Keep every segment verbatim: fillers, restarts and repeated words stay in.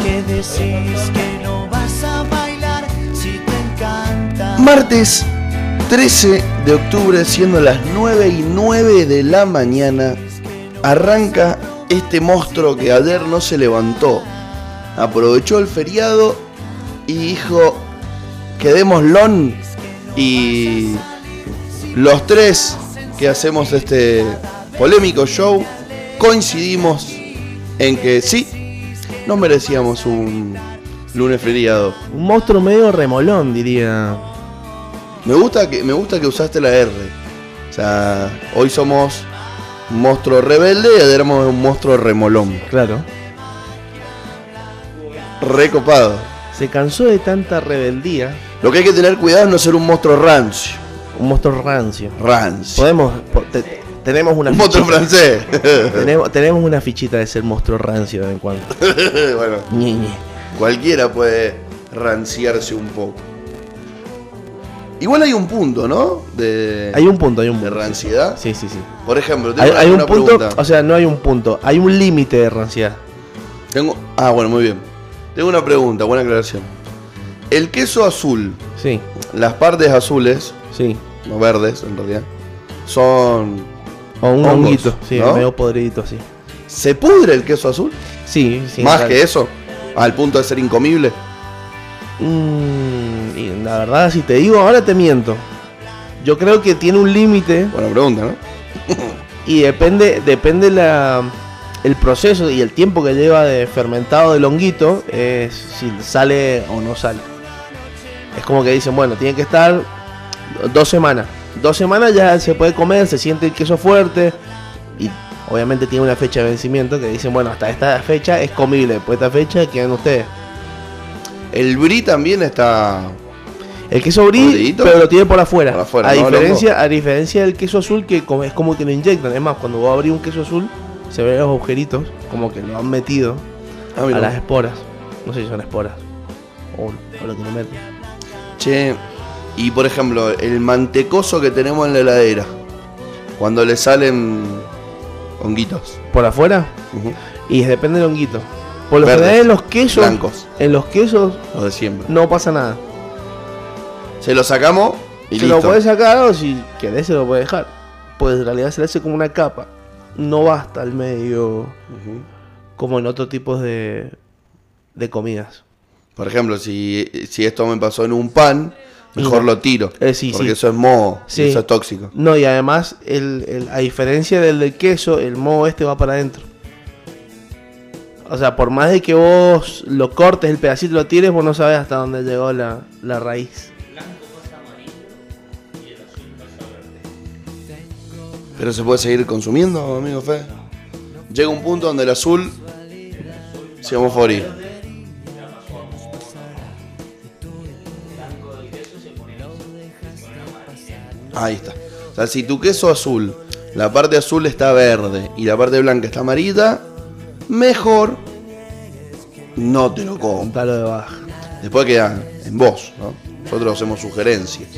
que decís que no vas a bailar si te encanta. Martes trece de octubre, siendo las nueve y nueve de la mañana, arranca este monstruo que ayer no se levantó. Aprovechó el feriado y dijo, quedémoslo, y los tres que hacemos este polémico show coincidimos en que sí, nos merecíamos un lunes feriado. Un monstruo medio remolón, diría. Me gusta que, me gusta que usaste la R. O sea, hoy somos un monstruo rebelde y ayer éramos un monstruo remolón. Claro. Recopado. Se cansó de tanta rebeldía. Lo que hay que tener cuidado es no ser un monstruo rancio. Un monstruo rancio. Rancio. Podemos... Po, te, tenemos una un fichita, monstruo francés. tenemos, tenemos una fichita de ser monstruo rancio de vez en cuando. Bueno. Ñe, ñe. Cualquiera puede ranciarse un poco. Igual hay un punto, ¿no? De, hay un punto, hay un punto. De ranciedad. Sí, sí, sí. Por ejemplo, tengo hay, una, hay un una punto, pregunta. o sea, no hay un punto, hay un límite de ranciedad. Tengo, ah, bueno, muy bien. Tengo una pregunta, buena aclaración. El queso azul, sí, las partes azules, sí, no verdes en realidad, son o un hongos, honguito, sí, ¿no? medio podridito así. ¿Se pudre el queso azul? Sí, sí. ¿Más que eso? ¿Al punto de ser incomible? Mm, y la verdad, si te digo, ahora te miento. Yo creo que tiene un límite. Buena pregunta, ¿no? Y depende, depende la, el proceso y el tiempo que lleva de fermentado del honguito, es si sale o no sale. Es como que dicen, bueno, tiene que estar dos semanas. Dos semanas ya se puede comer, se siente el queso fuerte y obviamente tiene una fecha de vencimiento que dicen, bueno, hasta esta fecha es comible, después de esta fecha quedan ustedes. El brie también está... El queso brie, ¿Podridito? pero lo tiene por afuera. Por afuera, a, ¿no, diferencia, loco? a diferencia del queso azul, que como- es como que lo inyectan. Es más, cuando vos abrís un queso azul, se ven los agujeritos, como que lo han metido Ah, a mira. las esporas. No sé si son esporas o, o lo que le meten. Che, y por ejemplo, el mantecoso que tenemos en la heladera, cuando le salen honguitos. ¿Por afuera? Ujú. Y depende del honguito. Por lo Verdes, general en los quesos, blancos, en los quesos los de siempre. no pasa nada. Se lo sacamos y Se listo. lo puedes sacar o si querés se lo puedes dejar. Pues en realidad se le hace como una capa. No va hasta el medio Ujú. como en otro tipo de, de comidas. Por ejemplo, si, si esto me pasó en un pan, mejor No. lo tiro. Eh, sí, porque sí. eso es moho, y Sí. eso es tóxico. No, y además, el, el- a diferencia del del queso, el moho este va para adentro. O sea, por más de que vos lo cortes, el pedacito lo tires, vos no sabes hasta dónde llegó la, la raíz. Pero se puede seguir consumiendo, amigo Fe. Llega un punto donde el azul se va a morir. Ahí está. O sea, si tu queso azul, la parte azul está verde y la parte blanca está amarilla, mejor no te lo comas. Dalo de baja. Después queda en vos, ¿no? Nosotros hacemos sugerencias.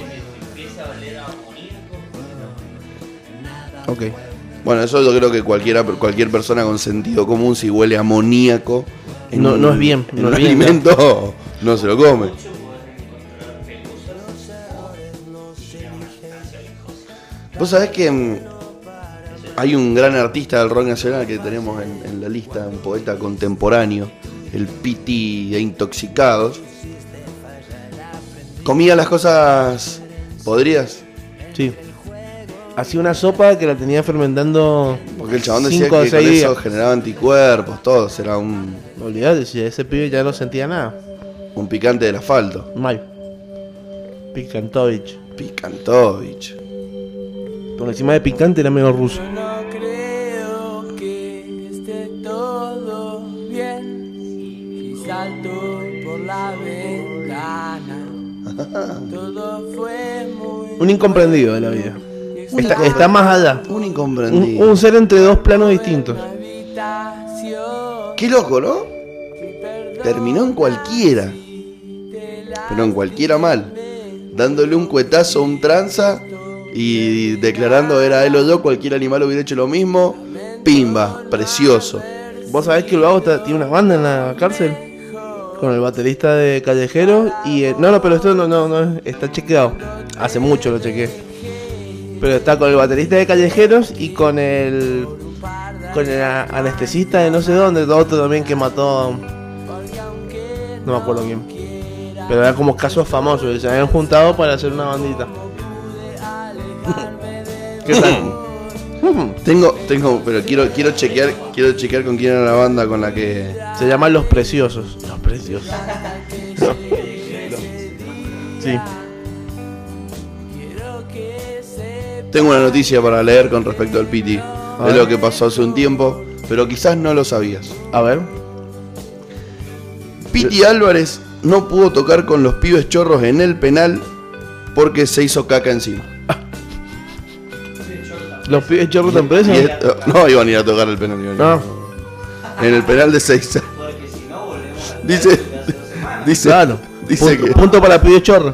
Ok. Bueno, eso yo creo que cualquiera, cualquier persona con sentido común, si huele a amoníaco en No- un, no es bien, en no un es bien, alimento, no se lo come. Vos sabés que mm, hay un gran artista del rock nacional que tenemos en, en la lista, un poeta contemporáneo, el Piti de Intoxicados. ¿Comía las cosas podridas? Sí. Hacía una sopa que la tenía fermentando. Porque el chabón decía cinco o que con seis eso días. generaba anticuerpos, todo, era un, No olvidate, si ese pibe ya no sentía nada. un picante del asfalto. Mal. Picantovich. Picantovich. Por encima de picante era medio ruso. No creo que esté todo bien y salto por la ventana. Todo fue muy Un incomprendido de la vida. Un Está, incompre- está más allá. Un Un, incomprendido. un ser entre dos planos distintos. habitación. Qué loco, ¿no? Terminó en cualquiera. Pero en cualquiera mal. Dándole un cuetazo a un tranza y declarando era él o yo, cualquier animal hubiera hecho lo mismo. Pimba, precioso. ¿Vos sabés que el vago está- tiene una banda en la cárcel? con el baterista de Callejeros y... eh, no, no, pero esto no, no, no, está chequeado. Hace mucho lo chequeé. Pero está con el baterista de Callejeros y con el... con el a- anestesista de no sé dónde, otro también que mató... no me acuerdo quién. Pero eran como casos famosos y se habían juntado para hacer una bandita. ¿Qué tal? Tengo, tengo, pero quiero, quiero chequear, quiero chequear con quién era la banda con la que. Se llaman Los Preciosos. Los Preciosos. Sí. Tengo una noticia para leer con respecto al Piti. A De ver. lo que pasó hace un tiempo, pero quizás no lo sabías. A ver. Piti Álvarez no pudo tocar con los pibes chorros en el penal porque se hizo caca encima. Los pibes chorros de empresa. Y esto- no iban a ir a tocar el penal. iban a ir. No. En el penal de Seiza. Dice, dice, Claro. dice punto, que, punto para pibes chorros.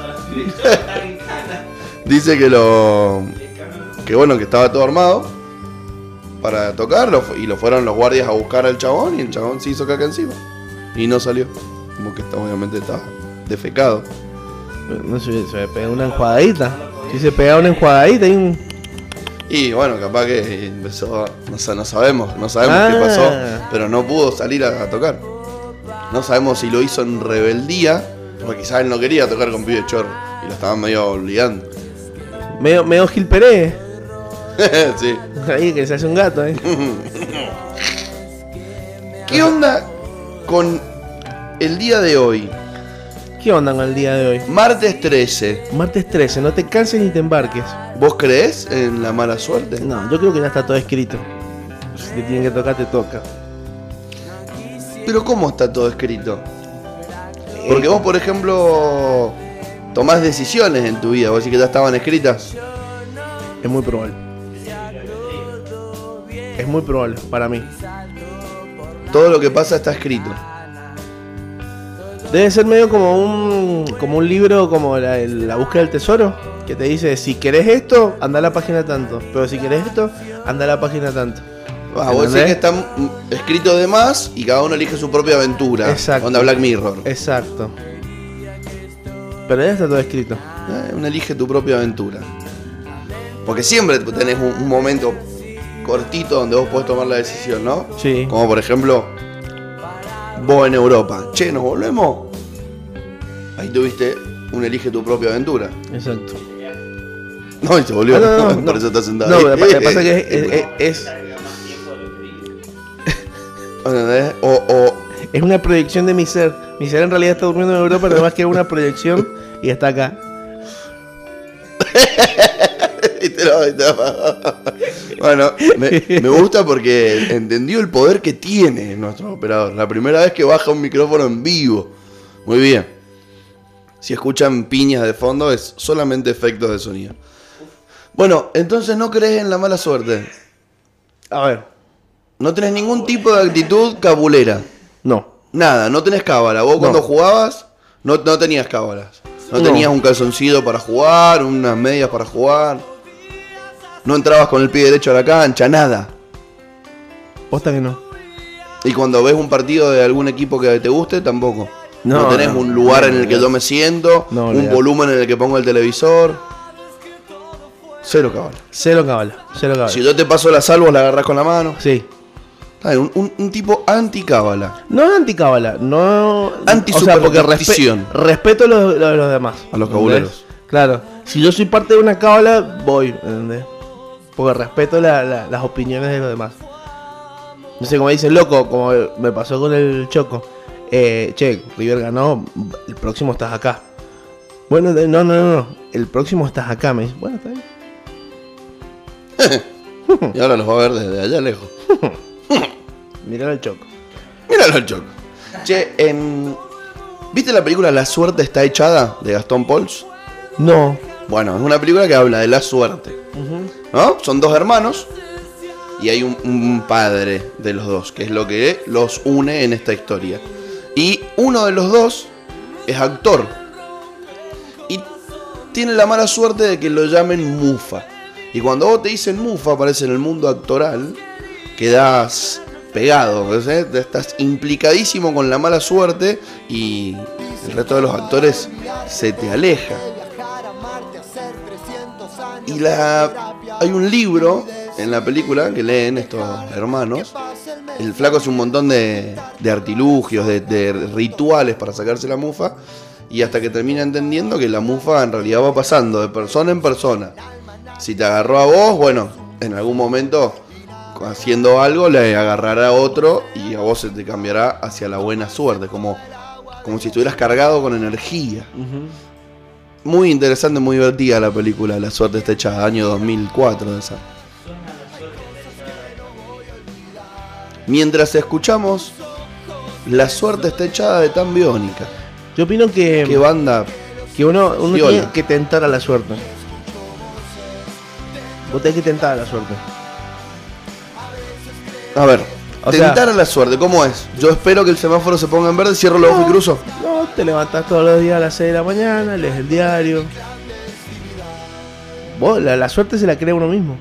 dice que lo, que bueno, que estaba todo armado para tocarlo y lo fueron los guardias a buscar al chabón y el chabón se hizo caca encima y no salió. Como que está, obviamente estaba defecado. No sé, se me pega una enjuagadita. Si se pega una enjuagadita y un... Y bueno, capaz que empezó, no, sa- no sabemos, no sabemos Ah. qué pasó, pero no pudo salir a, a tocar. No sabemos si lo hizo en rebeldía, porque quizás él no quería tocar con pibes chorro y lo estaban medio obligando. Medio, medio Gil Pérez. Sí. Ahí que se hace un gato, eh. ¿Qué onda con el día de hoy? ¿Qué onda con el día de hoy? Martes trece. Martes trece, no te canses ni te embarques. ¿Vos creés en la mala suerte? No, yo creo que ya está todo escrito. Si te tienen que tocar, te toca. Pero ¿cómo está todo escrito? Porque vos, por ejemplo, tomás decisiones en tu vida, vos decís que ya estaban escritas. Es muy probable. Es muy probable para mí. Todo lo que pasa está escrito. Debe ser medio como un como un libro como la, la búsqueda del tesoro, que te dice, si querés esto, anda a la página tanto, pero si querés esto, anda a la página tanto. Ah, vos decís ¿Entendés? que está mm, escrito de más y cada uno elige su propia aventura. Exacto. Onda Black Mirror. Exacto. Pero ya está todo escrito. Eh, Uno elige tu propia aventura. Porque siempre tenés un, un momento cortito donde vos podés tomar la decisión, ¿no? Sí. Como por ejemplo, vos en Europa. Che, ¿nos volvemos? Ahí tuviste un elige tu propia aventura. Exacto. No, y se volvió. Ah, no, no, por no. eso está sentado No, ahí. lo que pasa- lo que pasa es que es, es, es, ¿Entendés? O, o es una proyección de mi ser. Mi ser en realidad está durmiendo en Europa, pero además que es una proyección y está acá. Y te lo- y te lo- Bueno, me, me gusta porque entendió el poder que tiene nuestro operador. La primera vez que baja un micrófono en vivo. Muy bien. Si escuchan piñas de fondo es solamente efectos de sonido. Bueno, entonces no crees en la mala suerte. A ver. No tenés ningún tipo de actitud cabulera. No. Nada, no tenés cábala. Vos No. cuando jugabas no, no tenías cábalas. No, No. tenías un calzoncillo para jugar, unas medias para jugar. No entrabas con el pie derecho a la cancha, nada. Posta que no. Y cuando ves un partido de algún equipo que te guste, tampoco. No, No, tenés no. un lugar No, en el que no. yo me siento, No, un olvidate. volumen en el que pongo el televisor. Cero cábala. Cero cabala. Cero cabala. Si yo te paso la salvo, la agarrás con la mano. Sí. Está bien, Un, un- un tipo anti-cábala. No es anticábala, no. Anti-superstición. respe- respeto lo, lo de los demás. A los ¿entendés? cabuleros. Claro. Si yo soy parte de una cábala, voy, ¿entendés? Porque respeto la- la- las opiniones de los demás. No sé, como dicen, loco, como me pasó con el Choco. Eh, che, River ganó, el próximo estás acá. Bueno, de- no, no, no, no. El próximo estás acá, me dice. Bueno, está bien. Y ahora los va a ver desde allá lejos. Mirá el Choco. Míralo el choco. Che, en... ¿viste la película La suerte está echada? De Gastón Pauls. No. Bueno, es una película que habla de la suerte. ¿No? Son dos hermanos y hay un, un padre de los dos, que es lo que los une en esta historia. Y uno de los dos es actor. Y tiene la mala suerte de que lo llamen Mufa. Y cuando vos te dicen Mufa, aparece en el mundo actoral, quedás pegado, ¿sí? Estás implicadísimo con la mala suerte y el resto de los actores se te aleja. Y la hay un libro en la película que leen estos hermanos. El flaco hace un montón de, de artilugios, de, de rituales para sacarse la mufa, y hasta que termina entendiendo que la mufa en realidad va pasando de persona en persona. Si te agarró a vos, bueno, en algún momento haciendo algo le agarrará a otro y a vos se te cambiará hacia la buena suerte, como, como si estuvieras cargado con energía. Uh-huh. Muy interesante, muy divertida la película La suerte está echada, año dos mil cuatro de esa. Mientras escuchamos La suerte está echada de Tan Biónica. Yo opino que... ¿Qué banda? Que uno, uno tiene que tentar a la suerte. Vos tenés que tentar a la suerte. A ver, o tentar sea, a la suerte, ¿cómo es? Yo espero que el semáforo se ponga en verde, cierro los ojos y cruzo. No, te levantás todos los días a las seis de la mañana, lees el diario. Vos, la, la suerte se la crea uno mismo.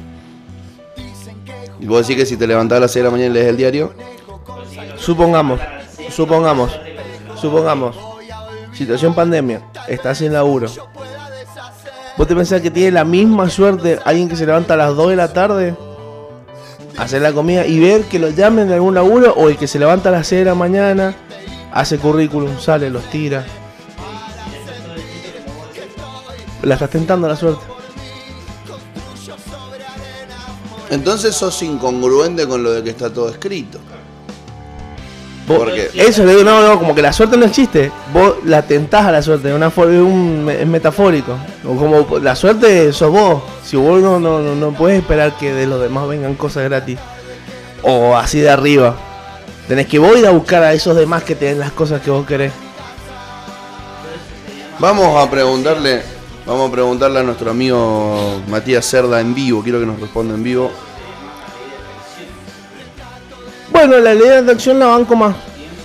¿Y vos decís que si te levantás a las seis de la mañana y lees el diario? Supongamos, supongamos, supongamos. Situación pandemia, estás sin laburo. ¿Vos te pensás que tiene la misma suerte alguien que se levanta a las dos de la tarde a hacer la comida y ver que lo llamen de algún laburo, o el que se levanta a las seis de la mañana, hace currículum, sale, los tira? La estás tentando la suerte. Entonces sos incongruente con lo de que está todo escrito. Porque eso le digo, no, no, como que la suerte no existe. Vos la tentás a la suerte, es, una, es, un, es metafórico. O como la suerte sos vos. Si vos no, no, no, no puedes esperar que de los demás vengan cosas gratis, o así de arriba. Tenés que vos ir a buscar a esos demás que te den las cosas que vos querés. Vamos a preguntarle, vamos a preguntarle a nuestro amigo Matías Cerda en vivo. Quiero que nos responda en vivo. Bueno, la ley de acción la banco más.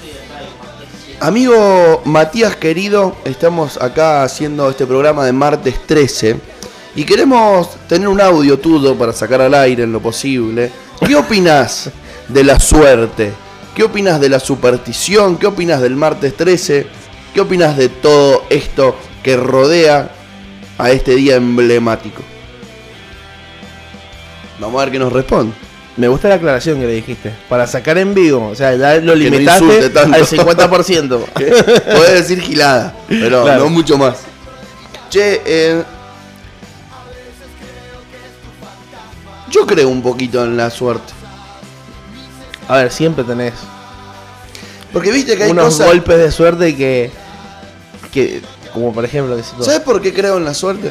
Amigo Matías querido, estamos acá haciendo este programa de martes trece y queremos tener un audio tuyo para sacar al aire en lo posible. ¿Qué opinás de la suerte? ¿Qué opinás de la superstición? ¿Qué opinás del martes trece? ¿Qué opinás de todo esto que rodea a este día emblemático? Vamos a ver qué nos responde. Me gusta la aclaración que le dijiste. Para sacar en vivo. O sea, ya lo limitaste no al cincuenta por ciento. Podés decir gilada, pero claro, no mucho más. Che, eh, yo creo un poquito en la suerte. A ver, siempre tenés. Porque viste que hay unos cosas... golpes de suerte que... que como por ejemplo... Que se ¿Sabes por qué creo en la suerte?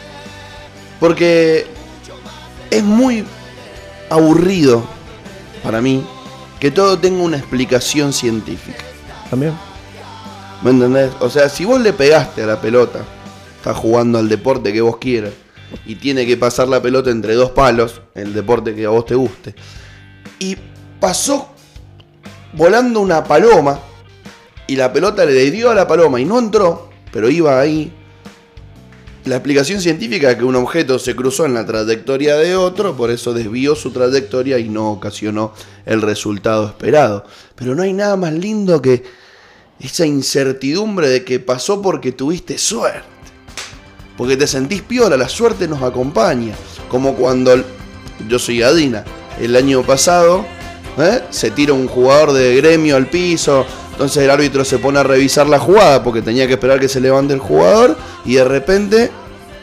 Porque es muy... aburrido para mí que todo tenga una explicación científica. También. ¿Me entendés? O sea, si vos le pegaste a la pelota, estás jugando al deporte que vos quieras y tiene que pasar la pelota entre dos palos, el deporte que a vos te guste, y pasó volando una paloma y la pelota le dio a la paloma y no entró, pero iba ahí. La explicación científica es que un objeto se cruzó en la trayectoria de otro, por eso desvió su trayectoria y no ocasionó el resultado esperado. Pero no hay nada más lindo que esa incertidumbre de que pasó porque tuviste suerte. Porque te sentís piola, la suerte nos acompaña. Como cuando, yo soy Adina, el año pasado ¿eh? se tira un jugador de Gremio al piso. Entonces el árbitro se pone a revisar la jugada porque tenía que esperar que se levante el jugador y de repente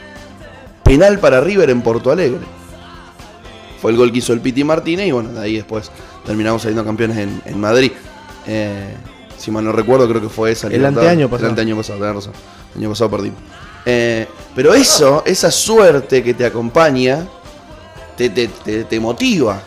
penal para River en Porto Alegre. Fue el gol que hizo el Piti Martínez y bueno, de ahí después terminamos saliendo campeones en, en Madrid. Eh, si mal no recuerdo, creo que fue esa. El anteaño pasado. El anteaño pasado, tenés razón. El año pasado perdimos. Eh, pero eso, esa suerte que te acompaña, te, te, te, te motiva.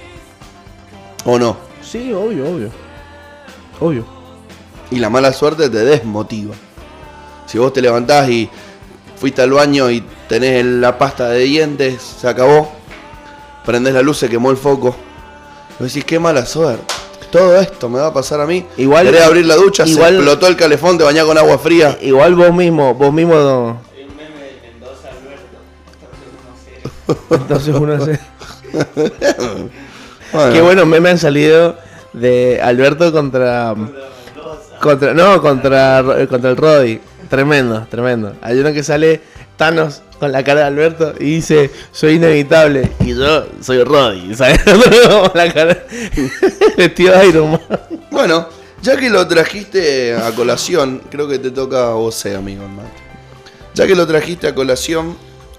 ¿O no? Sí, obvio, obvio. Obvio. Y la mala suerte te desmotiva. Si vos te levantás y fuiste al baño y tenés la pasta de dientes, se acabó. Prendés la luz, se quemó el foco. Y decís, qué mala suerte. Todo esto me va a pasar a mí. Igual, querés abrir la ducha, igual, se explotó el calefón, te bañás con agua fría. Igual vos mismo, vos mismo no. Hay un meme de Mendoza, Alberto. Entonces uno sé. Entonces uno sé. Bueno. Qué buenos memes han salido de Alberto contra. contra no, contra, contra el Roddy. Tremendo, tremendo. Hay uno que sale Thanos con la cara de Alberto y dice: soy inevitable. Y yo soy Roddy, ¿sabes? La cara. Vestido de Iron Man. Bueno, ya que lo trajiste a colación, creo que te toca a vos, eh, amigo hermano. Ya que lo trajiste a colación,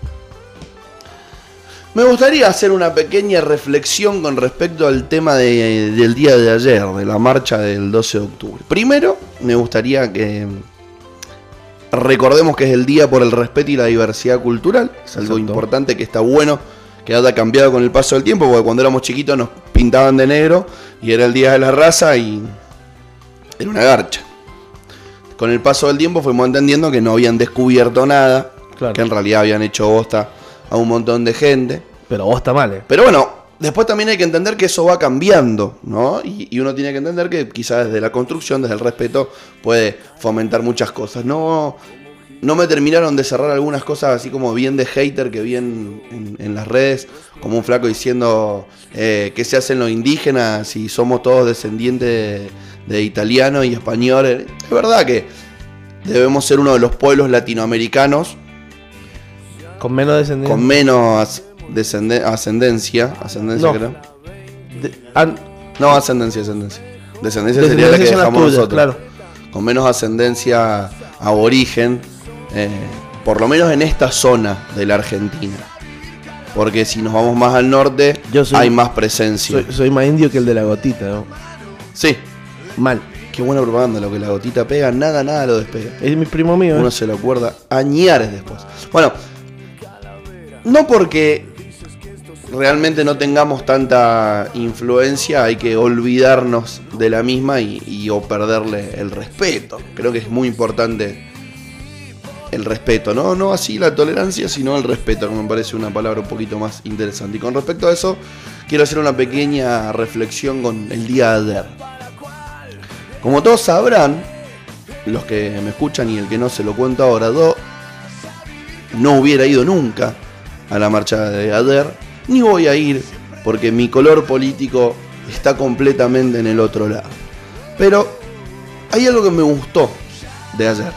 me gustaría hacer una pequeña reflexión con respecto al tema de, del día de ayer, de la marcha del doce de octubre. Primero, me gustaría que recordemos que es el día por el respeto y la diversidad cultural. Es algo Exacto. importante, que está bueno que haya cambiado con el paso del tiempo, porque cuando éramos chiquitos nos pintaban de negro y era el día de la raza y era una garcha. Con el paso del tiempo fuimos entendiendo que no habían descubierto nada, Claro. que en realidad habían hecho bosta a un montón de gente. Pero vos está mal, eh. Pero bueno, después también hay que entender que eso va cambiando, ¿no? Y, y uno tiene que entender que quizás desde la construcción, desde el respeto, puede fomentar muchas cosas. No, no me terminaron de cerrar algunas cosas así como bien de hater que vi en, en, en las redes, como un flaco diciendo eh, qué se hacen los indígenas si somos todos descendientes de, de italianos y españoles. Es verdad que debemos ser uno de los pueblos latinoamericanos Con menos descendencia. con menos descende- ascendencia, ascendencia No. creo. De- an- No, ascendencia, ascendencia. Descendencia sería la que descendencia son las dejamos tuyas, nosotros. claro. Con menos ascendencia aborigen, eh, por lo menos en esta zona de la Argentina. Porque si nos vamos más al norte, Yo soy- hay más presencia. Soy, soy más indio que el de la gotita, ¿no? Sí, Mal. qué buena propaganda, lo que la gotita pega, nada, nada lo despega. Es mi primo mío, Uno ¿eh? se lo acuerda añares después. Bueno, no porque realmente no tengamos tanta influencia, hay que olvidarnos de la misma y, y o perderle el respeto. Creo que es muy importante el respeto, ¿no? No así la tolerancia, sino el respeto, que me parece una palabra un poquito más interesante. Y con respecto a eso, quiero hacer una pequeña reflexión con el día de ayer. Como todos sabrán, los que me escuchan y el que no se lo cuento ahora, yo no hubiera ido nunca a la marcha de ayer, ni voy a ir porque mi color político está completamente en el otro lado. Pero hay algo que me gustó de ayer.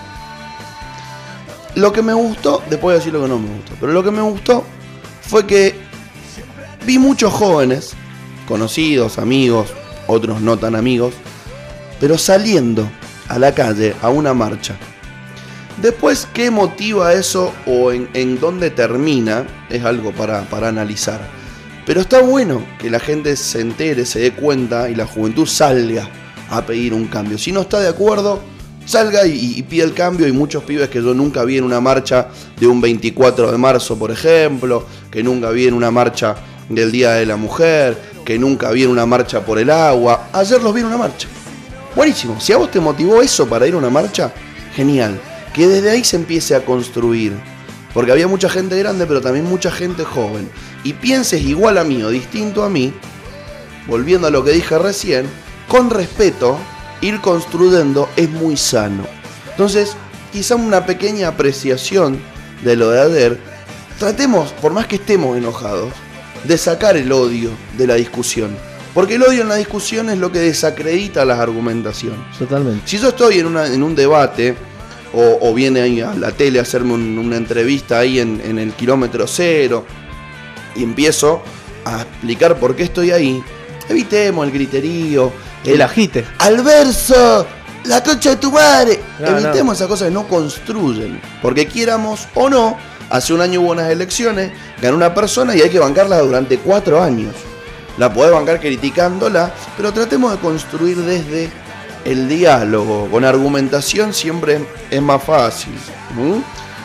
Lo que me gustó, después voy a decir lo que no me gustó, pero lo que me gustó fue que vi muchos jóvenes, conocidos, amigos, otros no tan amigos, pero saliendo a la calle a una marcha. Después, ¿qué motiva eso o en, en dónde termina? Es algo para, para analizar. Pero está bueno que la gente se entere, se dé cuenta y la juventud salga a pedir un cambio. Si no está de acuerdo, salga y, y pida el cambio. Y muchos pibes que yo nunca vi en una marcha de un veinticuatro de marzo, por ejemplo, que nunca vi en una marcha del Día de la Mujer, que nunca vi en una marcha por el agua. Ayer los vi en una marcha. Buenísimo. Si a vos te motivó eso para ir a una marcha, genial. Que desde ahí se empiece a construir. Porque había mucha gente grande, pero también mucha gente joven. Y pienses igual a mí o distinto a mí, volviendo a lo que dije recién, con respeto, ir construyendo es muy sano. Entonces, quizá una pequeña apreciación de lo de ayer. Tratemos, por más que estemos enojados, de sacar el odio de la discusión. Porque el odio en la discusión es lo que desacredita las argumentaciones. Totalmente. Si yo estoy en, una, en un debate, o, o viene ahí a la tele a hacerme un, una entrevista ahí en, en el kilómetro cero, y empiezo a explicar por qué estoy ahí, evitemos el griterío, El agite. ¡Alverso! ¡La concha de tu madre! No, Evitemos no. esas cosas que no construyen. Porque quieramos o no, hace un año hubo unas elecciones, ganó una persona y hay que bancarla durante cuatro años. La podés bancar criticándola, pero tratemos de construir desde el diálogo. Con argumentación siempre es más fácil. ¿Mm?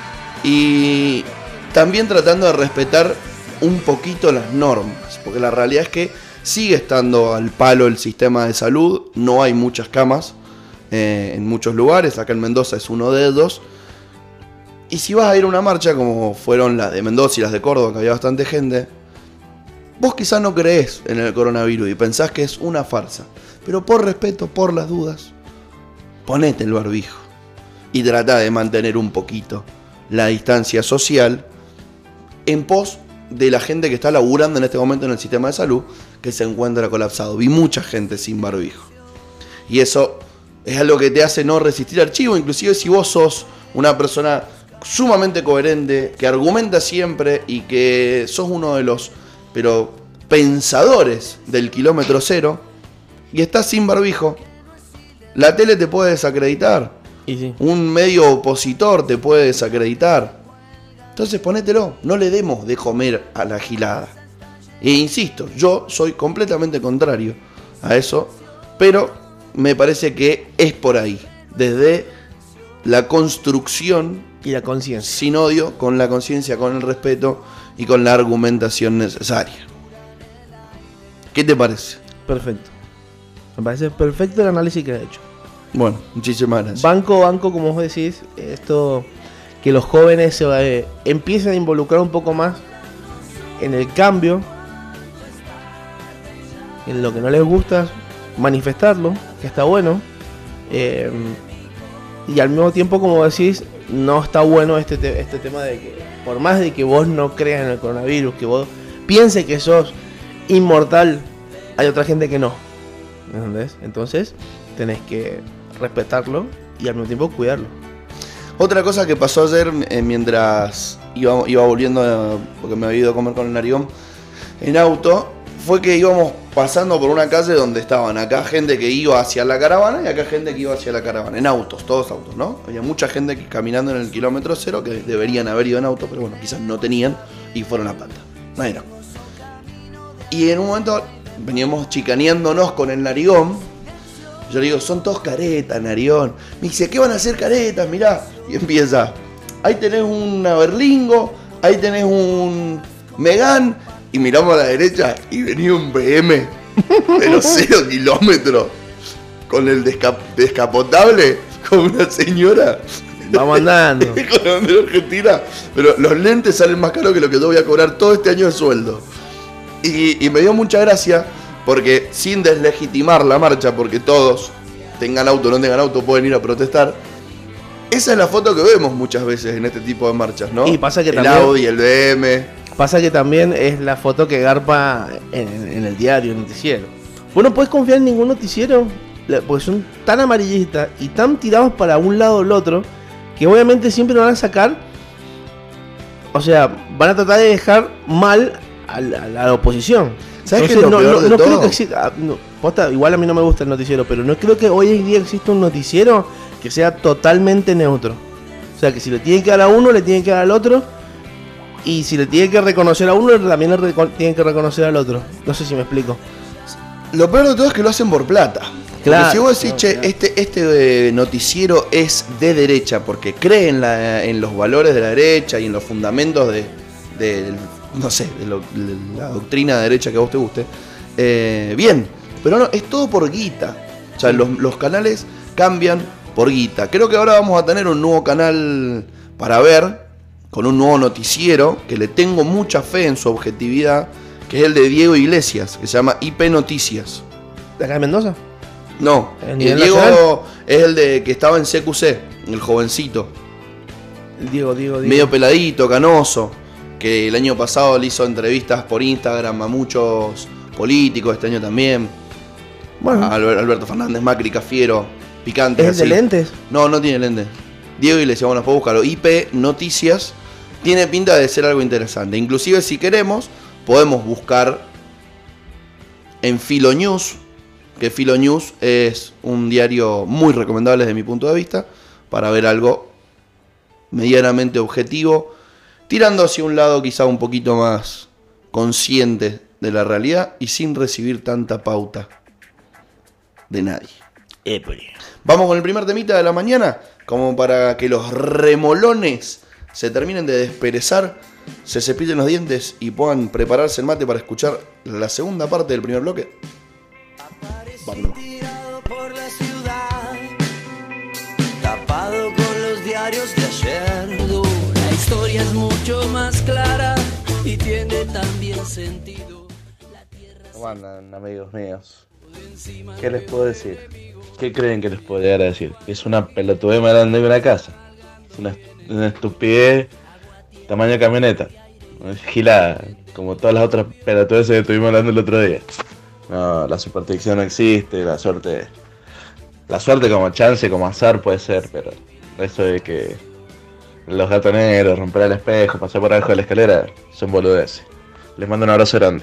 Y también tratando de respetar un poquito las normas. Porque la realidad es que sigue estando al palo el sistema de salud. No hay muchas camas eh, en muchos lugares. Acá en Mendoza es uno de ellos. Y si vas a ir a una marcha como fueron las de Mendoza y las de Córdoba, que había bastante gente, vos quizás no creés en el coronavirus y pensás que es una farsa. Pero por respeto, por las dudas, ponete el barbijo. Y tratá de mantener un poquito la distancia social en pos de la gente que está laburando en este momento en el sistema de salud, que se encuentra colapsado. Vi mucha gente sin barbijo. Y eso es algo que te hace no resistir archivo, inclusive si vos sos una persona sumamente coherente, que argumenta siempre y que sos uno de los pero pensadores del kilómetro cero y estás sin barbijo, la tele te puede desacreditar. Y sí. Un medio opositor te puede desacreditar. Entonces ponételo, no le demos de comer a la gilada. E insisto, yo soy completamente contrario a eso, pero me parece que es por ahí, desde la construcción y la conciencia, sin odio, con la conciencia, con el respeto y con la argumentación necesaria. ¿Qué te parece? Perfecto. Me parece perfecto el análisis que has hecho. Bueno, muchísimas gracias. Banco, banco, como vos decís, esto que los jóvenes se eh, empiecen a involucrar un poco más en el cambio, en lo que no les gusta, manifestarlo, que está bueno, eh, y al mismo tiempo, como decís, no está bueno este, te- este tema de que por más de que vos no creas en el coronavirus, que vos pienses que sos inmortal, hay otra gente que no, ¿entendés? Entonces tenés que respetarlo y al mismo tiempo cuidarlo. Otra cosa que pasó ayer eh, mientras iba, iba volviendo, eh, porque me había ido a comer con el narigón, en auto, fue que íbamos pasando por una calle donde estaban acá gente que iba hacia la caravana y acá gente que iba hacia la caravana, en autos, todos autos, ¿no? Había mucha gente que, caminando en el kilómetro cero que deberían haber ido en auto, pero bueno, quizás no tenían y fueron a pata. Bueno. Y en un momento veníamos chicaneándonos con el narigón. Yo le digo, son todos caretas, narigón. Me dice, ¿qué van a hacer caretas? Mirá. Y empieza, ahí tenés un Berlingo, ahí tenés un Megane. Y miramos a la derecha y venía un B M, pero cero kilómetros, con el descap- descapotable, con una señora. Vamos andando. Con la bandera argentina. Pero los lentes salen más caros que lo que yo voy a cobrar todo este año de sueldo. Y, y me dio mucha gracia porque sin deslegitimar la marcha, porque todos, tengan auto o no tengan auto, pueden ir a protestar. Esa es la foto que vemos muchas veces en este tipo de marchas, ¿no? Y pasa que el también- Audi, el B M. Pasa que también es la foto que garpa en, en el diario, en el noticiero. Vos no podés confiar en ningún noticiero, la- porque son tan amarillistas y tan tirados para un lado o el otro, que obviamente siempre lo van a sacar. O sea, van a tratar de dejar mal a la, a la oposición. ¿Sabes qué Entonces, es lo no, peor no, de no creo todo? que exista. ah, no, posta, igual a mí no me gusta el noticiero, pero no creo que hoy en día exista un noticiero que sea totalmente neutro. O sea, que si le tienen que dar a uno, le tienen que dar al otro. Y si le tienen que reconocer a uno, también le reco- tienen que reconocer al otro. No sé si me explico. Lo peor de todo es que lo hacen por plata. Claro, Porque si vos decís, claro, che, claro. este, este eh, noticiero es de derecha, porque cree en, la, en los valores de la derecha y en los fundamentos de, de no sé, de, lo- de la doctrina de derecha que a vos te guste, eh, bien, pero no, es todo por guita. O sea, los, los canales cambian por guita. Creo que ahora vamos a tener un nuevo canal para ver, con un nuevo noticiero, que le tengo mucha fe en su objetividad, que es el de Diego Iglesias, que se llama I P Noticias. ¿De acá de Mendoza? No, ¿El el nivel Diego nacional? es el de que estaba en C Q C, el jovencito, El Diego, Diego, Diego. medio peladito, canoso, que el año pasado le hizo entrevistas por Instagram a muchos políticos, este año también, Bueno, a Albert- Alberto Fernández, Macri, Cafiero, picante. ¿es el de lentes? No, no tiene lentes. Diego Iglesias, bueno, después búscalo. I P Noticias, tiene pinta de ser algo interesante. Inclusive si queremos, podemos buscar en Filonews, que Filonews es un diario muy recomendable desde mi punto de vista, para ver algo medianamente objetivo, tirando hacia un lado quizá un poquito más consciente de la realidad y sin recibir tanta pauta de nadie. Vamos con el primer temita de la mañana, como para que los remolones se terminen de desperezar, se cepillen los dientes y puedan prepararse el mate para escuchar la segunda parte del primer bloque. Vámonos. Tirado por la ciudad, tapado con los diarios de ayer. La historia es mucho más clara y tiene también sentido. La tierra ¿Cómo andan, amigos míos? ¿Qué les puedo decir? ¿Qué creen que les puedo llegar a decir? Es una pelotudez más grande que una casa. Es una, una estupidez tamaño camioneta. Gila, como todas las otras pelotudeces que estuvimos hablando el otro día. No, la superstición no existe, la suerte... La suerte como chance, como azar puede ser, pero eso de que los gatos negros, romper el espejo, pasar por abajo de la escalera, son boludeces. Les mando un abrazo grande.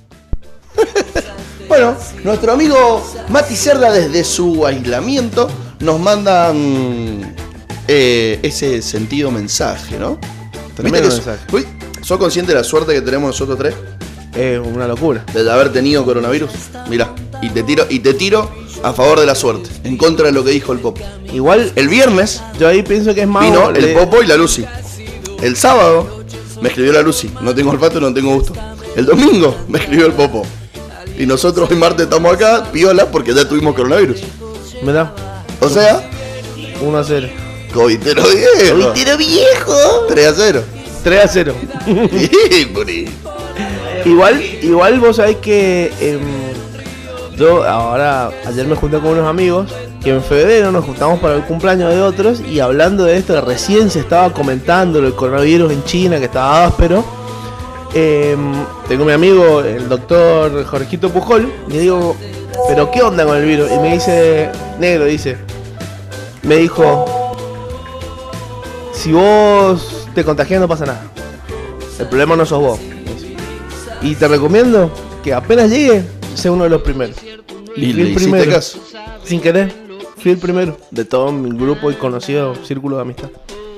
Bueno, nuestro amigo Mati Cerda desde su aislamiento nos manda mm, eh, ese sentido mensaje, ¿no? Tremendo ¿Viste que mensaje. Uy, ¿sos consciente de la suerte que tenemos nosotros tres? Es una locura. De haber tenido coronavirus. Mirá, y te tiro, y te tiro a favor de la suerte, en contra de lo que dijo el Popo. Igual, El viernes yo ahí pienso que es más... vino el de- Popo y la Lucy. El sábado me escribió la Lucy, no tengo olfato, no tengo gusto. El domingo me escribió el Popo. Y nosotros hoy martes estamos acá, piola, porque ya tuvimos coronavirus. Mirá, O sea, uno a cero. coitero viejo. ¡Coitero viejo! tres a cero. tres a cero. Híjole. Igual, igual vos sabés que em, yo ahora, ayer me junté con unos amigos que en febrero nos juntamos para el cumpleaños de otros y hablando de esto, recién se estaba comentando el coronavirus en China, que estaba áspero. em, tengo mi amigo, el doctor Jorgito Pujol, y le digo, ¿pero qué onda con el virus? Y me dice, negro, dice, me dijo, si vos te contagias no pasa nada, el problema no sos vos. Y te recomiendo que apenas llegue, sea uno de los primeros. ¿Y fui le el hiciste primero. caso? Sin querer, fui el primero de todo mi grupo y conocido círculo de amistad.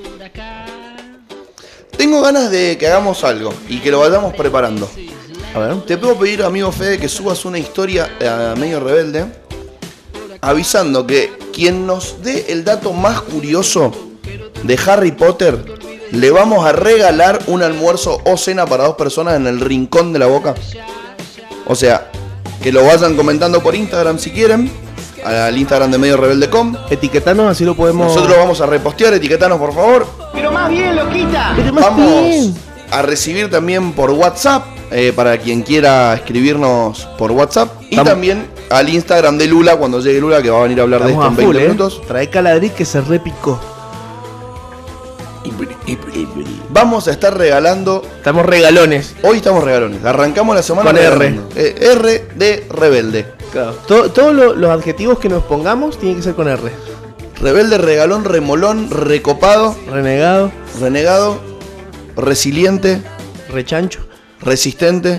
Tengo ganas de que hagamos algo y que lo vayamos preparando. A ver. Te puedo pedir, amigo Fede, que subas una historia eh, medio rebelde, avisando que quien nos dé el dato más curioso de Harry Potter, le vamos a regalar un almuerzo o cena para dos personas en el rincón de la boca. O sea, que lo vayan comentando por Instagram si quieren, al Instagram de Medio Rebelde punto com. Etiquetanos, así lo podemos... Nosotros lo vamos a repostear, etiquetanos por favor. Pero más bien. Vamos a recibir también por WhatsApp, eh, para quien quiera escribirnos por WhatsApp. Y Estamos- también al Instagram de Lula, cuando llegue Lula, que va a venir a hablar Estamos de a esto en full, veinte ¿eh? minutos. Trae caladrí que se repicó. Vamos a estar regalando. Estamos regalones. Hoy estamos regalones. Arrancamos la semana Con R. regalando. Eh, R de rebelde. Claro. To- todos lo- los adjetivos que nos pongamos tienen que ser con R. Rebelde, regalón, remolón, recopado, Renegado, renegado, resiliente, rechancho, resistente,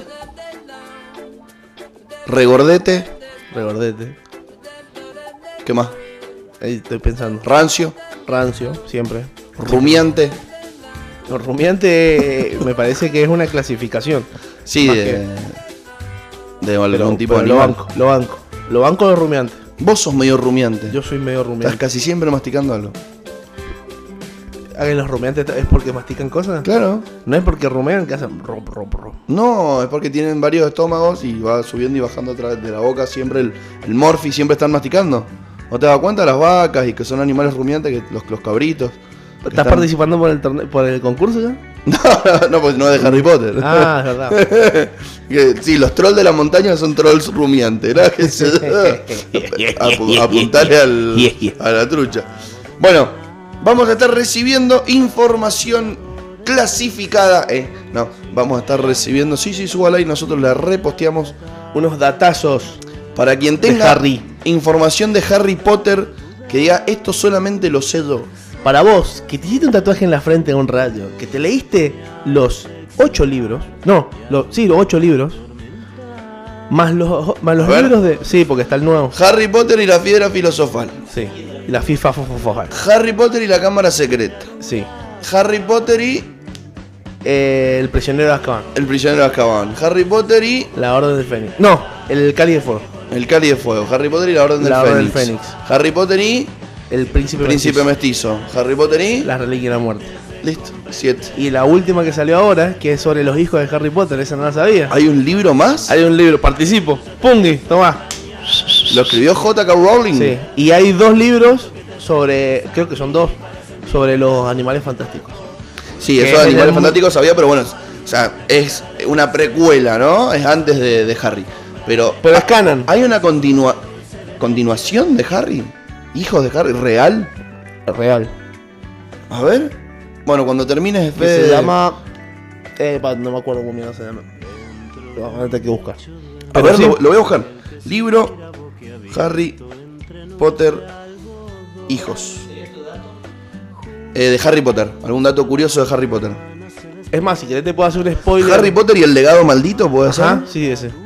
regordete. regordete. ¿Qué más? Ahí estoy pensando. Rancio, Rancio, siempre. rumiante. No, rumiante eh, me parece que es una clasificación. Sí, Más de, que- de algún Pero- tipo de pero lo animal. banco, lo banco. Lo banco de rumiante. Vos sos medio rumiante. Yo soy medio Estás rumiante. casi siempre masticando algo. Ah, que los rumiantes es porque mastican cosas. Claro. No es porque rumean que hacen rom, rom, rom. No, es porque tienen varios estómagos y va subiendo y bajando a través de la boca siempre el, el morfi, siempre están masticando. ¿No te das cuenta? Las vacas y que son animales rumiantes, que los, los cabritos. que ¿Estás están- participando por el torneo, por el concurso ya? No, no, no, pues no es de Harry Potter. Ah, es verdad. Que, sí, los trolls de la montaña son trolls rumiantes, ¿verdad? Que se- Apu- apuntale al, a la trucha. Bueno, vamos a estar recibiendo información clasificada. Eh, no, vamos a estar recibiendo. Sí, sí, súbala y nosotros la reposteamos. Unos datazos. Para quien De tenga Harry. información de Harry Potter, que diga esto solamente lo sé yo. Para vos, que te hiciste un tatuaje en la frente de un rayo, que te leíste los ocho libros, no, lo- sí, los ocho libros, más los, más los A ver. libros de... Sí, porque está el nuevo. Harry Potter y la piedra filosofal. Sí, y la FIFA fofofofal. Harry Potter y la cámara secreta. Sí. Harry Potter y Eh, el prisionero de Azkaban. el prisionero de Azkaban. Harry Potter y La Orden del Fénix. No, el Cáliz de Fuego. el Cáliz de Fuego. Harry Potter y la Orden del, La Orden del Fénix. Fénix. Harry Potter y El Príncipe, Príncipe Mestizo. Mestizo. Harry Potter y La Reliquia de la Muerte. listo, siete. Y la última que salió ahora, que es sobre los hijos de Harry Potter, esa no la sabía. ¿Hay un libro más? Hay un libro, participo. Pungi, tomá. Lo escribió J K Rowling. Sí. Y hay dos libros sobre, creo que son dos, sobre los animales fantásticos. Sí, Que eso de es Animales el- Fantásticos sabía, pero bueno, o sea, es una precuela, ¿no? Es antes de, de Harry. Pero, Pero es canon. ¿hay una continua continuación de Harry? ¿Hijos de Harry? ¿Real? Real. A ver. Bueno, cuando termines, Que Fede, se llama Eh, pa, no me acuerdo cómo mierda se llama. Lo vamos a tener que buscar. A Pero ver, sí, lo, lo voy a buscar. Libro Harry Potter Hijos. Eh, de Harry Potter. ¿Algún dato curioso de Harry Potter? es más, si querés te puedo hacer un spoiler. Harry Potter y el legado maldito, ¿puede Ajá, ser? sí, ese.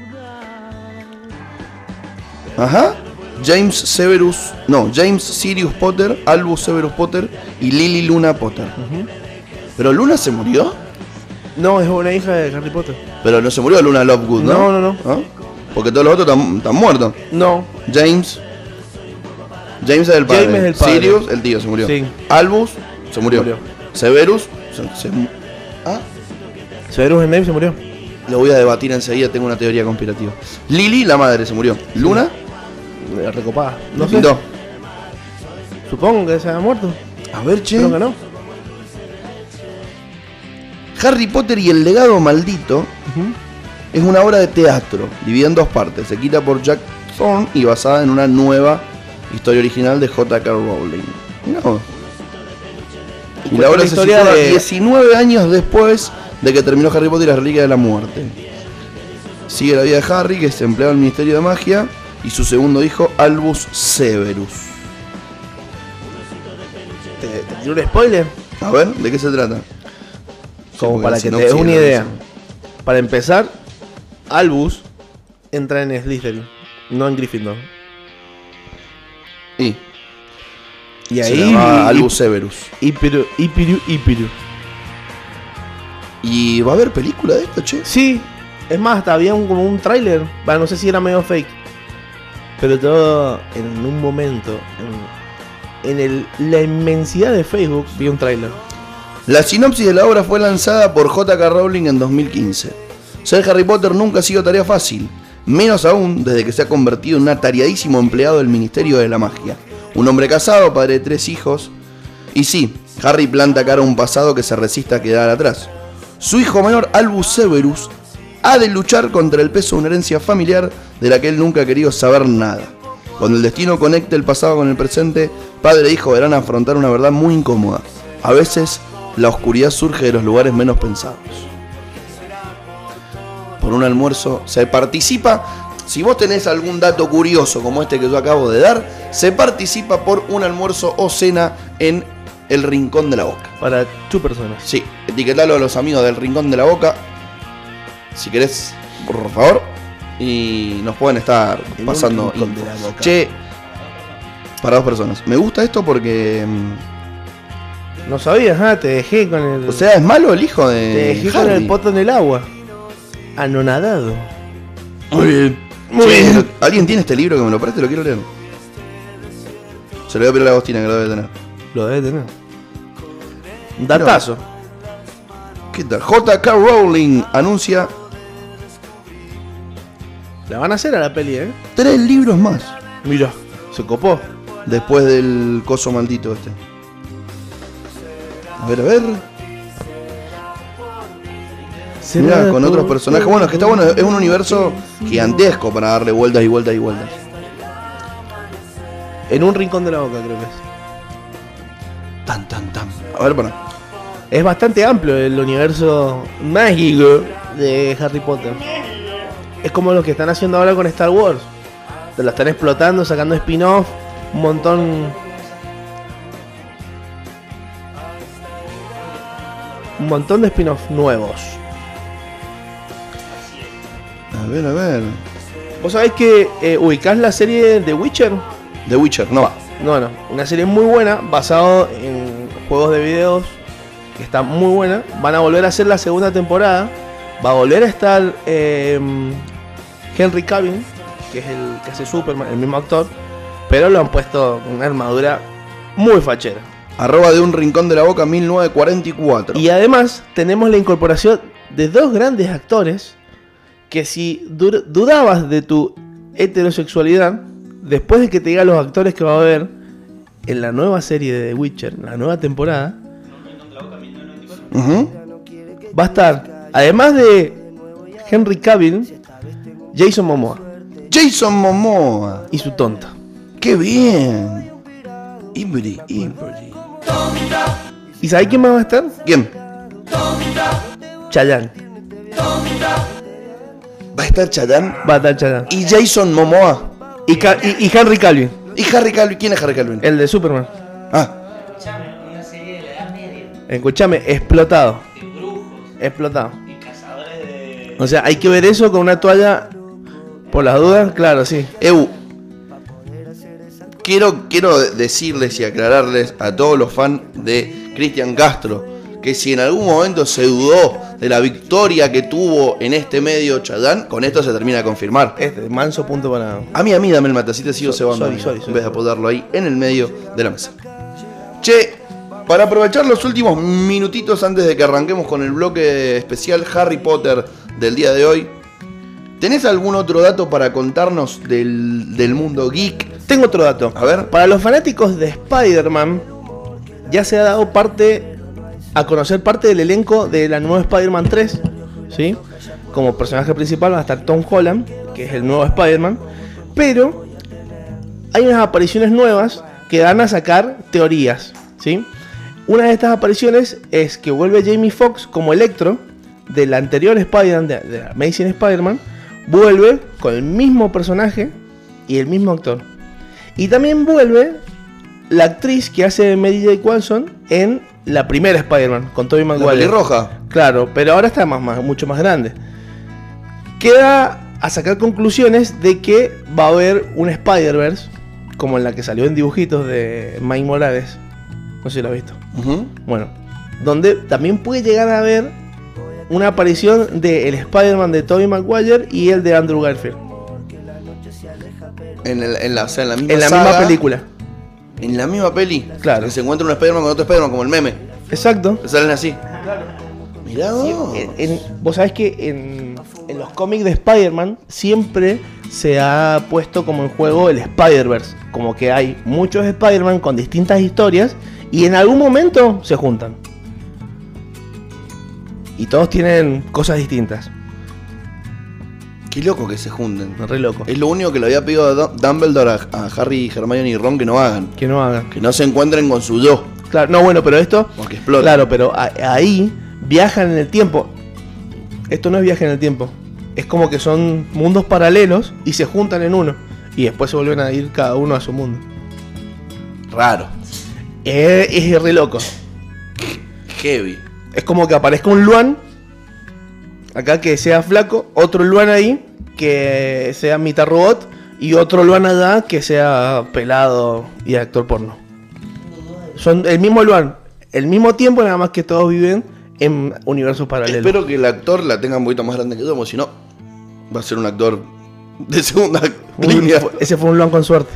Ajá. James Severus, no, James Sirius Potter, Albus Severus Potter y Lily Luna Potter. Uh-huh. ¿Pero Luna se murió? No, es una hija de Harry Potter. Pero no se murió Luna Lovegood, ¿no? No, no, no. ¿Ah? Porque todos los otros están están muertos. No. James. James es el padre. James es el padre. Sirius, el tío, se murió. Sí. Albus, se murió. Murió. Severus, se, se mu- ¿Ah? Severus Snape se murió. Lo voy a debatir enseguida, tengo una teoría conspirativa. Lily, la madre, se murió. Luna, Eh, Recopada. No sé. no. Supongo que se haya muerto. A ver, che. Creo que no. Harry Potter y el legado maldito Uh-huh. es una obra de teatro, dividida en dos partes, escrita por Jack Thorne y basada en una nueva historia original de J K Rowling. Mirá vos. Y la obra se historia sitúa de- diecinueve años después de que terminó Harry Potter y las Reliquias de la Muerte. Sigue la vida de Harry, que es empleado en el Ministerio de Magia, y su segundo hijo, Albus Severus. ¿Te, te tiro un spoiler? A ver, ¿de qué se trata? Como porque para la que te sinopsis des una no idea. dice. Para empezar, Albus entra en Slytherin, no en Gryffindor. Y Y se ahí. llama Albus Severus. Ipiru, Ipiru, Ipiru. ¿Y va a haber película de esto, che? Sí, es más, hasta había un, como un tráiler. Bueno, no sé si era medio fake. Pero todo en un momento, en, en el, la inmensidad de Facebook, vi un tráiler. La sinopsis de la obra fue lanzada por J K Rowling en dos mil quince. Ser Harry Potter nunca ha sido tarea fácil, menos aún desde que se ha convertido en un atareadísimo empleado del Ministerio de la Magia. Un hombre casado, padre de tres hijos. Y sí, Harry planta cara a un pasado que se resiste a quedar atrás. Su hijo menor, Albus Severus, ha de luchar contra el peso de una herencia familiar de la que él nunca ha querido saber nada. Cuando el destino conecte el pasado con el presente, padre e hijo deberán afrontar una verdad muy incómoda. A veces, la oscuridad surge de los lugares menos pensados. Por un almuerzo se participa. Si vos tenés algún dato curioso como este que yo acabo de dar, se participa por un almuerzo o cena en el Rincón de la Boca. Para two personas. Sí, etiquetalo a los amigos del Rincón de la Boca, si querés, por favor, y nos pueden estar En un pasando Rincón info. de la Boca. Che, para dos personas. Me gusta esto porque, No sabías, ah, te dejé con el. o sea, es malo el hijo de te dejé con Harry. el poto en el agua. Anonadado. Muy bien. Muy Che, bien. ¿alguien tiene este libro que me lo preste? Lo quiero leer. Se lo voy a pedir a Agostina, que lo debe tener. Lo debe tener. Un datazo. ¿Qué tal? J K Rowling anuncia La van a hacer a la peli, eh. tres libros más Mira, se copó. después del coso maldito este. A ver, a ver. Mira, con otros personajes. Bueno, es que está bueno, es un universo gigantesco para darle vueltas y vueltas y vueltas. En un rincón de la boca, creo que es. Tan, tan, tan. A ver, para. Es bastante amplio el universo mágico de Harry Potter. Es como lo que están haciendo ahora con Star Wars. Te lo están explotando, sacando spin-off, un montón. Un montón de spin-off nuevos. A ver, a ver. ¿Vos sabés que eh, ubicás la serie The Witcher? The Witcher, no va. No, no, una serie muy buena, basado en juegos de videos, que está muy buena. Van a volver a hacer la segunda temporada. Va a volver a estar eh, Henry Cavill, que es el que hace Superman, el mismo actor, pero lo han puesto con una armadura muy fachera. Arroba de un rincón de la boca mil novecientos cuarenta y cuatro. Y además tenemos la incorporación de dos grandes actores que si du- dudabas de tu heterosexualidad, después de que te diga los actores que va a haber en la nueva serie de The Witcher, en la nueva temporada, Ujú. va a estar, además de Henry Cavill, Jason Momoa Jason Momoa. y su tonta. ¡Qué bien! Ibri, Ibri. ¿Y sabés quién más va a estar? ¿Quién? Chayanne. Va a estar Chayanne Va a estar Chayanne. y Jason Momoa. Y, Ca- y, y Henry Cavill, ¿Y Harry Calvin? ¿Quién es Harry Calvin? el de Superman. Ah, Escuchame, una serie de la Edad Media Escúchame, explotado. de brujos Explotado. y cazadores de. O sea, hay que ver eso con una toalla por las dudas, claro, sí. Eu. Quiero, quiero decirles y aclararles a todos los fans de Cristian Castro que si en algún momento se dudó de la victoria que tuvo en este medio Chayanne, con esto se termina de confirmar. Este, manso punto para. A mí, a mí, dame el mate, así te sigo So- cebando. sorry, amigo, sorry, en sorry. vez de apodarlo ahí en el medio de la mesa. Che, para aprovechar los últimos minutitos antes de que arranquemos con el bloque especial Harry Potter del día de hoy, ¿tenés algún otro dato para contarnos del, del mundo geek? Tengo otro dato. A ver. Para los fanáticos de Spider-Man, ya se ha dado parte a conocer parte del elenco de la nueva Spider-Man tres, ¿sí? Como personaje principal va a estar Tom Holland, que es el nuevo Spider-Man, pero hay unas apariciones nuevas que van a sacar teorías, ¿sí? Una de estas apariciones es que vuelve Jamie Foxx como Electro del anterior Spider-Man, de, de Amazing Spider-Man, vuelve con el mismo personaje y el mismo actor. Y también vuelve la actriz que hace Mary J. Watson en la primera Spider-Man, con Tobey ¿La Maguire. pelirroja? Claro, pero ahora está más, más, mucho más grande. Queda a sacar conclusiones de que va a haber un Spider-Verse, como en la que salió en dibujitos de Miles Morales. No sé si lo has visto. Ujú. Bueno, donde también puede llegar a haber una aparición del Spider-Man de Tobey Maguire y el de Andrew Garfield. En, el- en la, o sea, en la misma En la saga, misma película. En la misma peli. Claro. Que se encuentra un Spider-Man con otro Spider-Man, como el meme. Exacto. Que salen así. Mirá vos. En- en- vos sabés que en, en los cómics de Spider-Man siempre se ha puesto como en juego el Spider-Verse. Como que hay muchos Spider-Man con distintas historias y en algún momento se juntan. Y todos tienen cosas distintas. Qué loco que se junten. Re loco. Es lo único que le había pedido a Du- Dumbledore, a, a Harry, Hermione y Ron que no hagan. Que no hagan. Que no se encuentren con su yo. Claro, no, bueno, pero esto. Porque explota. Claro, pero a- ahí viajan en el tiempo. Esto no es viaje en el tiempo. Es como que son mundos paralelos y se juntan en uno. Y después se vuelven a ir cada uno a su mundo. Raro. Es, es re loco. Heavy. Es como que aparezca un Luan. Acá que sea flaco. Otro Luan ahí. Que sea mitad robot. Y otro Luan allá que sea pelado y actor porno. Son el mismo Luan. El mismo tiempo, nada más que todos viven en universos paralelos. Espero que el actor la tenga un poquito más grande que yo, porque si no, va a ser un actor de segunda Un- línea. Ese fue un Luan con suerte.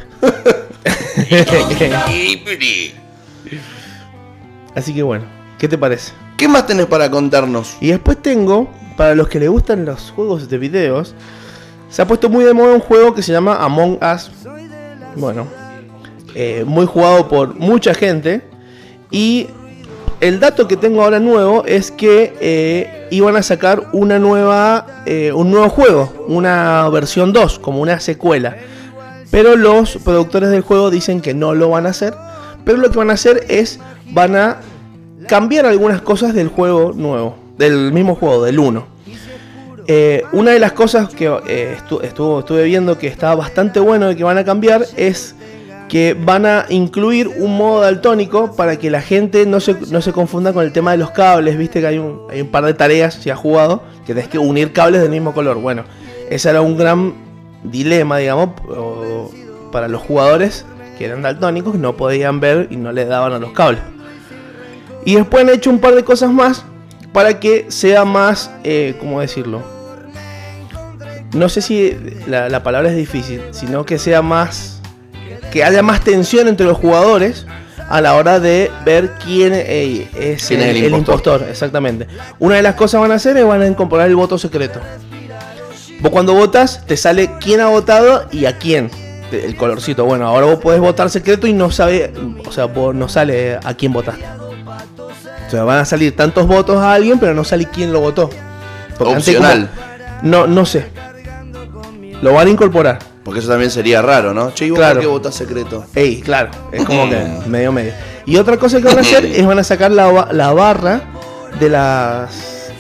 Así que bueno, ¿qué te parece? ¿Qué más tenés para contarnos? Y después tengo, para los que les gustan los juegos de videos, se ha puesto muy de moda un juego que se llama Among Us. Bueno, eh, muy jugado por mucha gente. Y el dato que tengo ahora nuevo es que eh, iban a sacar una nueva, eh, un nuevo juego, una versión dos, como una secuela. Pero los productores del juego dicen que no lo van a hacer. Pero lo que van a hacer es, van a cambiar algunas cosas del juego nuevo, del mismo juego, del uno. Eh, una de las cosas que eh, estu- estuvo, estuve viendo que está bastante bueno de que van a cambiar es que van a incluir un modo daltónico para que la gente no se, no se confunda con el tema de los cables. Viste que hay un, hay un par de tareas, si has jugado, que tenés que unir cables del mismo color. Bueno, ese era un gran dilema, digamos, o- para los jugadores que eran daltónicos, no podían ver y no le daban a los cables. Y después han hecho un par de cosas más para que sea más, eh, ¿cómo decirlo? No sé si la, la palabra es difícil, sino que sea más, que haya más tensión entre los jugadores a la hora de ver quién eh, es, ¿Quién el, es el el impostor? impostor. Exactamente. Una de las cosas van a hacer es van a incorporar el voto secreto. Vos cuando votas te sale quién ha votado y a quién. El colorcito. Bueno, ahora vos podés votar secreto y no sabe, o sea, vos no sale a quién votaste. O sea, van a salir tantos votos a alguien, pero no sale quién lo votó. Porque antes Opcional. como- no, no sé. Lo van a incorporar. Porque eso también sería raro, ¿no? Che, ¿y vos Claro. por qué votás secreto? Ey, claro, es como que medio medio. Y otra cosa que van a hacer es van a sacar la, ba- la barra de las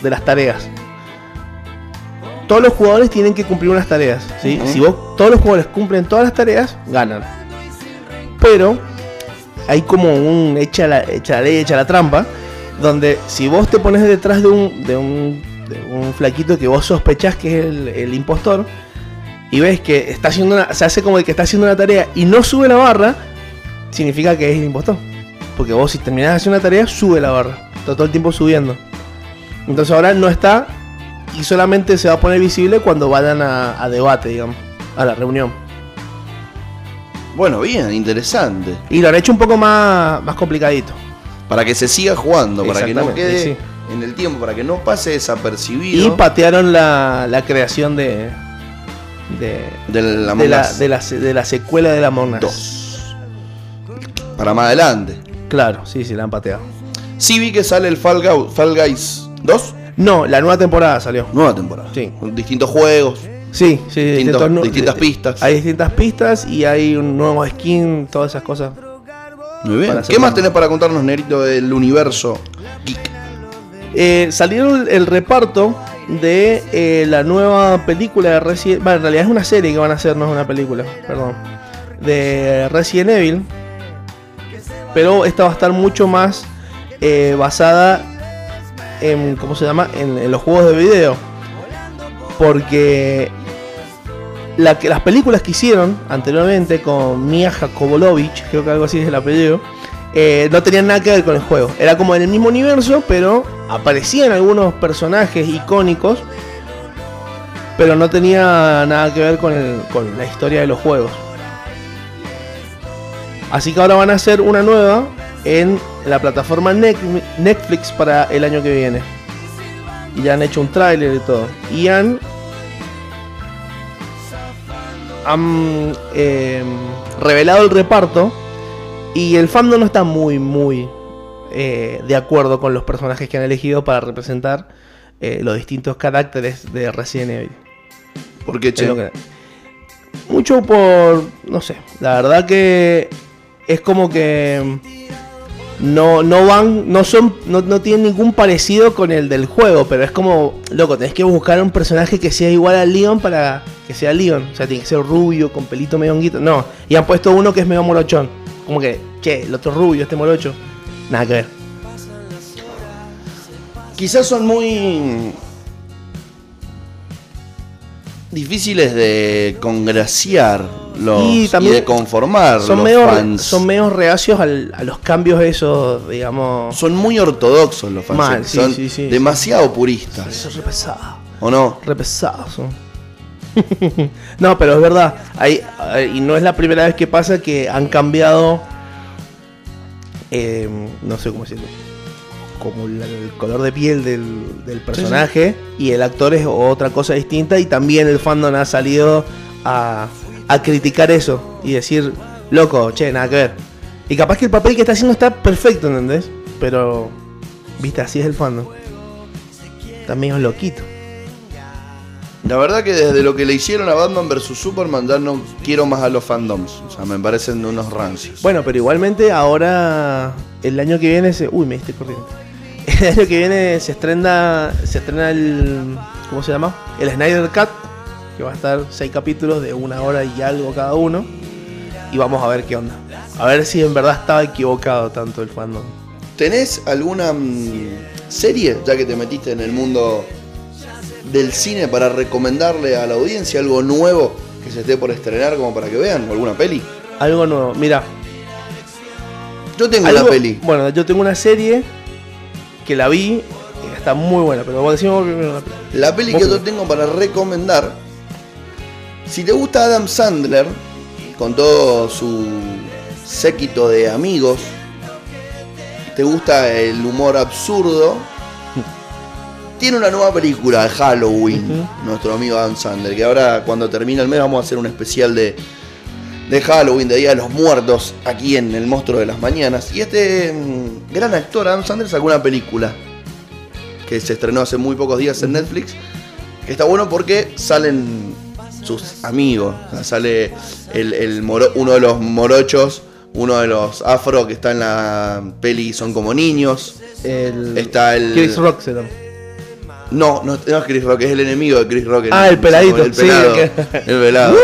de las tareas. Todos los jugadores tienen que cumplir unas tareas, ¿sí? Uh-huh. Si vos, todos los jugadores cumplen todas las tareas, ganan. Pero hay como un echa la, echa la ley, echa la trampa, donde si vos te pones detrás de un, de un, de un flaquito que vos sospechás que es el, el impostor, y ves que está haciendo una, se hace como el que está haciendo una tarea y no sube la barra, significa que es el impostor. Porque vos si terminás de hacer una tarea, sube la barra. Está todo el tiempo subiendo. Entonces ahora no está y solamente se va a poner visible cuando vayan a, a debate, digamos, a la reunión. Bueno, bien, interesante. Y lo han hecho un poco más, más complicadito. Para que se siga jugando, para que no Exactamente, quede sí. en el tiempo, para que no pase desapercibido. Y patearon la, la creación de de, de la de, Among la, Us de, la, de la secuela de la Among Us. dos. Para más adelante. Claro, sí, sí, la han pateado. Sí vi que sale el Fall, Gau- Fall Guys dos. No, la nueva temporada salió. Nueva temporada. Sí. Con distintos juegos. Sí, sí, Distintos- distintos nu- distintas de- pistas. Hay distintas pistas y hay un nuevo skin, todas esas cosas. Muy bien. Para ¿Qué hacer más una- tenés para contarnos, Nerito, del universo geek? Eh, salieron el reparto de eh, la nueva película de Resident... Bueno, en realidad es una serie que van a hacer, no es una película, perdón. De Resident Evil. Pero esta va a estar mucho más eh, basada en... ¿Cómo se llama? En, en los juegos de video. Porque... La que, las películas que hicieron anteriormente con Mia Jakobolovich, creo que algo así es el apellido, eh, no tenían nada que ver con el juego. Era como en el mismo universo, pero aparecían algunos personajes icónicos, pero no tenía nada que ver con, el, con la historia de los juegos. Así que ahora van a hacer una nueva en la plataforma Netflix para el año que viene. Y ya han hecho un tráiler y todo. Y han... han eh, revelado el reparto y el fandom no está muy muy eh, de acuerdo con los personajes que han elegido para representar eh, los distintos caracteres de Resident Evil. ¿Por qué, Es che? lo que- mucho por, no sé, la verdad que es como que no, no van, no son, no, no tienen ningún parecido con el del juego, pero es como, loco, tenés que buscar un personaje que sea igual a Leon para que sea Leon, o sea, tiene que ser rubio, con pelito medio honguito, no, y han puesto uno que es medio morochón, como que, che, el otro rubio, este morocho, nada que ver. Quizás son muy difíciles de congraciar los, Y y, también de conformar Son los medio, fans. son medio reacios al- a los cambios esos, digamos. Son muy ortodoxos los fans. Mal, sí, son sí, sí, demasiado puristas. Eso es re pesado. ¿O no? Re pesados son. No, pero es verdad. Hay, hay- y no es la primera vez que pasa que han cambiado. eh, no sé cómo decirlo. Como el, el color de piel del, del personaje. Y el actor es otra cosa distinta. Y también el fandom ha salido a, a criticar eso. Y decir, loco, che, nada que ver. Y capaz que el papel que está haciendo está perfecto, ¿entendés? Pero, viste, así es el fandom. Está medio loquito. La verdad que desde lo que le hicieron a Batman versus Superman ya no quiero más a los fandoms. O sea, me parecen unos rancios. Bueno, pero igualmente ahora el año que viene se... Uy, me diste corriente. El año que viene se estrena se estrena el ¿cómo se llama? El Snyder Cut, que va a estar seis capítulos de una hora y algo cada uno. Y vamos a ver qué onda. A ver si en verdad estaba equivocado tanto el fandom. ¿Tenés alguna mm, serie, ya que te metiste en el mundo del cine, para recomendarle a la audiencia algo nuevo que se esté por estrenar como para que vean? ¿O alguna peli? Algo nuevo. Mira, Yo tengo algo- una peli. Bueno, yo tengo una serie que la vi y está muy buena, pero vos decimos primero la peli. La peli Vos que yo primero. tengo para recomendar, si te gusta Adam Sandler, con todo su séquito de amigos, te gusta el humor absurdo, tiene una nueva película de Halloween, Ujú. nuestro amigo Adam Sandler, que ahora cuando termina el mes vamos a hacer un especial de, de Halloween, de Día de los Muertos, aquí en El Monstruo de las Mañanas. Y este mm, gran actor, Adam Sandler, sacó una película que se estrenó hace muy pocos días en Netflix, que está bueno porque salen sus amigos. O sea, sale el, el moro- uno de los morochos, uno de los afro que está en la peli, son como niños. El Está el... Chris Rock se llama. No, no, no es Chris Rock, es el enemigo de Chris Rock. Ah, el peladito, el pelado, sí, el, que- el pelado.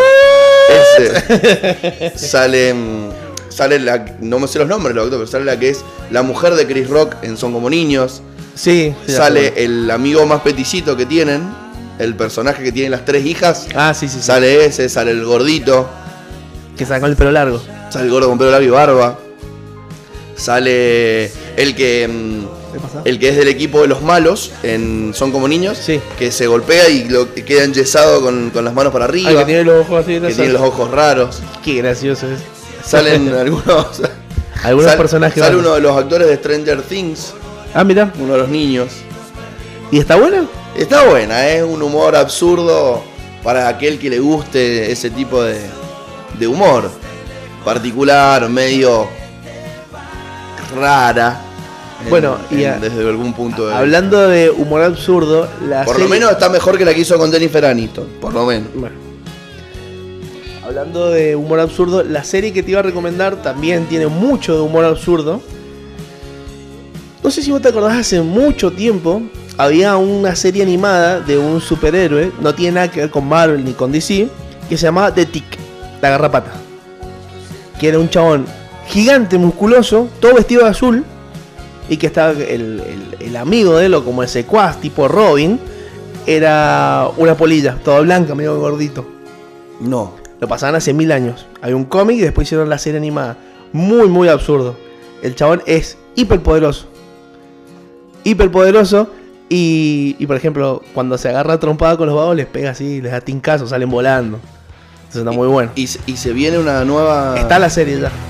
Ese. Sale, mm, sale la, no me sé los nombres, pero sale la que es la mujer de Chris Rock en Son como niños. Sí. sí, Sale ya el amigo más peticito que tienen, el personaje que tiene las tres hijas. sé. Ah, sí, sí, sí. Sale ese, sale el gordito, Que sacó el pelo largo. sale el gordo con pelo largo y barba. Sale el que mm, ¿Qué pasa? el que es del equipo de los malos en Son como niños, Sí. que se golpea y lo, que queda enyesado con, con las manos para arriba, Ah, que tiene los ojos así de que taza. tiene los ojos raros. Qué gracioso es. Salen algunos Algunos sal- personajes. Sale van. uno de los actores de Stranger Things, Ah, mira. uno de los niños. ¿Y está buena? Está buena, es un humor absurdo para aquel que le guste ese tipo de, de humor. Particular, medio rara. en- Bueno, y en- a- desde algún punto de Hablando de humor absurdo, la Por lo serie- menos está mejor que la que hizo con Jennifer Aniston, por lo menos. Bueno. Hablando de humor absurdo, la serie que te iba a recomendar también tiene mucho de humor absurdo. No sé si vos te acordás, hace mucho tiempo había una serie animada de un superhéroe, no tiene nada que ver con Marvel ni con D C, que se llamaba The Tick, la garrapata. Que era un chabón gigante, musculoso, todo vestido de azul, y que estaba el, el- el amigo de él, o como el secuaz, tipo Robin, era una polilla, toda blanca, medio gordito. No. Lo pasaban hace mil años. Hay un cómic y después hicieron la serie animada. Muy, muy absurdo. El chabón es hiperpoderoso. Hiperpoderoso. Y, y por ejemplo, cuando se agarra a trompada con los vagos, les pega así, les da tincazo, salen volando. Entonces está muy bueno. Y, se- y se viene una nueva. Está la serie ya.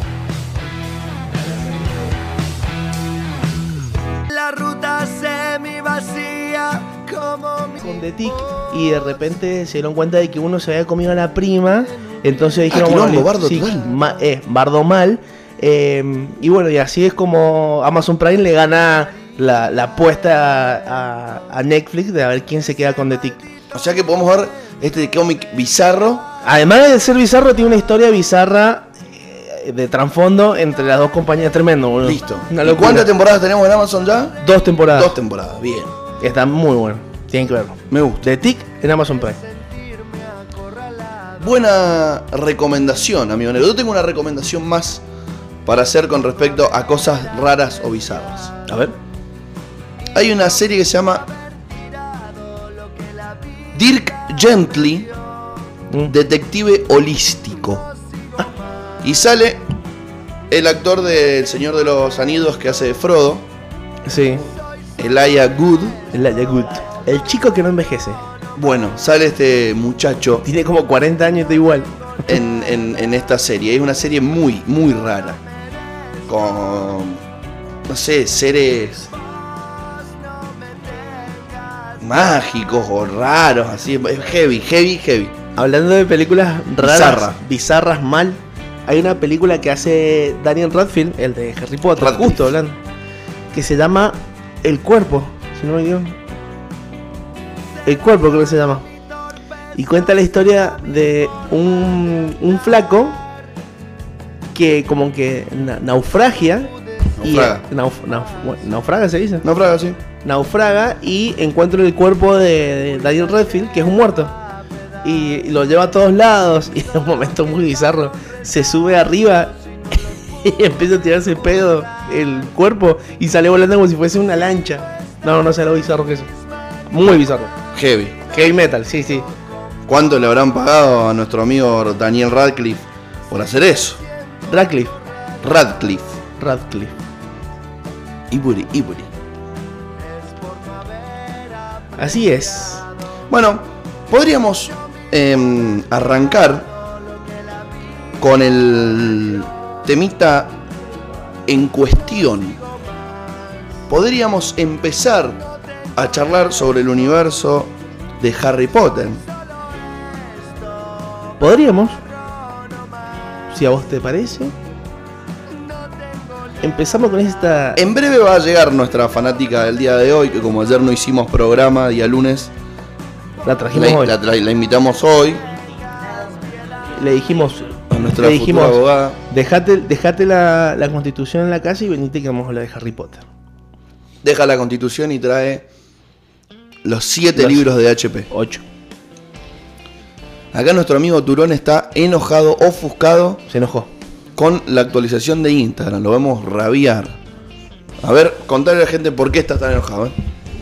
La ruta semi vacía como mi... Con The Tick. Y de repente se dieron cuenta de que uno se había comido a la prima. Entonces dijeron, Ah, quilombo, le- bardo sí, total. ma- eh, bardo mal. Eh, y bueno, y así es como Amazon Prime le gana la, la apuesta a, a Netflix de a ver quién se queda con The Tick. O sea que podemos ver este cómic bizarro. Además de ser bizarro, tiene una historia bizarra eh, de trasfondo entre las dos compañías. Tremendo, boludo. Listo. Una ¿Y locura. cuántas temporadas tenemos en Amazon ya? Dos temporadas. Dos temporadas, bien. Está muy bueno. Tienen que verlo. Me gusta. The Tick en Amazon Prime. Buena recomendación, amigo negro. Yo tengo una recomendación más para hacer con respecto a cosas raras o bizarras. A ver. Hay una serie que se llama Dirk Gently, Mm. Detective Holístico. Y sale el actor del Señor de los Anillos que hace de Frodo, Sí. Elijah Wood. El Elijah Wood. El chico que no envejece. Bueno, sale este muchacho Tiene como cuarenta años, está igual. en, en- en esta serie. Es una serie muy, muy rara. Con, no sé, seres mágicos o raros, así. Es heavy, heavy, heavy. Hablando de películas raras, Bizarra. bizarras mal, hay una película que hace Daniel Radcliffe, el de Harry Potter, Radcliffe. justo hablando, que se llama El Cuerpo, si no me equivoco. El Cuerpo creo que se llama. Y cuenta la historia de un, un flaco que como que na- naufragia. Naufraga. Y, nauf- nauf- bueno, naufraga se dice. No, Fraga, sí. Naufraga y encuentra el cuerpo de, de Daniel Radcliffe, que es un muerto. Y, y lo lleva a todos lados. Y en un momento muy bizarro, se sube arriba y empieza a tirarse pedo el cuerpo y sale volando como si fuese una lancha. No, no sé lo bizarro que es. Muy bizarro. Heavy. Heavy metal, sí, sí. ¿Cuánto le habrán pagado a nuestro amigo Daniel Radcliffe por hacer eso? Radcliffe. Radcliffe. Radcliffe. Iburi, Iburi. Así es. Bueno, podríamos em, arrancar con el temita en cuestión. Podríamos empezar a charlar sobre el universo de Harry Potter. Podríamos, si a vos te parece. Empezamos con esta. En breve va a llegar nuestra fanática del día de hoy, que como ayer no hicimos programa día lunes, La trajimos la, hoy. la- la- la invitamos hoy Le dijimos. a nuestra Le dijimos, futura abogada. Dejate, dejate la, la constitución en la casa y venite que vamos a hablar de Harry Potter. Deja la constitución y trae los siete Los- libros de H P. ocho. Acá nuestro amigo Turón está enojado, ofuscado Se enojó. con la actualización de Instagram. Lo vemos rabiar. A ver, contale a la gente por qué está tan enojado. ¿eh?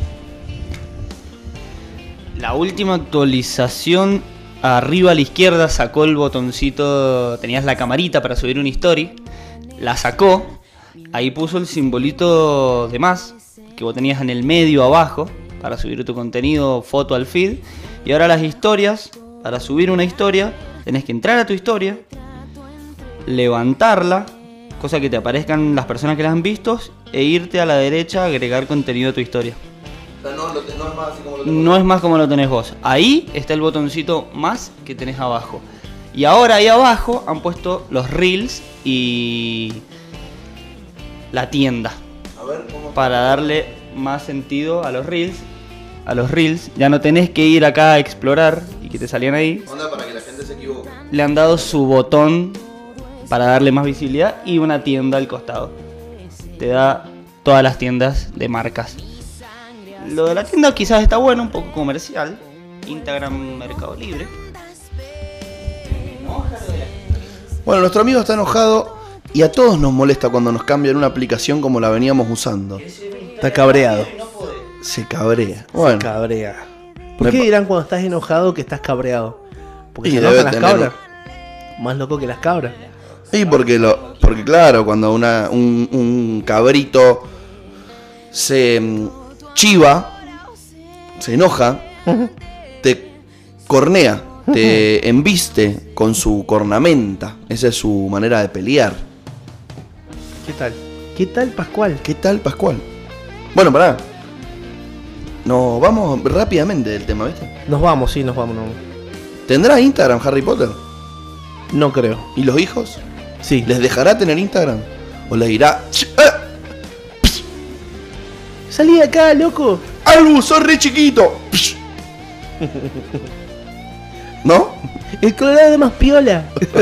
La última actualización, arriba a la izquierda sacó el botoncito, tenías la camarita para subir una story, la sacó, ahí puso el simbolito de más, que vos tenías en el medio abajo, para subir tu contenido, foto al feed, y ahora las historias, para subir una historia, tenés que entrar a tu historia, levantarla, cosa que te aparezcan las personas que la han visto, e irte a la derecha a agregar contenido a tu historia. No es más como lo tenés vos. Ahí está el botoncito más que tenés abajo. Y ahora ahí abajo han puesto los reels y la tienda. Para darle más sentido a los reels. A los reels. Ya no tenés que ir acá a explorar y que te salían ahí. Onda para que la gente se equivoque. Le han dado su botón para darle más visibilidad y una tienda al costado. Te da todas las tiendas de marcas. Lo de la tienda quizás está bueno, un poco comercial. Instagram, Mercado Libre. Bueno, nuestro amigo está enojado y a todos nos molesta cuando nos cambian una aplicación como la veníamos usando. Está cabreado. Se cabrea. Bueno, Cabrea. ¿Por Me qué pa- dirán cuando estás enojado que estás cabreado? Porque Y se debe enojan las tener cabras. Más loco que las cabras. y porque lo, porque claro, cuando una, un, un cabrito se mm, chiva, se enoja, te cornea, te embiste con su cornamenta. Esa es su manera de pelear. ¿Qué tal? ¿Qué tal, Pascual? ¿Qué tal, Pascual? Bueno, pará. Nos vamos rápidamente del tema, ¿viste? Nos vamos, sí, nos vamos. No, ¿Tendrá Instagram Harry Potter? no creo. ¿Y los hijos? Sí. ¿Les dejará tener Instagram? ¿O les dirá... "Ch- eh, Salí de acá, loco. ¡Albu, sos re chiquito! Psh". ¿No? El colorado de más piola.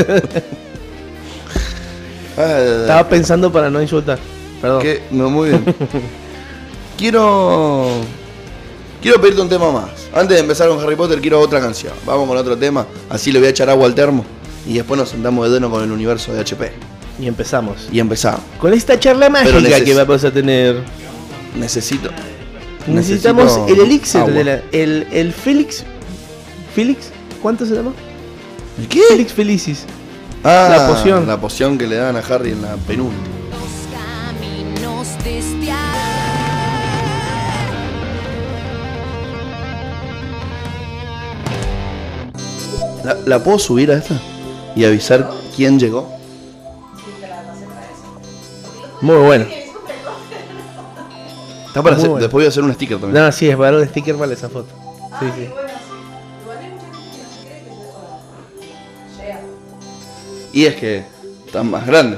Ah, Estaba pensando para no insultar. Perdón. que- no, muy bien. Quiero... Quiero pedirte un tema más. Antes de empezar con Harry Potter, quiero otra canción. Vamos con otro tema. Así le voy a echar agua al termo. Y después nos sentamos de lleno con el universo de H P. Y empezamos. Y empezamos. Con esta charla Pero mágica neces- que vamos a tener. Necesito... Necesitamos necesito el elixir agua. de la, el, el Félix. ¿Félix? ¿Cuánto se llama? ¿El qué? Félix Felicis. Ah, La poción. La poción que le dan a Harry en la penúltima. Caminos desde ¿La, la puedo subir a esta? Y avisar quién llegó. Muy bueno. Está para Muy hacer- bueno. Después voy a hacer un sticker también. No, sí, es valor de sticker vale esa foto. Sí, sí. Y es que están más grandes.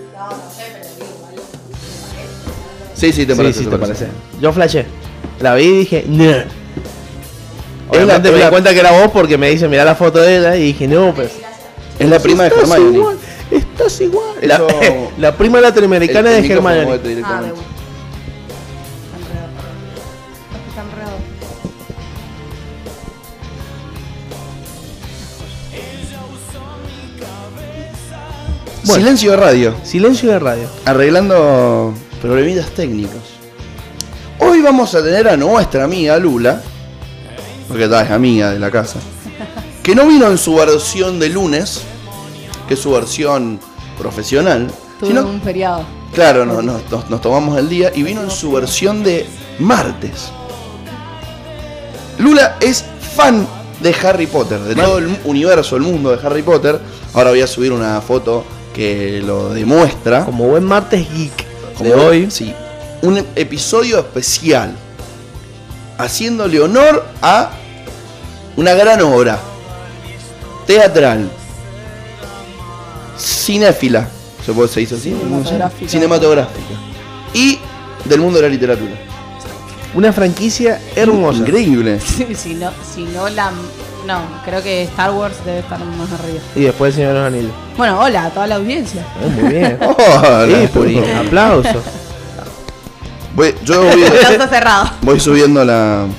Sí, sí, te Sí, parece. sí, te parece. Yo flashé. La vi y dije, no. Es Obviamente la- me es di la- cuenta que era vos porque me dice, mirá la foto de ella y dije, no, pues. Es la prima de Estás Hermione. igual, estás igual. La, Eso- la prima latinoamericana El- el de micrófono Hermione. muévete directamente. Ah, de una. Está enredado. Bueno. Silencio de radio. Silencio de radio. Arreglando problemitas técnicos. Hoy vamos a tener a nuestra amiga Lula, porque tal, es amiga de la casa, que no vino en su versión de lunes, que es su versión profesional, Tuve sino, un feriado. claro, no- no- nos, nos tomamos el día y vino en su versión de martes. Lula es fan de Harry Potter, de todo el universo, el mundo de Harry Potter. Ahora voy a subir una foto que lo demuestra. Como buen martes geek Como de hoy. Sí. Un episodio especial. Haciéndole honor a una gran obra. Teatral. Cinéfila. ¿Se, puede, se dice así? Cinematográfica. Cinematográfica. Y del mundo de la literatura. Una franquicia hermosa. Increíble. si, no, si no la... No, creo que Star Wars debe estar más arriba. Y después el Señor de los Anillos. Bueno, hola a toda la audiencia. Eh, muy bien. Hola, Sí, Purina. aplausos. Voy- yo voy, Plaza cerrado. voy subiendo la,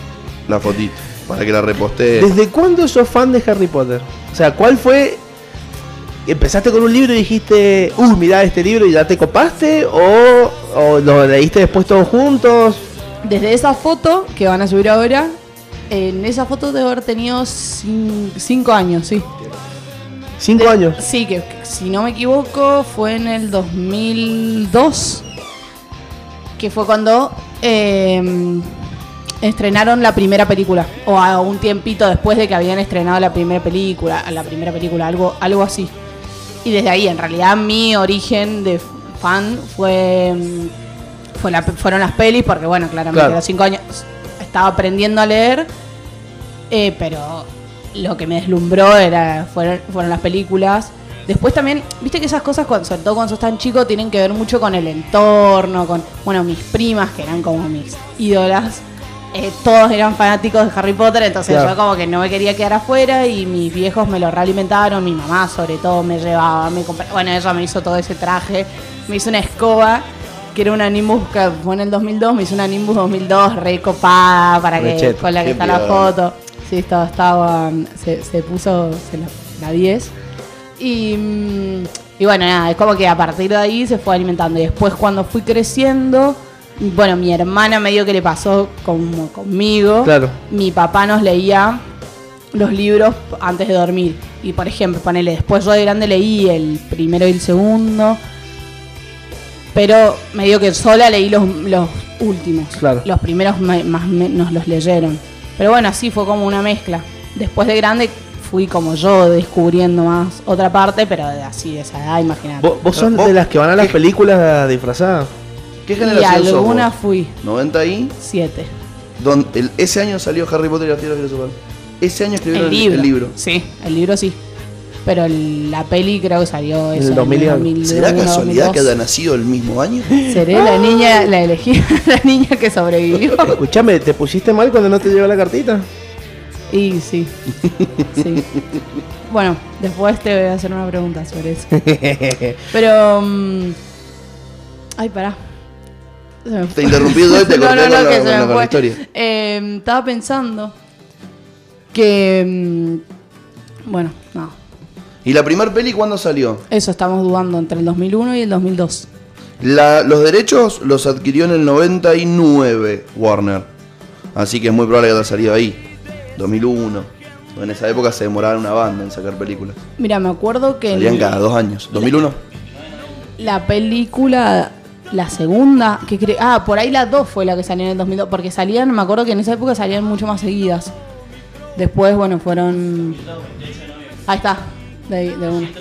la fotito. Para que la repostee. ¿Desde cuándo sos fan de Harry Potter? O sea, ¿cuál fue? ¿Empezaste con un libro y dijiste, uy, mirá este libro y ya te copaste? ¿O, o lo leíste después todos juntos? Desde esa foto que van a subir ahora, en esa foto debo haber tenido cin- cinco años, sí. ¿Cinco De- años? Sí, que, que si no me equivoco fue en el dos mil dos, que fue cuando eh, estrenaron la primera película, o a un tiempito después de que habían estrenado la primera película, la primera película, algo, algo así. Y desde ahí, en realidad, mi origen de fan fue, mm, fue la- fueron las pelis, porque bueno, claramente Claro. a los cinco años estaba aprendiendo a leer, eh, pero lo que me deslumbró era, fueron, fueron las películas. Después también, viste que esas cosas, cuando, sobre todo cuando sos tan chico, tienen que ver mucho con el entorno, con, bueno, mis primas, que eran como mis ídolas, eh, todos eran fanáticos de Harry Potter, entonces Claro. yo como que no me quería quedar afuera y mis viejos me lo realimentaron, mi mamá sobre todo me llevaba, me compraba, bueno, ella me hizo todo ese traje, me hizo una escoba, que era una Nimbus que fue en el dos mil dos, me hizo una Nimbus dos mil dos re copada, para Re que, cheto, con la que qué está la piola. foto. Sí, estaba, estaba se, se puso se la, la diez. Y, mm, y bueno, nada, es como que a partir de ahí se fue alimentando. Y después cuando fui creciendo, bueno, mi hermana medio que le pasó como conmigo. Claro. Mi papá nos leía los libros antes de dormir. Y por ejemplo, ponele, después yo de grande leí el primero y el segundo. Pero medio que sola leí los, los últimos. Claro. Los primeros me- más me- nos los leyeron. Pero bueno, así fue como una mezcla. Después de grande fui como yo descubriendo más otra parte, pero de así de esa edad, imagínate. ¿Vos, vos sos ¿Vos? de las que van a las ¿Qué? películas disfrazadas? ¿Qué Y generación sos algunas vos? fui. ¿noventa y? Siete. Don- el- ese año salió Harry Potter y la Piedra Filosofal. Ese año escribieron El el, libro. el libro. Sí, el libro sí. Pero el- la peli creo que salió En ese el dos mil y año, algo. dos mil uno, ¿Será casualidad dos mil dos. que haya nacido el mismo año? Seré la niña, la elegí, la niña que sobrevivió. Escuchame, ¿te pusiste mal cuando no te llegó la cartita? Y sí. Sí. Bueno, después te voy a hacer una pregunta sobre eso. Pero. mm, ay, pará. Se me Te fue. interrumpí todo y te No, corté no, con, no, la, que con se la- me con la fue. historia. Eh, estaba pensando que. mm, bueno, no. ¿Y la primer peli cuándo salió? Eso estamos dudando entre el dos mil uno y el dos mil dos. La- los derechos los adquirió en el noventa y nueve Warner. Así que es muy probable que haya salido ahí. dos mil uno. En esa época se demoraba una banda en sacar películas. Mira, me acuerdo que. Salían el- cada dos años. ¿dos mil uno? La película, la segunda, que cre- ah, por ahí la dos fue la que salió en el dos mil dos, porque salían, me acuerdo que en esa época salían mucho más seguidas. Después, bueno, fueron... Ahí está, de, de uno.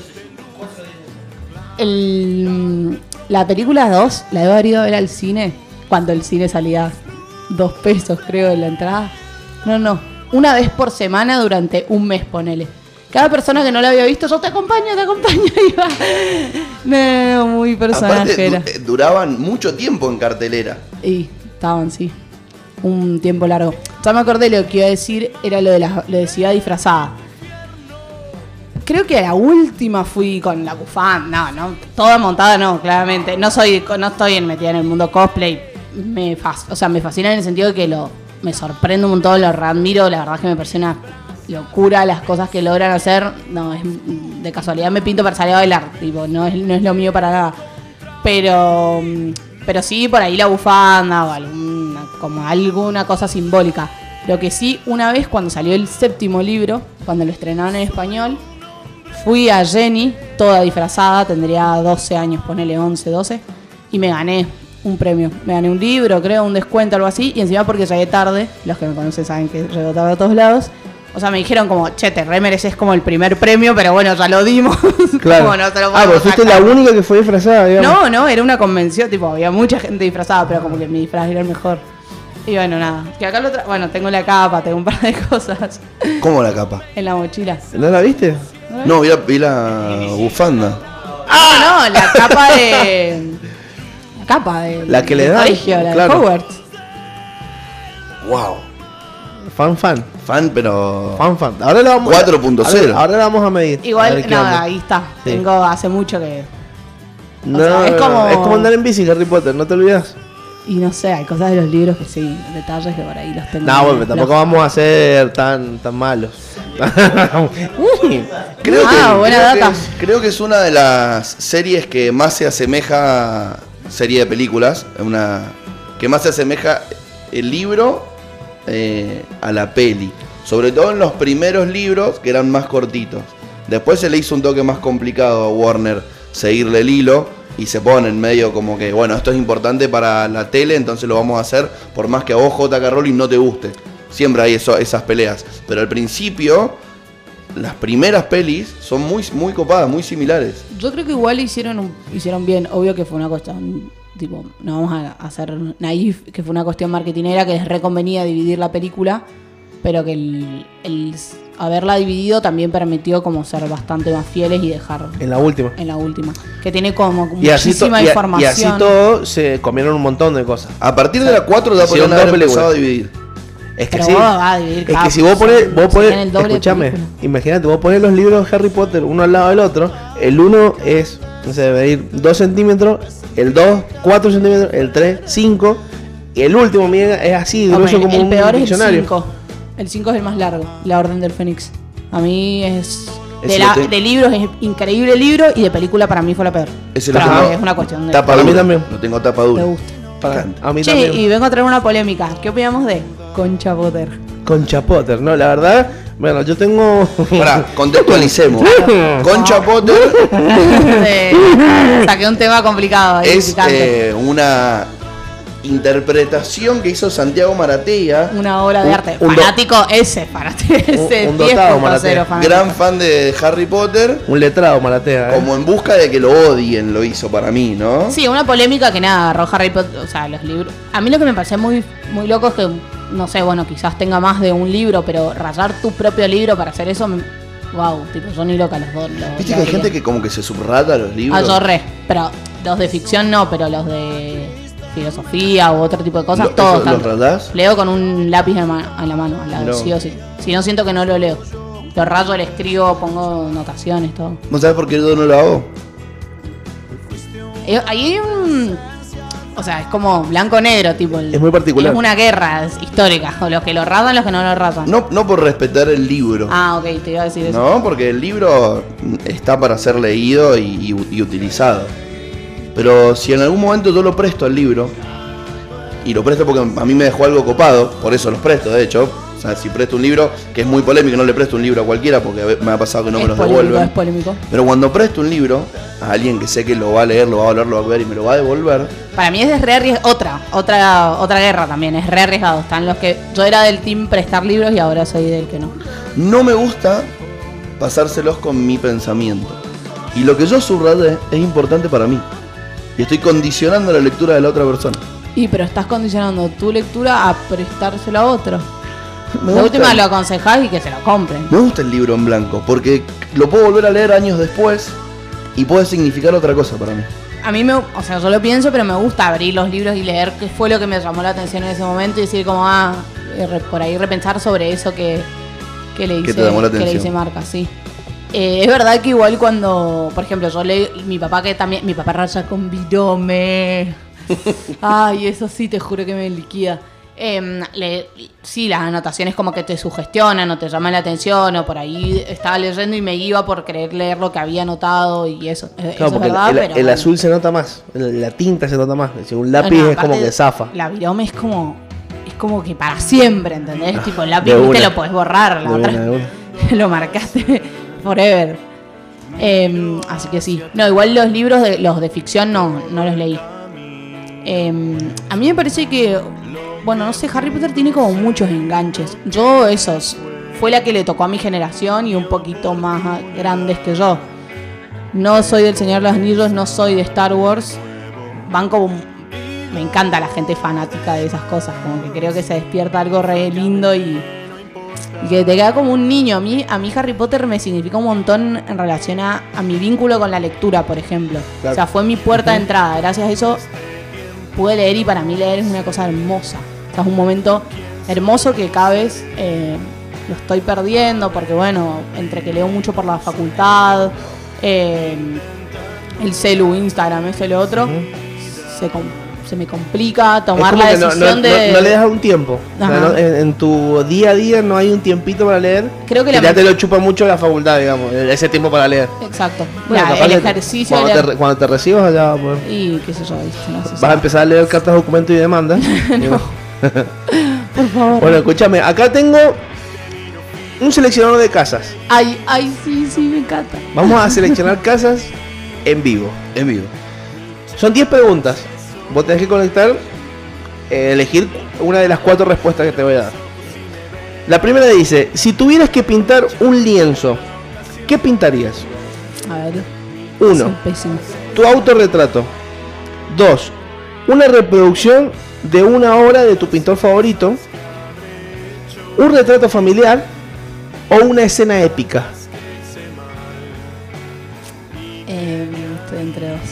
El, la película dos la debo haber ido a ver al cine cuando el cine salía dos pesos, creo, de la entrada. No, no, una vez por semana durante un mes, ponele. Cada persona que no la había visto, yo te acompaño, te acompaño, iba. No, no, muy Aparte, personajera. du- eh, duraban mucho tiempo en cartelera. Y estaban, sí. Un tiempo largo. Ya me acordé lo que iba a decir, era lo de la lo de ciudad disfrazada. Creo que a la última fui con la bufanda, no, no, toda montada no, claramente. No soy, no estoy en- metida en el mundo cosplay. Me fas- o sea, me fascina en el sentido de que lo me sorprende un montón, lo admiro, la verdad es que me parece una locura las cosas que logran hacer. No, es de casualidad me pinto para salir a bailar, tipo, no es, no es lo mío para nada. Pero pero sí por ahí la bufanda o alguna, como alguna cosa simbólica. Lo que sí, una vez cuando salió el séptimo libro, cuando lo estrenaron en español, fui a Jenny, toda disfrazada, tendría doce años, ponele once, doce, y me gané un premio. Me gané un libro, creo, un descuento, algo así, y encima porque llegué tarde, los que me conocen saben que llego tarde a todos lados. O sea, me dijeron como, che, te re mereces como el primer premio, pero bueno, ya lo dimos. Claro. Como no te lo Ah, podemos pero fuiste sacar. la única que fue disfrazada, digamos. No, no, era una convención, tipo, había mucha gente disfrazada, pero como que mi disfraz era el mejor. Y bueno, nada. Que acá lo tra- bueno, tengo la capa, tengo un par de cosas ¿Cómo la capa? en la mochila. ¿No la viste? No, vi la, vi la bufanda. Ah, no, la capa de. La capa de. La que le del dan, colegio, la claro. de Hogwarts. Wow. Fan, fan. Fan, pero. Fan, fan. Ahora la vamos cuatro punto cero. Ahora, ahora la vamos a medir. A ver Igual, qué nada, onda. ahí está. Sí. Tengo hace mucho que. No, sea, es como- es como andar en bici, Harry Potter, no te olvidas. Y no sé, hay cosas de los libros que sí, detalles que por ahí los tengo. No, bueno, pero tampoco vamos a ser tan, tan malos. Uy, Creo, Ah, que, buena creo, que data. es, creo que es una de las series que más se asemeja, serie de películas, una que más se asemeja el libro eh, a la peli. Sobre todo en los primeros libros que eran más cortitos. Después se le hizo un toque más complicado a Warner seguirle el hilo y se pone en medio como que, bueno, esto es importante para la tele, entonces lo vamos a hacer por más que a vos, J K. Rowling, no te guste. Siempre hay eso, esas peleas. Pero al principio, las primeras pelis son muy, muy copadas, muy similares. Yo creo que igual hicieron un- hicieron bien, obvio que fue una cuestión, tipo, no vamos a hacer naif, que fue una cuestión marketinera que les reconvenía dividir la película, pero que el, el haberla dividido también permitió como ser bastante más fieles y dejar en la última. en la última, que tiene como Y así, to- muchísima y, a- información. y así todo se comieron un montón de cosas. A partir de la cuatro ya Hicieron podrían haber dos películas. empezado a dividir. Es que Pero sí. vos vas a dividir Es cada que si vos pones, persona, vos si pones, tiene el doble de escúchame, película. imagínate, vos pones los libros de Harry Potter uno al lado del otro, el uno es, no sé, debe ir dos centímetros, el dos, cuatro centímetros, el tres, cinco, y el último, mira, es así, Hombre, grueso como el un peor es el diccionario. cinco. El cinco es el más largo, La Orden del Fénix. A mí es... Ese De, lo la- tengo. de libros es increíble el libro y de película para mí fue la peor. Ese lo Pero tengo es una cuestión de... tapa Para mí dura. también. Lo tengo tapa Te dura. gusta. Para- encanta. a mí Che, también. y vengo a traer una polémica. ¿Qué opinamos de Concha Potter? Concha Potter, no, la verdad, bueno, yo tengo... Pará, contextualicemos. Concha Potter Sí, saqué un tema complicado ahí, es picante. eh, una interpretación que hizo Santiago Maratea, Una obra de un- arte. un do- Fanático ese, para ese un dotado, Maratea. fanático. gran fan de Harry Potter, Un letrado, Maratea, ¿eh? como en busca de que lo odien, lo hizo para mí, ¿no? Sí, una polémica que nada, agarró Harry Potter, o sea, los libros. A mí lo que me parece muy, muy loco es que, no sé, bueno, quizás tenga más de un libro, pero rayar tu propio libro para hacer eso, me- wow, tipo, yo ni loca los dos. los- Viste los que hay haría. gente que como que se subrata los libros. Ah, yo re, pero los de ficción no, pero los de filosofía u otro tipo de cosas, Lo- todos eso, ¿los tanto. ratás? Leo con un lápiz en, ma- en la mano, al lado, No. sí o sí. Si no siento que no lo leo. Lo rayo, le escribo, pongo notaciones, todo. ¿No sabes por qué yo no lo hago? Eh, Ahí hay un... O sea, es como blanco-negro, tipo. el- Es muy particular. Es una guerra histórica, o los que lo rasan, los que no lo rasan. No, no por respetar el libro. Ah, ok, te iba a decir eso. No, porque el libro está para ser leído y, y- y utilizado. Pero si en algún momento yo lo presto al libro, y lo presto porque a mí me dejó algo copado, por eso los presto, de hecho. O sea, si presto un libro, que es muy polémico, no le presto un libro a cualquiera porque a ve- me ha pasado que no me es los polémico, devuelven. es polémico. Pero cuando presto un libro a alguien que sé que lo va a leer, lo va a volver, lo va a ver y me lo va a devolver, Para mí es re arriesgado. Otra, otra, otra guerra también, es re arriesgado. Están los que. Yo era del team prestar libros y ahora soy del que no. no me gusta pasárselos con mi pensamiento. Y lo que yo subrayé es importante para mí. Y estoy condicionando la lectura de la otra persona. Y pero estás condicionando tu lectura a prestárselo a otro. Me La gusta última el- lo aconsejás y que se lo compren. Me gusta el libro en blanco, porque lo puedo volver a leer años después y puede significar otra cosa para mí. A mí me, o sea, yo lo pienso, pero me gusta abrir los libros y leer qué fue lo que me llamó la atención en ese momento y decir como, ah, eh, re- por ahí repensar sobre eso que, que le Que hice, te llamó la que le atención. hice marca, sí. Eh, es verdad que igual cuando, por ejemplo, yo leí, mi papá que también, mi papá raya con virome. Ay, eso sí, te juro que me liquida. Em, le- sí, las anotaciones como que te sugestionan o te llaman la atención o por ahí estaba leyendo y me iba por querer leer lo que había anotado y eso, eh, eso Claro, es porque el- verdad, el, pero el bueno. azul se nota más, el- la tinta se nota más. Es decir, un lápiz Bueno, es como aparte, que zafa. La virome es como es como que para siempre, ¿entendés? Tipo el lápiz de te una. lo podés borrar, la De otra una, de una. lo marcaste forever. Em, así que sí. No, igual los libros de los de ficción no, no los leí. Em, a mí me parece que, bueno, no sé, Harry Potter tiene como muchos enganches. Yo esos fue la que le tocó a mi generación y un poquito más grandes que yo. No soy del Señor de los Anillos, no soy de Star Wars. Van como... Me encanta la gente fanática de esas cosas. Como que creo que se despierta algo re lindo y, y que te queda como un niño. A mí, a mí Harry Potter me significa un montón en relación a, a mi vínculo con la lectura, por ejemplo. Claro. O sea, fue mi puerta de entrada. Gracias a eso pude leer y para mí leer es una cosa hermosa. O sea, es un momento hermoso que cada vez eh, lo estoy perdiendo porque, bueno, entre que leo mucho por la facultad, eh, el celu, Instagram, esto y lo otro, se, com- se me complica Es tomar como la que no, decisión no- de... no- no le das un tiempo. O sea, Ajá. no- en, en tu día a día no hay un tiempito para leer. Creo que la ya met- te lo chupa mucho la facultad, digamos, ese tiempo para leer. Exacto. Bueno, La- capaz el que ejercicio... Cuando, de te, re- cuando te recibas ya vas a poder- Y qué sé yo, ¿viste? No se vas a sabe. empezar a leer cartas, documentos y demandas. No. Por favor. Bueno, escúchame, acá tengo un seleccionador de casas. Ay, ay, sí, sí, me encanta. Vamos a seleccionar casas en vivo. En vivo. Son diez preguntas. Vos tenés que conectar, eh, elegir una de las cuatro respuestas que te voy a dar. La primera dice, si tuvieras que pintar un lienzo, ¿qué pintarías? A ver. Uno, Soy pésima. tu autorretrato. Dos, una reproducción de una obra de tu pintor favorito. Un retrato familiar o una escena épica. Eh, estoy entre dos.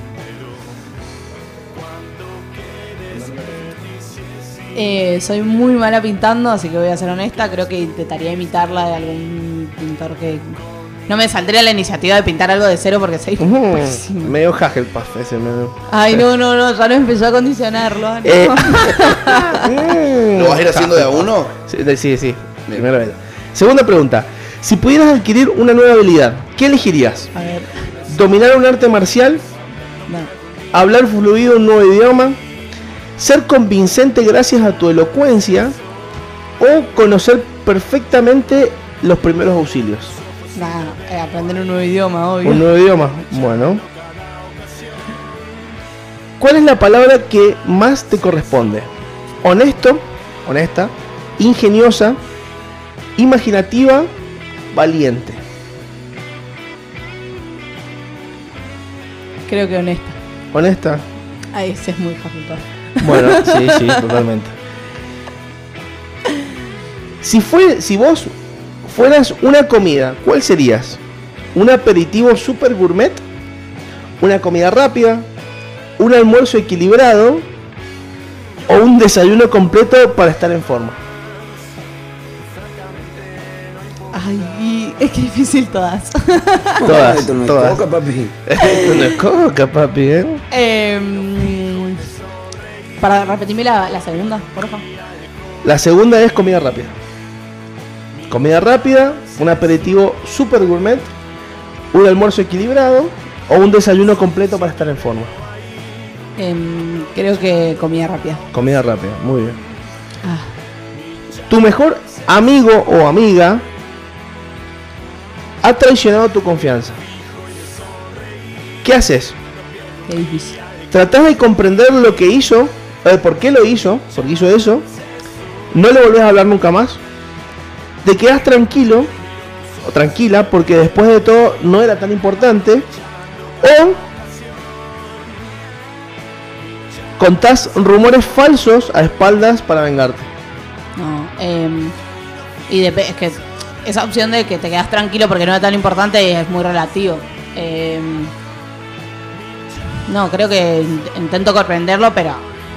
Eh, soy muy mala pintando, así que voy a ser honesta. Creo que intentaría imitarla de algún pintor que... No me saldría la iniciativa de pintar algo de cero porque soy Ujú, pésima. medio Hufflepuff ese. Medio... Ay, no, no, no, ya lo empezó a condicionarlo. no. Eh, ¿Lo vas a ir haciendo de a uno? Sí, de- sí, sí. Primera vez. Segunda pregunta. Si pudieras adquirir una nueva habilidad, ¿qué elegirías? A ver, ¿Dominar un arte marcial? no. ¿Hablar fluido un nuevo idioma? ¿Ser convincente gracias a tu elocuencia? ¿O conocer perfectamente los primeros auxilios? Nada, eh, aprender un nuevo idioma, obvio. Un nuevo idioma. Bueno. ¿Cuál es la palabra que más te corresponde? Honesto, honesta, ingeniosa, imaginativa, valiente. Creo que honesta. Honesta. Ay, ese es muy facultad. Bueno, sí, sí, totalmente. Si fue, si vos fueras una comida, ¿cuál serías? ¿Un aperitivo super gourmet? ¿Una comida rápida? ¿Un almuerzo equilibrado? ¿O un desayuno completo para estar en forma? Ay, es que difícil todas. Todas, Esto no es todas. coca, papi. Esto no es coca, papi, ¿eh? Em, para repetirme la, la segunda, por favor. La segunda es comida rápida. Comida rápida, un aperitivo super gourmet, un almuerzo equilibrado o un desayuno completo para estar en forma. Em, creo que comida rápida. Comida rápida, muy bien. Ah, Tu mejor amigo o amiga ha traicionado tu confianza. ¿Qué haces? qué difícil. ¿Tratás de comprender lo que hizo? Eh, ¿Por qué lo hizo? ¿Por qué hizo eso? ¿No le volvés a hablar nunca más? ¿Te quedás tranquilo o tranquila porque después de todo no era tan importante? ¿O contás rumores falsos a espaldas para vengarte? No, em, y dep- es que esa opción de que te quedas tranquilo porque no es tan importante es muy relativo. Em, no, creo que in- intento comprenderlo, pero.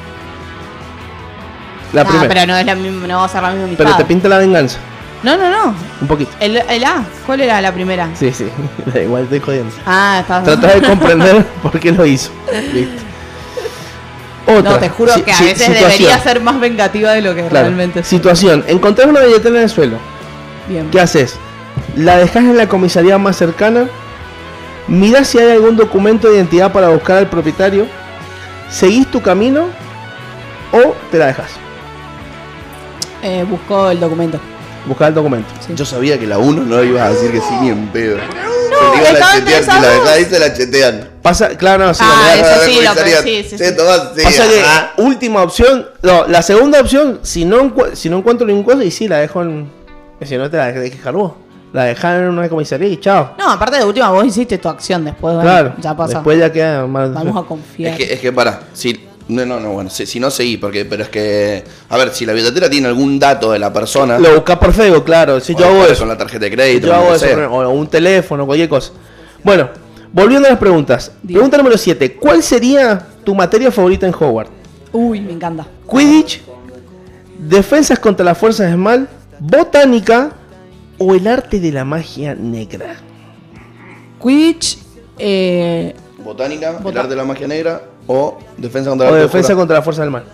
La Nah, primera. pero no es la misma, no va a ser la misma amistad. Pero te pinta la venganza. No, no, no. Un poquito. El, el A, ¿cuál era la primera? Sí, sí. Da igual, estoy jodiendo. Ah, está. Tratás de comprender por qué lo hizo. Listo. Otra. No, te juro Si- que a si- veces situación. debería ser más vengativa de lo que Claro. realmente es. Situación. Encontrás una billetera en el suelo. Bien. ¿Qué haces? ¿La dejás en la comisaría más cercana? ¿Mirás si hay algún documento de identidad para buscar al propietario? ¿Seguís tu camino? ¿O te la dejas? Eh, busco el documento. Buscar el documento. Sí. Yo sabía que la uno no ibas a decir que sí ni en pedo. No, Te digo, la estaban chetean, si la interesados. dejás ahí se la chetean. Pasa, claro, no, sí, Ah, la verdad. eso sí, lo Comisaría, sí, sí, "Che, sí. Tomás, sí, Pasa que ajá". última opción, no, la segunda opción, si no, encu- si no encuentro ningún cosa, y sí, la dejo en. Si no te la dejé dejar vos. La dejás en una comisaría y chao. No, aparte de última, vos hiciste tu acción después. bueno, Claro, ya pasa. después ya queda mal. Vamos a confiar. Es que, es que para, si, no, no, no, bueno, si, si no seguí, porque, pero es que, a ver, si la billetera tiene algún dato de la persona, Lo buscas por Facebook, claro. Si o yo hago después eso. con la tarjeta de crédito, Yo lo hago que eso, sea. o un teléfono, cualquier cosa. Bueno, volviendo a las preguntas. Diga. Pregunta número siete. ¿Cuál sería tu materia favorita en Hogwarts? Uy, me encanta. ¿Quidditch? ¿Defensas contra las fuerzas del mal? ¿Botánica? ¿O el arte de la magia negra? Quidditch, eh, Botánica, el Bota- arte de la magia negra, o defensa contra O la defensa oscura. contra la fuerza del mal.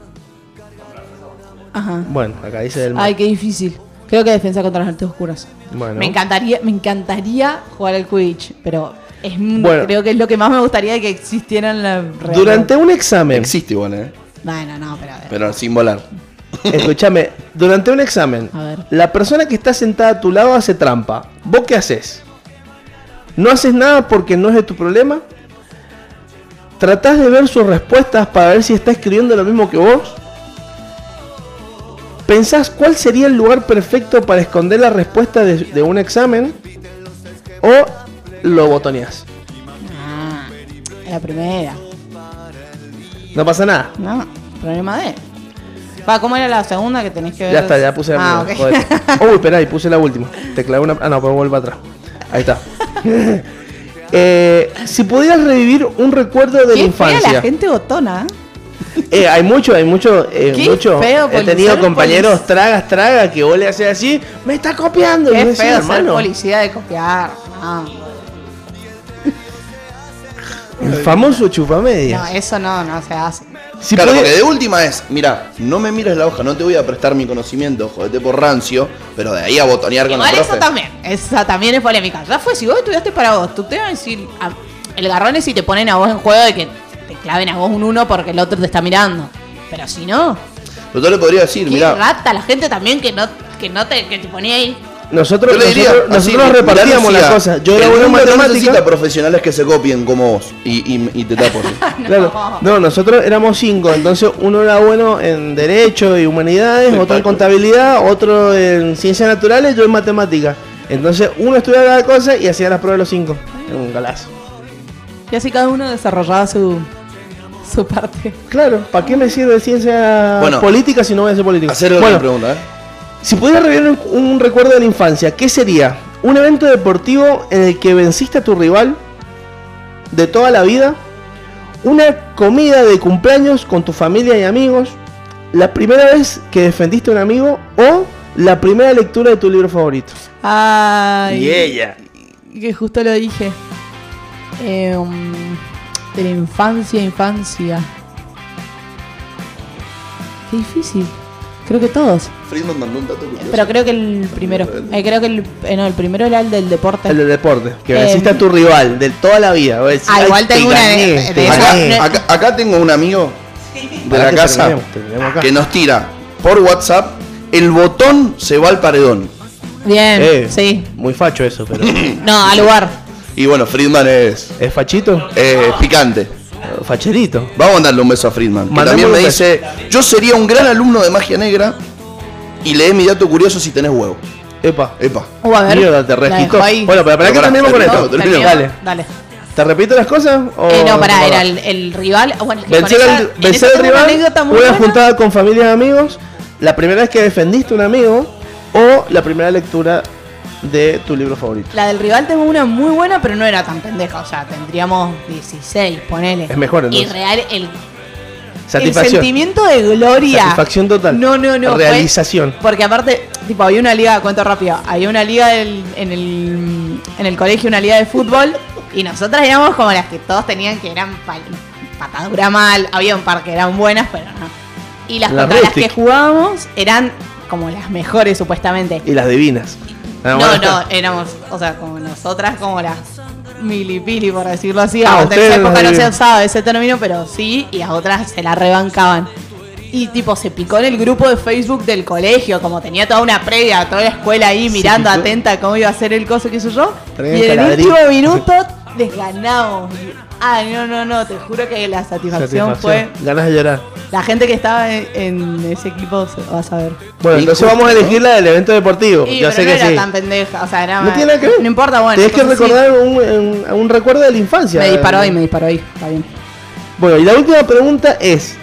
Ajá. Bueno, acá dice del mal. Ay, qué difícil. Creo que defensa contra las artes oscuras. Bueno. Me encantaría, me encantaría jugar al Quidditch, pero es, Bueno. creo que es lo que más me gustaría de que existiera en la realidad. Durante un examen, Existe igual, ¿eh? Bueno, no, pero a ver. Pero sin volar. escúchame, durante un examen, A ver. la persona que está sentada a tu lado hace trampa. ¿Vos qué haces? ¿No haces nada porque no es de tu problema? ¿Tratás de ver sus respuestas para ver si está escribiendo lo mismo que vos? ¿Pensás cuál sería el lugar perfecto para esconder la respuesta de, de un examen? ¿O lo botoneás? Ah, la primera. No pasa nada. No, problema de. Va, ¿cómo era la segunda que tenés que ver? Ya está, ya puse la Ah, primera. ok. Joder. Uy, espera, ahí puse la última. Te clavé una. Ah, no, pues vuelvo atrás. Ahí está. Eh, si pudieras revivir un recuerdo de la Qué fea infancia. la gente botona. Eh, hay mucho, hay mucho, eh, Qué mucho. feo He poli- tenido ser compañeros polic- tragas, tragas que vos le haces así, me está copiando. Y Qué yo decía, feo ser hermano, policía de copiar. No, el famoso chupamedias. no, eso no, no se hace. Si claro, pudi- porque de última es, mira, no me mires la hoja, no te voy a prestar mi conocimiento, jodete por rancio, pero de ahí a botonear con Igual el eso profe. también, esa también es polémica. Ya fue, si vos estudiaste para vos, tú te vas a decir, a- el garrón es si te ponen a vos en juego de que te claven a vos un uno porque el otro te está mirando. Pero si no, Pero yo le podría decir, qué mira, rata la gente también que no, que no te, que te ponía ahí. nosotros, yo le diría, nosotros, así, nosotros mirá, repartíamos Lucía, las cosas. Yo era el bueno en mundo no matemática. necesita profesionales que se copien como vos y, y, y te tapo así. Claro, no, nosotros éramos cinco, entonces uno era bueno en Derecho y Humanidades, otro en Contabilidad, otro en Ciencias Naturales, yo en Matemáticas. Entonces uno estudiaba cada cosa y hacía las pruebas de los cinco. Era un galazo. Y así cada uno desarrollaba su, su parte. Claro, ¿para qué me sirve ciencia Bueno, política si no voy a hacer política? Hacer otra Bueno, pregunta, ¿eh? si pudiera revivir un, un recuerdo de la infancia, ¿qué sería? ¿Un evento deportivo en el que venciste a tu rival de toda la vida? ¿Una comida de cumpleaños con tu familia y amigos? ¿La primera vez que defendiste a un amigo? ¿O la primera lectura de tu libro favorito? Ay. Y ella. Que justo lo dije. Eh, um, de la infancia, infancia. Qué difícil. Creo que todos. Friedman mandó un dato curioso. Pero creo que el primero. Eh, creo que el, eh, no, el primero era el del deporte. El del deporte, que Eh, venciste a tu rival de toda la vida. Vos decís, Ah, "Ay, igual te tengo una gané, de- te de Acá, gané". esa- acá- acá tengo un amigo de Pará la que casa terminemos, terminemos acá. que nos tira por WhatsApp, el botón se va al paredón. Bien, Eh, sí. Muy facho eso, pero. No, al lugar. Y bueno, Friedman es, ¿Es fachito? es picante. Facherito. Vamos a mandarle un beso a Friedman. Que Mandémosle también me un dice, yo sería un gran alumno de magia negra y lee mi dato curioso si tenés huevo. Epa. Epa. Uh, a ver. Mierda, te la registro. dejó ahí. Bueno, pero para que Pero pará, terminemos con terminamos, esto. terminamos. Dale. Dale. ¿Te repito las cosas? o- Eh, no, pará, o- era el, el rival. Bueno, es que Vencer con esa- al, en vencer esa al tengo una rival, anécdota muy una buena. juntada con familia y amigos, la primera vez que defendiste a un amigo o la primera lectura de tu libro favorito. La del rival tengo una muy buena, pero no era tan pendeja. O sea, tendríamos dieciséis, ponele. Es mejor, entonces. Y real, el, el Satisfacción. sentimiento de gloria. Satisfacción total. No, no, no. fue- Realización. porque aparte, tipo, había una liga, cuento rápido, había una liga del- en, el, en el colegio, una liga de fútbol, y nosotras éramos como las que todos tenían que eran pa- patadura mal, había un par que eran buenas, pero no. Y las Las contra las Rustic. que jugábamos eran como las mejores, supuestamente. Y las divinas. No, bueno. no, éramos, o sea, como nosotras, como las milipili, por decirlo así. Ah, aunque en ustedes esa época las no se de- usaba ese término, pero sí, y las otras se la rebancaban. Y tipo, se picó en el grupo de Facebook del colegio, como tenía toda una previa, toda la escuela ahí mirando picó. atenta cómo iba a ser el coso, qué sé yo. Traían Y en el caladrín. último minuto les ganamos. Ay, no, no, no, te juro que la satisfacción, fue. Ganas de llorar. La gente que estaba en, en ese equipo se va a saber. Bueno, entonces Injusto, vamos a elegir ¿no? la del evento deportivo. Y Yo pero sé no que era sí. tan pendeja, o sea, era No más- tiene nada que ver. No importa, bueno. Tienes que entonces sí. recordar un, un- un recuerdo de la infancia. Me disparó ahí, me disparó ahí, está bien. Bueno, y la última pregunta es: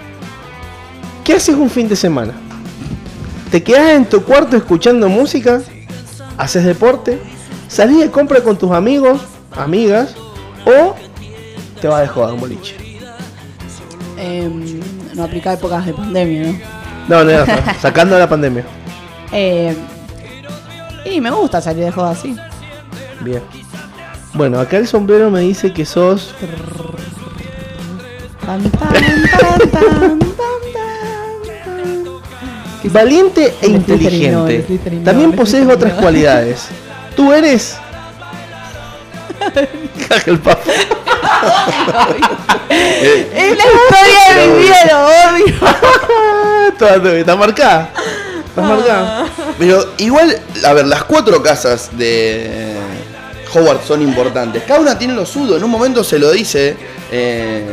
¿qué haces un fin de semana? ¿Te quedas en tu cuarto escuchando música? ¿Haces deporte? ¿Salís de compra con tus amigos, amigas? ¿O te vas de joda a un boliche? Eh, no aplica épocas de pandemia, ¿no? No, no, no, sacando la pandemia. Eh, y me gusta salir de joda así. Bien. Bueno, acá el sombrero me dice que sos Tan, tan, tan, tan, tan, tan. Valiente e El Slytherin no, el inteligente. Slytherin no, También el posees Slytherin otras no. cualidades. Tú eres. Hufflepuff. Es la historia de mi vida, lo odio. Toda- Está marcada. Está marcada. Pero igual, a ver, las cuatro casas de Hogwarts son importantes. Cada una tiene lo suyo. En un momento se lo dice. Eh,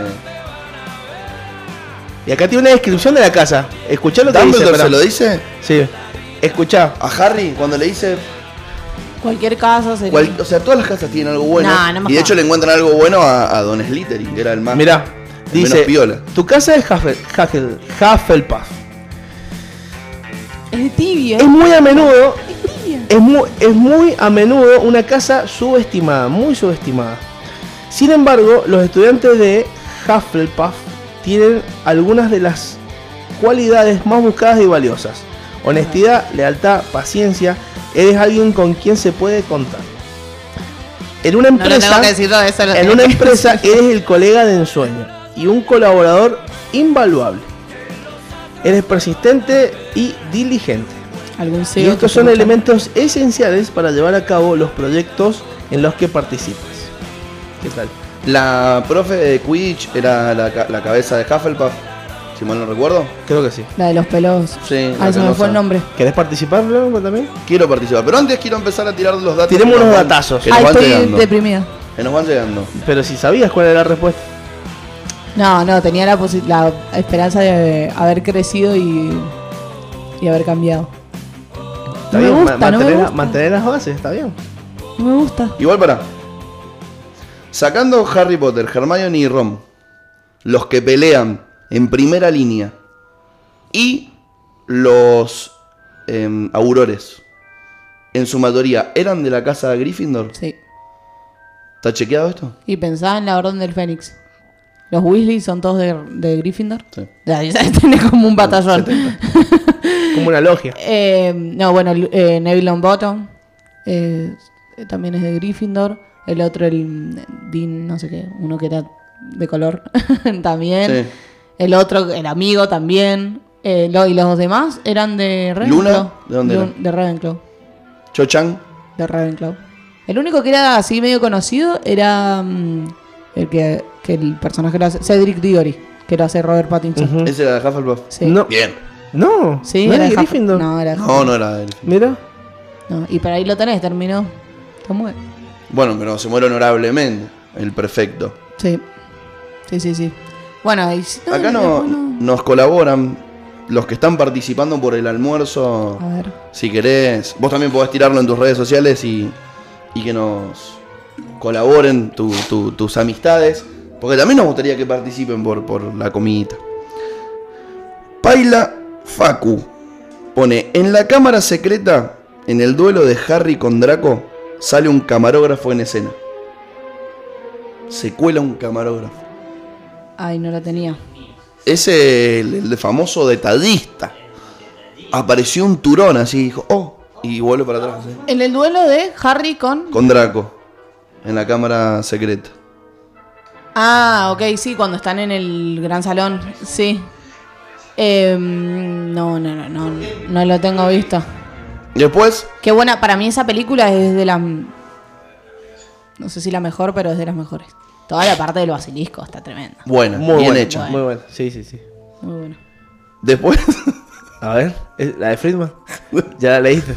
Y acá tiene una descripción de la casa. Escuchá lo que dice. Dumbledore pará. se lo dice Sí. Escuchá. a Harry cuando le dice. Cualquier casa sería. cual- o sea, todas las casas tienen algo bueno. No, no me y de hecho jodas. le encuentran algo bueno a, a Don Slytherin, que era el más. Mirá. el menos Dice. piola. Tu casa es Huffle- Huffle- Hufflepuff. Es de tibio. Es muy a menudo. Es tibia. Es muy, es muy a menudo una casa subestimada, muy subestimada. Sin embargo, los estudiantes de Hufflepuff tienen algunas de las cualidades más buscadas y valiosas. Honestidad, lealtad, paciencia. Eres alguien con quien se puede contar. En una No lo empresa, tengo que decir todo eso. Lo en tengo una que empresa decir. eres el colega de ensueño y un colaborador invaluable. Eres persistente y diligente. Algún Y ciego estos que son se elementos esenciales para llevar a cabo los proyectos en los que participas. ¿Qué tal? La profe de Quidditch era la, ca- la cabeza de Hufflepuff, si mal no recuerdo. Creo que sí. La de los pelos. Sí, la Ah, se me canosa. fue el nombre. ¿Querés participar, Blanco, también? Quiero participar, pero antes quiero empezar a tirar los datos. Tiremos que nos unos van- datazos. Que nos Ay, van estoy llegando. deprimida. Que nos van llegando. Pero si sabías cuál era la respuesta. No, no, tenía la, posi- la esperanza de haber crecido y, y haber cambiado. Está No me bien, gusta, ma- no me mantener, gusta. mantener las bases, está bien. No me gusta. Igual para. Sacando Harry Potter, Hermione y Ron, los que pelean en primera línea, y los em, aurores, en su mayoría, ¿eran de la casa de Gryffindor? Sí. ¿Está chequeado esto? Y pensaba en la Orden del Fénix. Los Weasley son todos de, de Gryffindor. Sí. Ya, ya tenés como un batallón. Como una logia. Eh, no, bueno, eh, Neville Longbottom eh, también es de Gryffindor. El otro, el Dean, no sé qué, uno que era de color también. Sí. El otro, el amigo también. Eh, lo- y los demás eran de Ravenclaw. ¿Luna? ¿De dónde era? De Ravenclaw. Cho Chang. De Ravenclaw. El único que era así medio conocido era mm, el que, que el personaje lo hace, Cedric Diggory, que lo hace Robert Pattinson. Ujú. Ese era de Hufflepuff. Sí. No. Bien. No. Sí, ¿No era era de Huff- Gryffindor? No, era de No, Hufflepuff. no era de él. Mira. No, y por ahí lo tenés, terminó. Está muy bien. Bueno, pero se muere honorablemente. El perfecto. Sí. Sí, sí, sí. Bueno, y si no, Acá no, después no- nos colaboran los que están participando por el almuerzo. A ver. Si querés, vos también podés tirarlo en tus redes sociales y, y que nos colaboren tu- tu- tus amistades. Porque también nos gustaría que participen por, por la comidita. Paila Facu pone: en la cámara secreta, en el duelo de Harry con Draco, sale un camarógrafo en escena. Se cuela un camarógrafo. Ay, no la tenía. Es el, el famoso detallista. Apareció un turón así, dijo, oh, y vuelve para atrás. ¿sí? En el duelo de Harry con. Con Draco, en la cámara secreta. Ah, ok, sí, cuando están en el gran salón. Sí. Eh, no, no, no, no, no lo tengo visto. Después, Qué buena, para mí esa película es de la. No sé si la mejor, pero es de las mejores. Toda la parte del basilisco está tremenda. buena, Muy bien buena. hecha. Muy buena. Sí, sí, sí. Muy buena. Después, A ver, ¿es la de Friedman. Ya la leíste.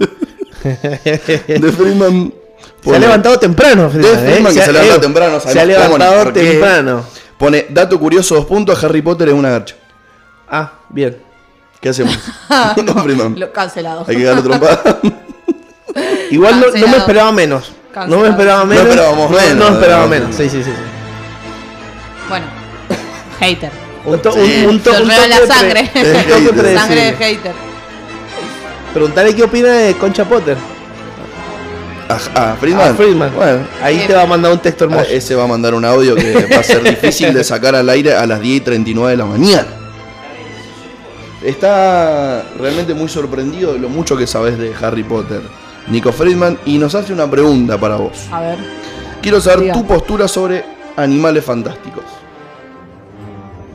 de Freeman. Se ha levantado temprano, Friedman. De Friedman, ¿eh? que se levanta eh, temprano, Se ha sabemos cómo ni levantado por qué. temprano. Pone, dato curioso, dos puntos, Harry Potter es una garcha. Ah, bien. ¿Qué hacemos? no, Freeman. Lo cancelado. Hay que darle trompada. Igual no, no me Cancelado. esperaba menos. No Cancelado. me esperaba No menos. esperábamos No, menos, No esperaba no. menos. Sí, sí, sí. sí. Bueno, hater. Un, to, Sí. un, un, to, Lo un lleva toque la pre- sangre. un toque Hater. predecible. Sangre de hater. Preguntale qué opina de Concha Potter. Ah, ah, Friedman. Ah, Friedman. Bueno, Ahí Bien. te va a mandar un texto ah, hermoso. ese va a mandar un audio que va a ser difícil de sacar al aire a las diez y treinta y nueve de la mañana. Está realmente muy sorprendido de lo mucho que sabes de Harry Potter, Nico Friedman, y nos hace una pregunta para vos. A ver. Quiero saber Diga. tu postura sobre animales fantásticos.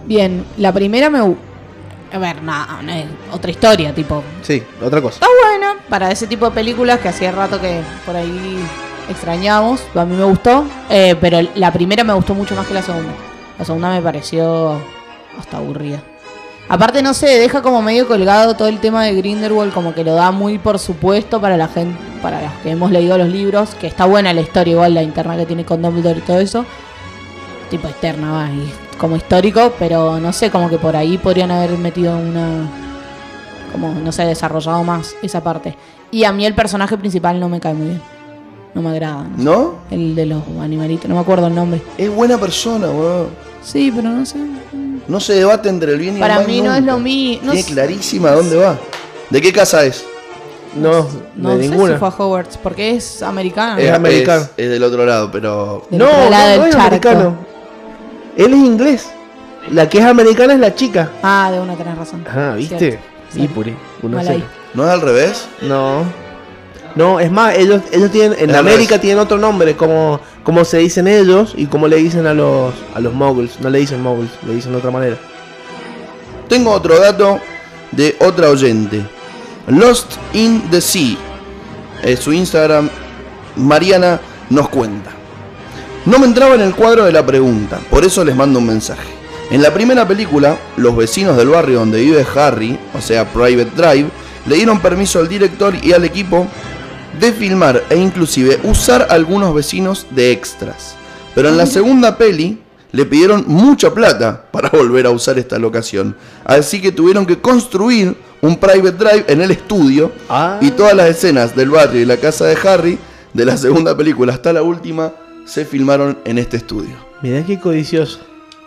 Bien, la primera me... gu- A ver, nada, no es otra historia, tipo... Sí, otra cosa. Está buena para ese tipo de películas que hacía rato que por ahí extrañamos. A mí me gustó, eh, pero la primera me gustó mucho más que la segunda. La segunda me pareció hasta aburrida. Aparte, no sé, deja como medio colgado todo el tema de Grindelwald, como que lo da muy por supuesto para la gente, para los que hemos leído los libros, que está buena la historia, igual la interna que tiene con Dumbledore y todo eso. Tipo externa, va, y como histórico, pero no sé, como que por ahí podrían haber metido una... Como, no sé, desarrollado más esa parte. Y a mí el personaje principal no me cae muy bien. No me agrada. No sé. ¿No? El de los animalitos, no me acuerdo el nombre. Es buena persona, boludo. Sí, pero no sé. No se debate entre el bien y Para el mal. mí no nunca. es lo mío. No Tiene sé- clarísima dónde va. ¿De qué casa es? No, No de sé ninguna. si fue a Hogwarts, porque es americano. Es americano. Es, es del otro lado, pero. Del No, otro no, lado no del es charco. americano. Él es inglés. La que es americana es la chica. Ah, de una tenés razón. Ah, ¿viste? Cierto, Y cierto. puri. uno Mal cero. ahí. ¿No es al revés? No. No, es más, ellos, ellos tienen, en Es al América revés. tienen otro nombre, como, como se dicen ellos y como le dicen a los, a los muggles. No le dicen muggles, le dicen de otra manera. Tengo otro dato de otra oyente. Lost in the Sea. En su Instagram, Mariana nos cuenta. No me entraba en el cuadro de la pregunta, por eso les mando un mensaje. En la primera película, los vecinos del barrio donde vive Harry, o sea Private Drive, le dieron permiso al director y al equipo de filmar e inclusive usar algunos vecinos de extras. Pero en la segunda peli le pidieron mucha plata para volver a usar esta locación. Así que tuvieron que construir un Private Drive en el estudio Ah. y todas las escenas del barrio y la casa de Harry, de la segunda película hasta la última, se filmaron en este estudio. Mirá qué codicioso.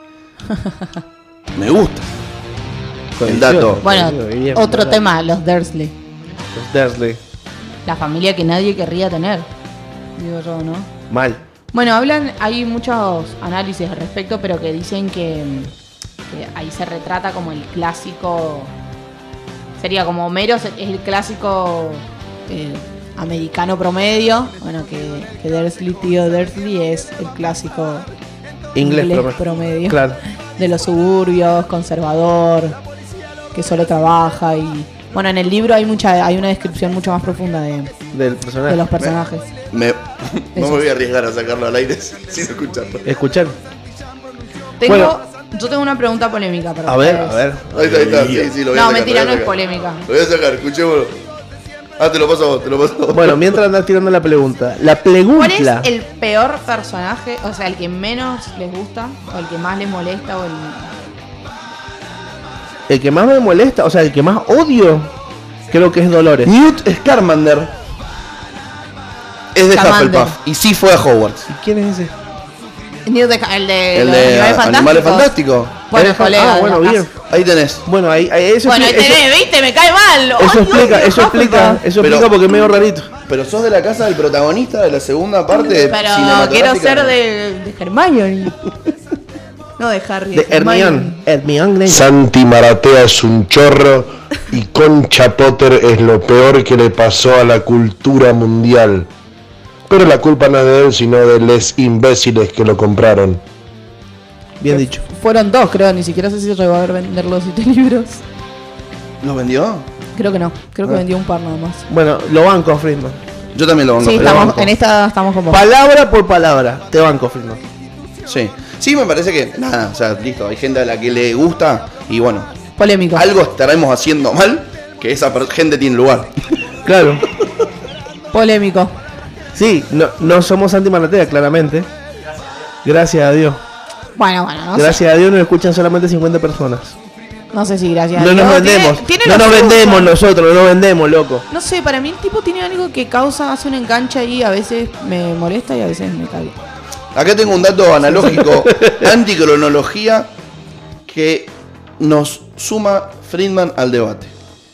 Me gusta. El Codicioso. dato. Bueno, Bien, otro ¿verdad? tema, los Dursley. Los Dursley. La familia que nadie querría tener. Digo yo, ¿no? Mal. Bueno, hablan, hay muchos análisis al respecto, pero que dicen que, que ahí se retrata como el clásico. Sería como Homero es el clásico eh, americano promedio. Bueno, que, que Dursley, tío Dursley, es el clásico Inglés, inglés promedio. promedio. Claro. De los suburbios, conservador, que solo trabaja y. Bueno, en el libro hay mucha, hay una descripción mucho más profunda de, Del personaje. de los personajes. Me, no Eso. me voy a arriesgar a sacarlo al aire sin escucharlo. Escuchar. Tengo, Bueno. yo tengo una pregunta polémica para A ver, ustedes. a ver. Ahí está, ahí está. Sí, sí, lo voy a No, sacar, mentira, lo no voy a es sacar. polémica. Lo voy a sacar, escuchémoslo. Ah, te lo paso a vos, te lo paso a vos. Bueno, mientras andas tirando la pregunta. La ¿Cuál es pregunta. el peor personaje? O sea, el que menos les gusta, o el que más les molesta, o el. El que más me molesta, o sea, el que más odio, creo que es Dolores. Newt Scamander es de Scamander. Hufflepuff y sí fue a Hogwarts. ¿Y quién es ese? Newt de- el de, El los de Animales Animales Fantásticos. Fantásticos. Bueno, Eres- colega. Ah, de bueno, la bien. casa. Ahí tenés. Bueno, ahí, ahí eso, Bueno, ahí expli- eso, tenés, ¿viste? Me cae mal. eso Ay, explica, odio eso explica, Hufflepuff. eso Pero- explica porque es medio rarito. Pero sos de la casa del protagonista de la segunda parte Pero cinematográfica. quiero ser de, de Hermione. No de Harry. De Hermione. Hermione Granger. Santi Maratea es un chorro y Concha Potter es lo peor que le pasó a la cultura mundial. Pero la culpa no es de él, sino de los imbéciles que lo compraron. Bien dicho. Fueron dos, creo. Ni siquiera sé si llegó a ver vender los siete libros. ¿Los vendió? Creo que no. Creo que Ah. vendió un par nada más. Bueno, lo banco, Friedman. Yo también lo banco. Sí, pero estamos, banco. en esta estamos como. Palabra por palabra, te banco, Friedman. Sí. Sí, me parece que, nada, o sea, listo, hay gente a la que le gusta y bueno, Polémico. algo estaremos haciendo mal que esa per- gente tiene lugar. Claro. Polémico. Sí, no, no somos Santi Maratea, claramente. Gracias a Dios. Bueno, bueno, no Gracias a Dios nos escuchan solamente cincuenta personas. sé. No sé si gracias a No Dios. nos Tiene- vendemos. tiene No lo nos suyo. vendemos nosotros, no nos vendemos, loco. No sé, para mí el tipo tiene algo que causa, hace un enganche ahí. A veces me molesta y a veces me cae. Acá tengo un dato analógico, anticronología, que nos suma Friedman al debate.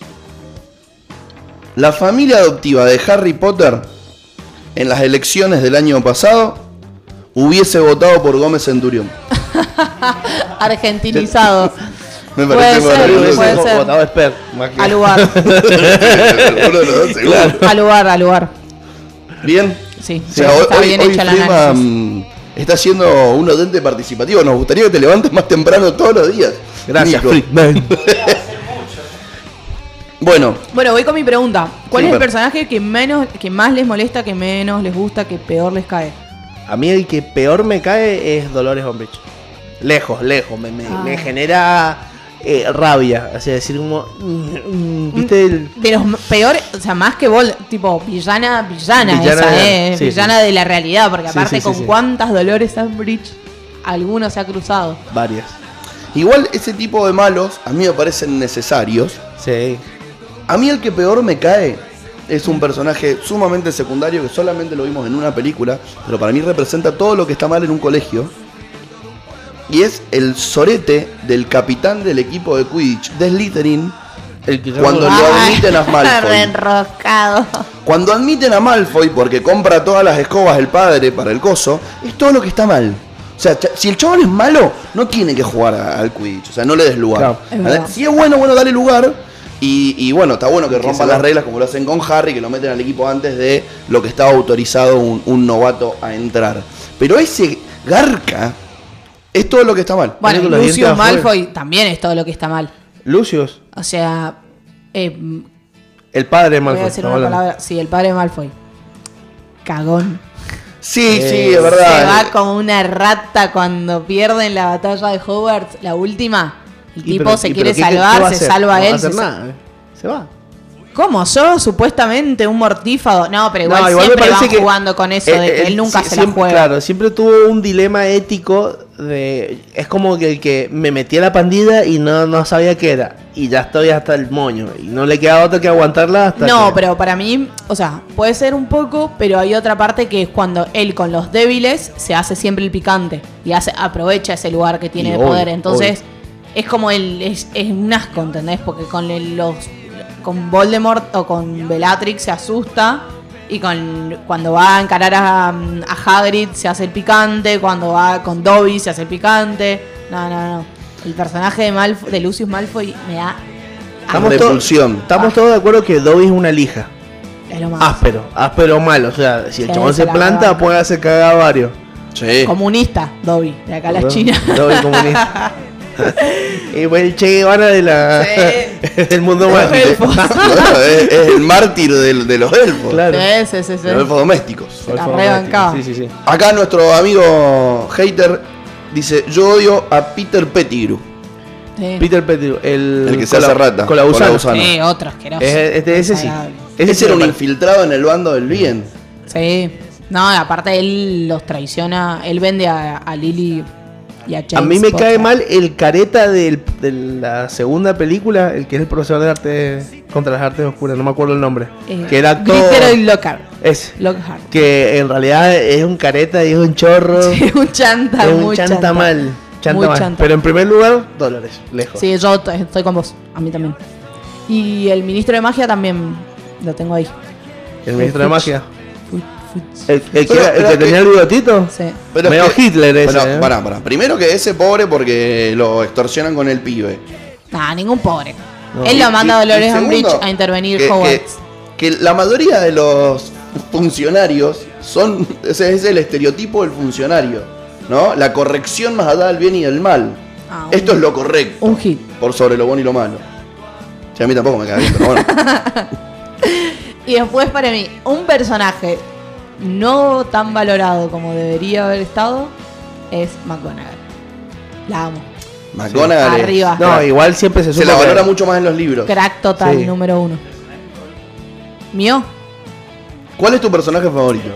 La familia adoptiva de Harry Potter en las elecciones del año pasado hubiese votado por Gómez Centurión. Argentinizado. Me Puede parece ser, maravilloso. puede ser. Votado expert. más que- Al lugar. Uno de los dos, seguro. Al lugar, al lugar. Bien. Sí, O sea, hoy, está hoy- bien hoy hecha la Friedman, análisis. mm, está siendo un oyente participativo. Nos gustaría que te levantes más temprano todos los días. Gracias, Nico. Friedman. Bueno, Bueno, voy con mi pregunta. ¿Cuál Sí, es el per- personaje que menos, que más les molesta, que menos les gusta, que peor les cae? A mí el que peor me cae es Dolores Umbridge. Lejos, lejos. Me, me, Ah. me genera eh, rabia. O sea, decir como... mm, mm, ¿Viste el...? De los m- peores, o sea, más que Vol, tipo villana, villana, Villana esa, de- eh, sí, villana sí. de la realidad, porque Sí, aparte sí, sí, con sí. cuántas Dolores Umbridge alguno se ha cruzado. Varias. igual ese tipo de malos a mí me parecen necesarios. Sí. A mí el que peor me cae es un personaje sumamente secundario que solamente lo vimos en una película, pero para mí representa todo lo que está mal en un colegio. Y es el sorete del capitán del equipo de Quidditch de Slytherin. El que Cuando lo admiten a Malfoy. Enroscado. Cuando admiten a Malfoy porque compra todas las escobas el padre para el coso, es todo lo que está mal. O sea, cha- si el chabón es malo, no tiene que jugar a- al Quidditch. O sea, no le des lugar. Claro. Es verdad. Si es bueno, bueno, dale lugar. Y, y bueno, está bueno que Que se rompan lo- las reglas como lo hacen con Harry, que lo meten al equipo antes de lo que estaba autorizado un, un novato a entrar. Pero ese garca es todo lo que está mal. Bueno, Tiene y los Lucius dientes afuera. Malfoy también es todo lo que está mal. Lucius, O sea, eh, el padre de voy Malfoy. a decir estamos una hablando. palabra. Sí, el padre de Malfoy. Cagón. Sí, Eh, sí, es Se verdad. va como una rata cuando pierden la batalla de Hogwarts, la última. El Y tipo pero- se y quiere pero ¿qué- qué- salvar, qué va a se hacer? salva No va él. a hacer se sa- nada. eh. Se va. ¿Cómo? Yo supuestamente un mortífago. No, pero igual, No, igual me siempre parece van que jugando con eso eh, de que eh, él nunca sí, se la siempre- juega. Claro, siempre tuvo un dilema ético de... Es como que el que me metí a la pandilla y no, no sabía qué era. Y ya estoy hasta el moño. Y no le queda otra que aguantarla hasta No, que- pero para mí, o sea, puede ser un poco, pero hay otra parte que es cuando él con los débiles se hace siempre el picante y hace, aprovecha ese lugar que tiene Y de obvio, poder. Entonces, es como el, es, es un asco, ¿entendés? Porque con el- los con Voldemort o con Bellatrix se asusta y con cuando va a encarar a, a Hagrid se hace el picante, cuando va con Dobby se hace el picante. No, no, no. El personaje de Malfoy, de Lucius Malfoy me da Estamos todos, Repulsión. estamos todos de acuerdo que Dobby es una lija. es lo más. Áspero, áspero mal. O sea, si el Sí, chabón se se la planta, banca. puede hacer cagar a varios. Sí. Comunista, Dobby, de acá a la China. Dobby comunista. Y pues el Che Guevara de la, Sí. del mundo mágico. elfos. Bueno, es, es el mártir del- de los elfos. Claro. Sí, sí, sí, sí. De los elfos domésticos. Se la rebancaba. Sí, sí, sí. Acá nuestro amigo hater dice: yo odio a Peter Pettigrew. Sí. Peter Pettigrew, el, El que se con hace la- rata, Con la con la gusana. gusana. Sí, otro asqueroso. Es- este- ese sí. Desagradable. Ese, Ese sí era me un parece. infiltrado en el bando del bien. Sí. No, aparte él los traiciona. Él vende a, a Lily y a James. A mí me Potter. cae mal el careta del- de la segunda película, el que es el profesor de arte contra las artes oscuras, no me acuerdo el nombre. Eh, que era actor. Glitter y Lockhart. Ese. Lockhart. Que en realidad es un careta y es un chorro. Sí, un chanta, es un muy chanta, chanta. mal. Chanta Muy mal. chanta. Pero en primer lugar, Dolores, lejos. Sí, yo t- estoy con vos. A mí también. Y el ministro de magia también lo tengo ahí. El ministro de Fuchs. magia. Fuchs, Fuchs. El, el que, Pero- era- el pero que es que- tenía el bigotito. Sí. Pero Medio es que- Hitler ese. Pero, ¿eh? pará, pará. Primero que ese pobre porque lo extorsionan con el pibe. Nah, ningún pobre. No. Él lo manda a Y- y Dolores segundo, Umbridge a intervenir que, Hogwarts. que, que la mayoría de los funcionarios son. Ese es el estereotipo del funcionario. ¿No? La corrección más allá del bien y del mal. Ah, un- Esto es lo correcto. Un hit. Por sobre lo bueno y lo malo. Sí, a mí tampoco me cae bien, pero bueno. Y después para mí, un personaje no tan valorado como debería haber estado es McGonagall. La amo. McGonagall es- Arriba. No, igual siempre se se supo la que- valora mucho más en los libros. Crack total, Sí. número uno. ¿Mío? ¿Cuál es tu personaje favorito?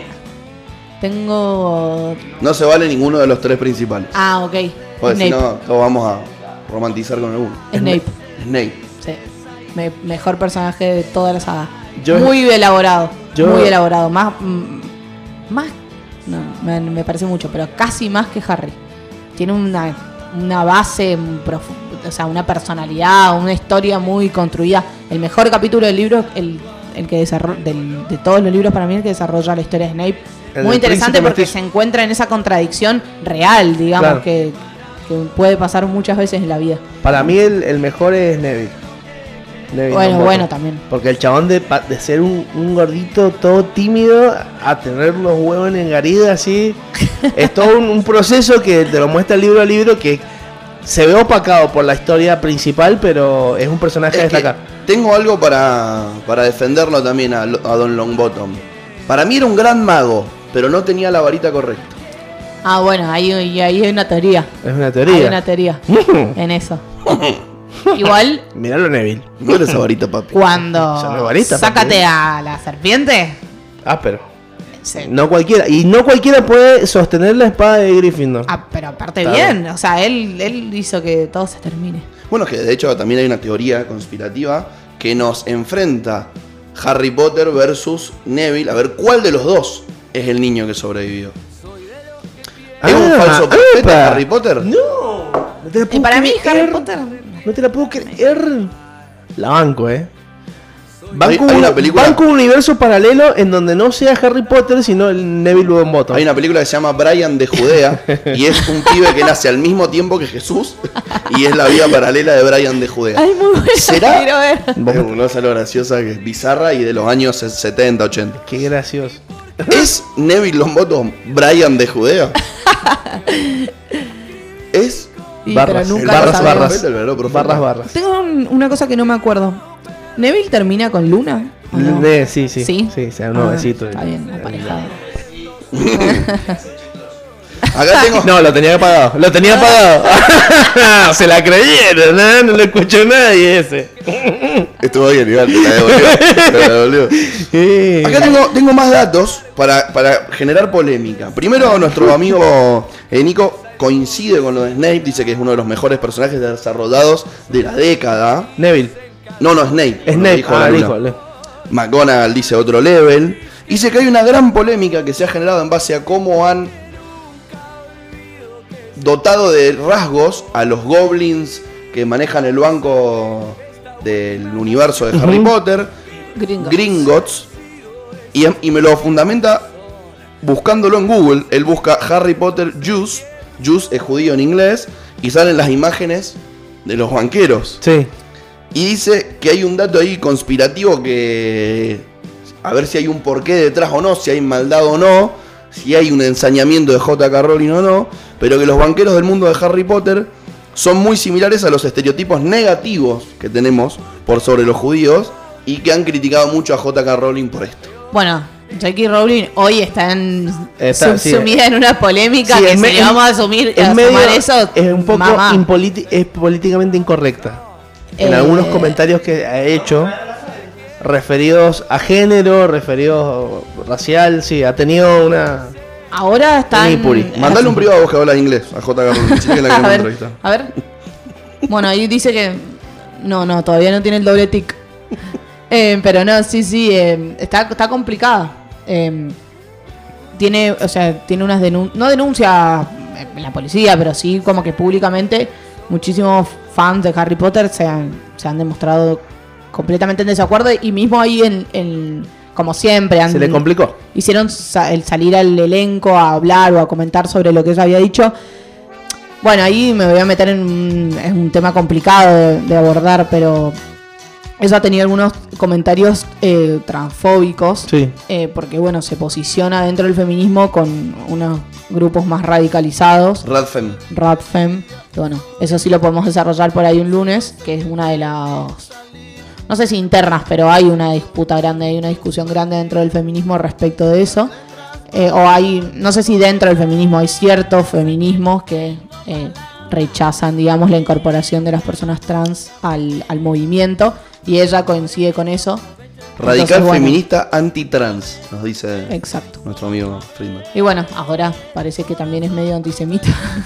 Tengo... No se vale ninguno de los tres principales. Ah, ok. Porque si Snape. no, todos vamos a romantizar con alguno. Snape. Snape. Sí. Me- mejor personaje de toda la saga. Yo- muy elaborado. yo- muy elaborado. Más. mm, más. No, me, me parece mucho, pero casi más que Harry. Tiene una, una base, profu- o sea, una personalidad, una historia muy construida. El mejor capítulo del libro, el, el que desarrolla, de todos los libros para mí, el que desarrolla la historia de Snape. El Muy del interesante príncipe porque mestizo. se encuentra en esa contradicción real, digamos, Claro. que, que puede pasar muchas veces en la vida. Para mí el, el mejor es Neville. Neville Bueno, Longbottom. bueno, también. Porque el chabón de, pa- de ser un, un gordito todo tímido a tener los huevos en engarida así. es todo un, un proceso que te lo muestra libro a libro que se ve opacado por la historia principal, pero es un personaje a Es que destacar. tengo algo para, para defenderlo también a, Lo- a Don Longbottom. Para mí era un gran mago, pero no tenía la varita correcta. Ah, bueno, ahí, ahí hay una teoría. Es una Hay teoría. una teoría en eso. Igual, Miralo, Neville. No era esa varita, papi. cuando Esa no es varita, sácate a la serpiente, Ah, pero se- no cualquiera. Y no cualquiera puede sostener la espada de Gryffindor. ah, pero aparte Está bien, o sea, él, él hizo que todo se termine. Bueno, que de hecho también hay una teoría conspirativa que nos enfrenta Harry Potter versus Neville. A ver cuál de los dos es el niño que sobrevivió. ¿Es un Ah, falso profeta epa. Harry Potter? No, no te la Y puedo para mí, creer. Harry Potter. No te la puedo creer. La banco, eh. Hay- Banco, hay una un- película- banco un universo paralelo en donde no sea Harry Potter, sino el Neville Longbottom. Hay una película que se llama Brian de Judea y es un pibe que nace al mismo tiempo que Jesús y es la vida paralela de Brian de Judea. Ay, muy bueno, ¿Será? quiero ver. Es una cosa graciosa que es bizarra y de los años setenta, ochenta. Qué gracioso. ¿Es Neville Longbottom Brian de Judea? ¿Es? Sí, Barras, pero nunca barras, lo barras. sabemos. El verdadero profeta. Barras, barras. Tengo un- una cosa que no me acuerdo. ¿Neville termina con Luna? ¿O no? Eh, sí, sí. ¿Sí? Sí, se da un Ah, besito. Está bien, aparejado. Acá tengo. No, lo tenía pagado. Lo tenía pagado. Se la creyeron, ¿no? No lo escuchó nadie ese. Estuvo bien, igual, te la devolvió. Te la devolvió. Eh. Acá tengo, tengo más datos para, para generar polémica. Primero, nuestro amigo eh, Nico coincide con lo de Snape, dice que es uno de los mejores personajes desarrollados de la década. Neville. No, no, Snape. lo Snape. dijo la Ah, luna. dijo. le- McGonagall dice otro level. Dice que hay una gran polémica que se ha generado en base a cómo han dotado de rasgos a los goblins que manejan el banco del universo de Harry Ujú. Potter. Gringotts. Gringotts. Y, y me lo fundamenta buscándolo en Google. Él busca Harry Potter Jews. Jews es judío en inglés. Y salen las imágenes de los banqueros. Sí. Y dice que hay un dato ahí conspirativo que... A ver si hay un porqué detrás o no, si hay maldad o no, si hay un ensañamiento de J K Rowling o no, pero que los banqueros del mundo de Harry Potter son muy similares a los estereotipos negativos que tenemos por sobre los judíos y que han criticado mucho a J K Rowling por esto. Bueno, J K Rowling hoy está, en, Está, sí. sumida en una polémica Sí, que es si me- le vamos a asumir Es a medio- sumar eso, es un poco mamá. impoliti- es políticamente incorrecta. En Eh, algunos comentarios que ha hecho referidos a género, referidos racial, sí, ha tenido una... Ahora está Ni en- puri. Mandale un privado a vos que hablas inglés a J K Rowling, sí que la a queremos ver, entrevistar. a ver. Bueno, ahí dice que no, no, todavía no tiene el doble tic. Eh, pero no, sí, sí, eh, está, está complicada. Eh, tiene, o sea, tiene unas denuncias, no denuncia en la policía, pero sí como que públicamente muchísimos fans de Harry Potter se han, se han demostrado completamente en desacuerdo y mismo ahí en, en como siempre han, Se le complicó. hicieron sa- el salir al elenco a hablar o a comentar sobre lo que ella había dicho. Bueno, ahí me voy a meter en un, es un tema complicado de, de abordar, pero eso ha tenido algunos comentarios eh, transfóbicos, Sí. eh, porque bueno, se posiciona dentro del feminismo con unos grupos más radicalizados, Radfem. Radfem, y bueno, eso sí lo podemos desarrollar por ahí un lunes, que es una de las, no sé si internas, pero hay una disputa grande, hay una discusión grande dentro del feminismo respecto de eso. Eh, o hay, no sé si dentro del feminismo hay ciertos feminismos que eh, rechazan, digamos, la incorporación de las personas trans al, al movimiento y ella coincide con eso. Radical Entonces, bueno, feminista anti-trans, nos dice Exacto. nuestro amigo Friedman. Y bueno, ahora parece que también es medio antisemita.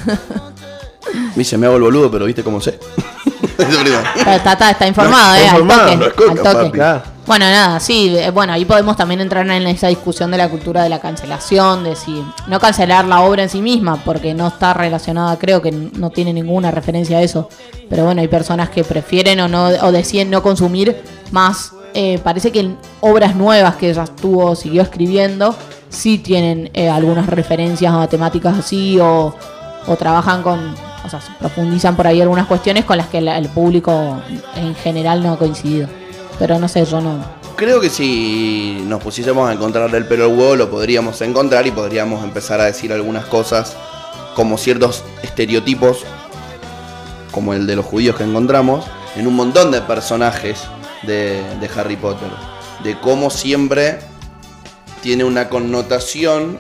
Me dice, me hago el boludo, pero viste cómo sé. Dice Friedman. Pero está, está, está informado, Está eh, informado, al no es toque. coca, Al toque. papi. Claro. Bueno, nada, sí, eh, bueno, ahí podemos también entrar en esa discusión de la cultura de la cancelación, de si no cancelar la obra en sí misma, porque no está relacionada, creo que n- no tiene ninguna referencia a eso. Pero bueno, hay personas que prefieren o no o deciden no consumir más. Eh, parece que en obras nuevas que ella estuvo, siguió escribiendo, sí tienen eh, algunas referencias a temáticas así o, o trabajan con, o sea, profundizan por ahí algunas cuestiones con las que la- el público en general no ha coincidido. Pero no sé, yo no, creo que si nos pusiésemos a encontrar el pelo al huevo lo podríamos encontrar y podríamos empezar a decir algunas cosas como ciertos estereotipos, como el de los judíos que encontramos, en un montón de personajes de, de Harry Potter. De cómo siempre tiene una connotación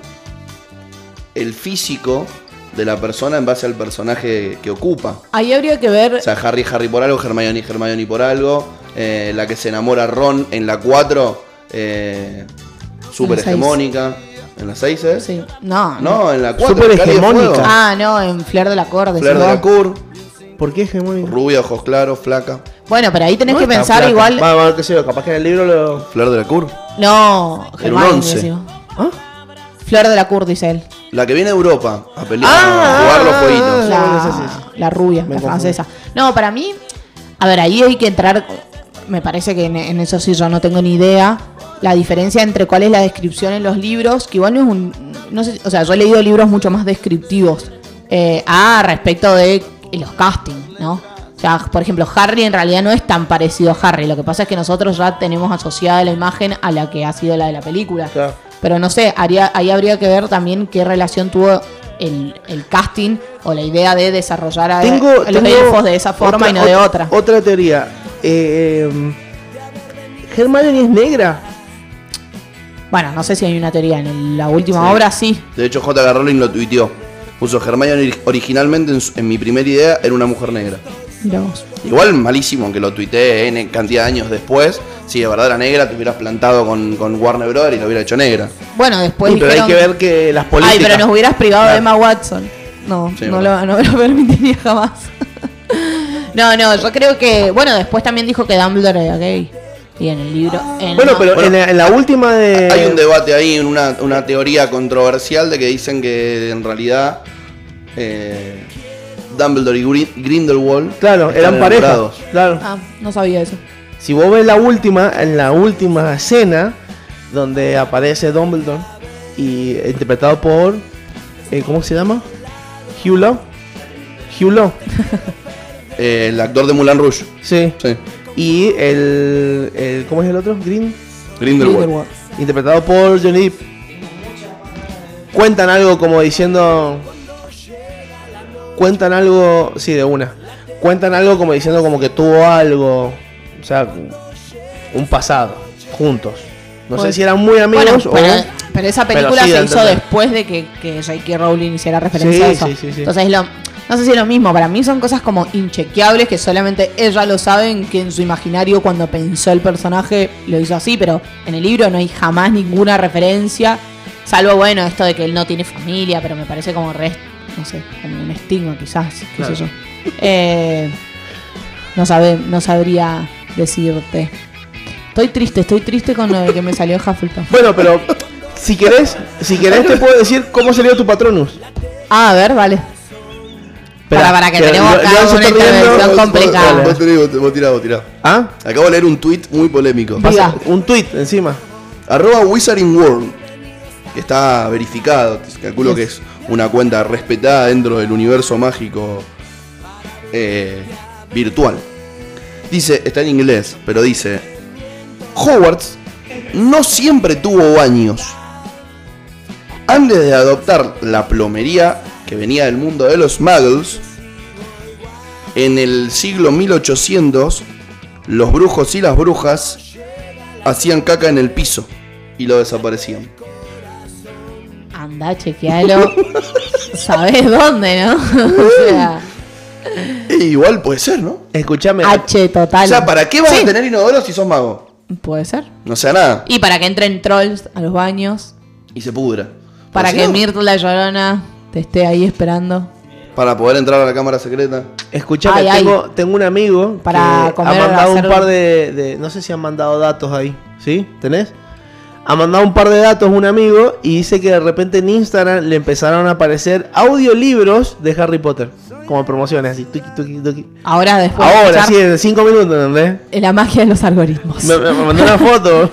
el físico de la persona en base al personaje que ocupa. Ahí habría que ver. O sea, Harry, Harry por algo, Hermione, Hermione por algo. Eh, la que se enamora Ron en la cuatro, eh, súper hegemónica. ¿En la seis es? Sí. No, no, en la cuatro. Súper hegemónica. Ah, no, en Fleur de la Cour. Fleur de la Cour. ¿Por qué hegemónica? Rubia, ojos claros, flaca. Bueno, pero ahí tenés No que está pensar flaca. igual. Va, va, qué sé yo, capaz que en el libro lo. Fleur de la Cour. No, Era un Hermione, once. decimos. ¿Ah? Fleur de la Cour, dice él. La que viene de Europa a pelear, Ah, a jugar los ah, jueguitos. La, sí, sí, sí. la rubia, Me la confundí. francesa. No, para mí, a ver, ahí hay que entrar. Me parece que en, en eso sí yo no tengo ni idea. La diferencia entre cuál es la descripción en los libros, que igual no es un. No sé, o sea, yo he leído libros mucho más descriptivos eh, a respecto de los castings, ¿no? O sea, por ejemplo, Harry en realidad no es tan parecido a Harry. Lo que pasa es que nosotros ya tenemos asociada la imagen a la que ha sido la de la película. Claro. Pero no sé, haría, ahí habría que ver también qué relación tuvo el, el casting o la idea de desarrollar a, Tengo, a los tengo elfos de esa forma otra- y no de otra. Otra teoría. Eh, eh, Hermione es negra. Bueno, no sé si hay una teoría. En el- la última Sí. obra sí. De hecho, J K. Rowling lo tuiteó. Puso Hermione ori- originalmente en, su- en mi primera idea era una mujer negra. Mirá vos. Igual malísimo que lo tuiteé en cantidad de años después. Si de verdad era negra, te hubieras plantado con, con Warner Bros. Y lo hubiera hecho negra. Bueno, después Sí, pero hay dijeron, que ver que las políticas. ay, pero nos hubieras privado Claro. de Emma Watson. No, Sí, no, verdad. lo, no me lo permitiría jamás. no, no, yo creo que... Bueno, después también dijo que Dumbledore era gay. Y en el libro... en- Bueno, no. pero Bueno, en, la, en la última de. Hay un debate ahí, una, una teoría controversial de que dicen que en realidad eh, Dumbledore y Grin- Grindelwald Claro, están eran pareja. enamorados. Claro. Ah, no sabía eso. Si vos ves la última, en la última escena donde aparece Dumbledore y interpretado por eh, ¿cómo se llama? Hugh Law. Hugh Law. Eh, el actor de Moulin Rouge. Sí. Sí. Y el, el ¿cómo es el otro? Green. Grindelwald. Grindelwald. Interpretado por Johnny Depp. Cuentan algo como diciendo. Cuentan algo. Sí, de una. Cuentan algo como diciendo como que tuvo algo. O sea, un pasado. Juntos. No sé Pues- si eran muy amigos Bueno, o. pero, pero esa pero película sí, se de hizo entender. después de que, que J K. Rowling hiciera referencia Sí, a eso. sí, sí, sí. Entonces, lo, no sé si es lo mismo. Para mí son cosas como inchequeables que solamente ella lo saben, que en su imaginario cuando pensó el personaje lo hizo así, pero en el libro no hay jamás ninguna referencia. Salvo, bueno, esto de que él no tiene familia, pero me parece como re, no sé, como un estigma quizás, qué Claro. sé yo. Eh, no, sabe, no sabría decirte. Estoy triste, estoy triste con lo de que me salió Hufflepuff. Bueno, pero si querés, si querés te puedo decir cómo salió tu Patronus. Ah, a ver, vale. Para, para que tenemos lo- acá lo- una se está riendo. intervención Vos- complicada. Vos, vos tenés, vos, vos tirá, vos tirá. ¿Ah? Acabo de leer un tweet muy polémico. Diga. Pasa un tweet encima. Arroba Wizarding World, que está verificado, calculo que es una cuenta respetada dentro del universo mágico eh, virtual. Dice, está en inglés, pero dice, Hogwarts no siempre tuvo baños. Antes de adoptar la plomería que venía del mundo de los muggles, en el siglo mil ochocientos, los brujos y las brujas hacían caca en el piso y lo desaparecían. Anda, chequealo. ¿Sabés dónde, no? o sea, E igual puede ser, ¿no? Escuchame. H total. O sea, ¿para qué vas Sí, a tener inodoro si sos mago? puede ser. No sea nada. Y para que entren trolls a los baños. Y se pudra. Para Porque que si no, Myrtle la Llorona te esté ahí esperando. Para poder entrar a la cámara secreta. Escuchame, Ay, ay. tengo, tengo un amigo Para que comer, ha mandado un hacer- par de, de- no sé si han mandado datos ahí, ¿sí? ¿Tenés? Ha mandado un par de datos un amigo y dice que de repente en Instagram le empezaron a aparecer audiolibros de Harry Potter. Como promociones, así, tuki, tuki, tuki. Ahora, después de Ahora, escuchar sí, en cinco minutos, ¿entendés? la magia de los algoritmos. Me, me- me mandó una foto.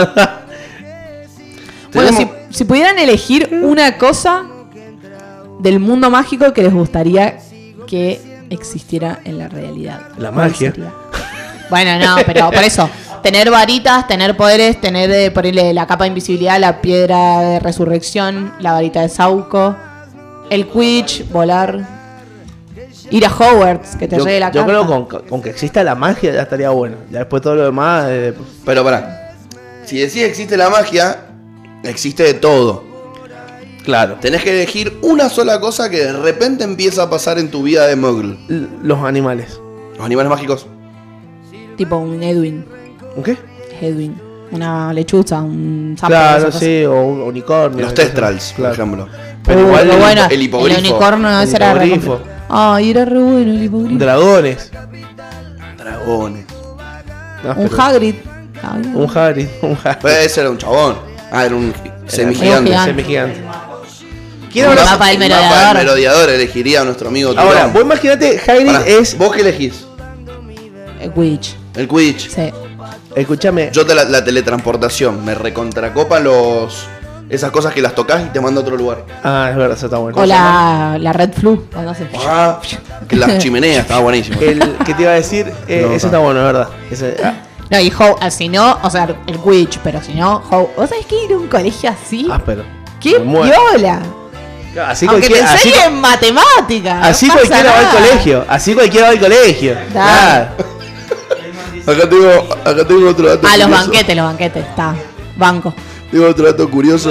Bueno, si, Tenemos- si pudieran elegir una cosa del mundo mágico que les gustaría que existiera en la realidad. La ¿cuál magia. sería? Bueno, no, pero por eso. tener varitas, tener poderes, tener eh, ponerle la capa de invisibilidad, la piedra de resurrección, la varita de Sauco, el Quidditch, volar, ir a Hogwarts, que te Yo, llegue la yo carta. creo que con, con que exista la magia ya estaría bueno. Ya después todo lo demás. Eh, Pero pará, si decís existe la magia, existe de todo. Claro. Tenés que elegir una sola cosa que de repente empieza a pasar en tu vida de muggle. L- los animales. Los animales mágicos. Tipo un Edwin. ¿Un qué? Edwin. Una lechuza, un sapo. Claro, esa sí, o un unicornio. Los cosas. testrals, Claro. por ejemplo. Pero Uh, igual qué el- bueno. el hipogrifo. El unicornio El ese era re hipogrifo. completo. Ay, era re bueno el hipogrifo. Dragones. Dragones. No, Un pero- Hagrid. Ah, bien. Un Harry. Un Harry. Pues ese era un chabón. Ah, era un semigigante. gigante. Semigigante. ¿Quién Un habla? mapa del Un mapa merodeador. del merodeador elegiría a nuestro amigo Ahora, Turón. vos imaginate, Hagrid Pará, es. ¿vos qué elegís? El Quidditch. El Quidditch. Sí. Escúchame. Yo te la, la teletransportación. Me recontracopan los. Esas cosas que las tocas y te manda a otro lugar. Ah, es verdad, eso está bueno. O la, la Red Flu. Cuando hace. Ah, que las chimeneas, estaba buenísimo. El que te iba a decir, eh, No, eso está. está bueno, es verdad. Ese- ah, No, y How, ah, si no, o sea, el Quidditch, pero si no, How. ¿Vos sabés que ir a un colegio así? ah, pero. ¡Qué me muero. viola! Así Aunque te cualquiera, así, enseñen matemáticas. así no pasa cualquiera va al nada. colegio. Así cualquiera va al colegio. Claro. Claro. Acá tengo, acá tengo otro dato Ah, los curioso. banquetes, los banquetes, está. Banco. Tengo otro dato curioso.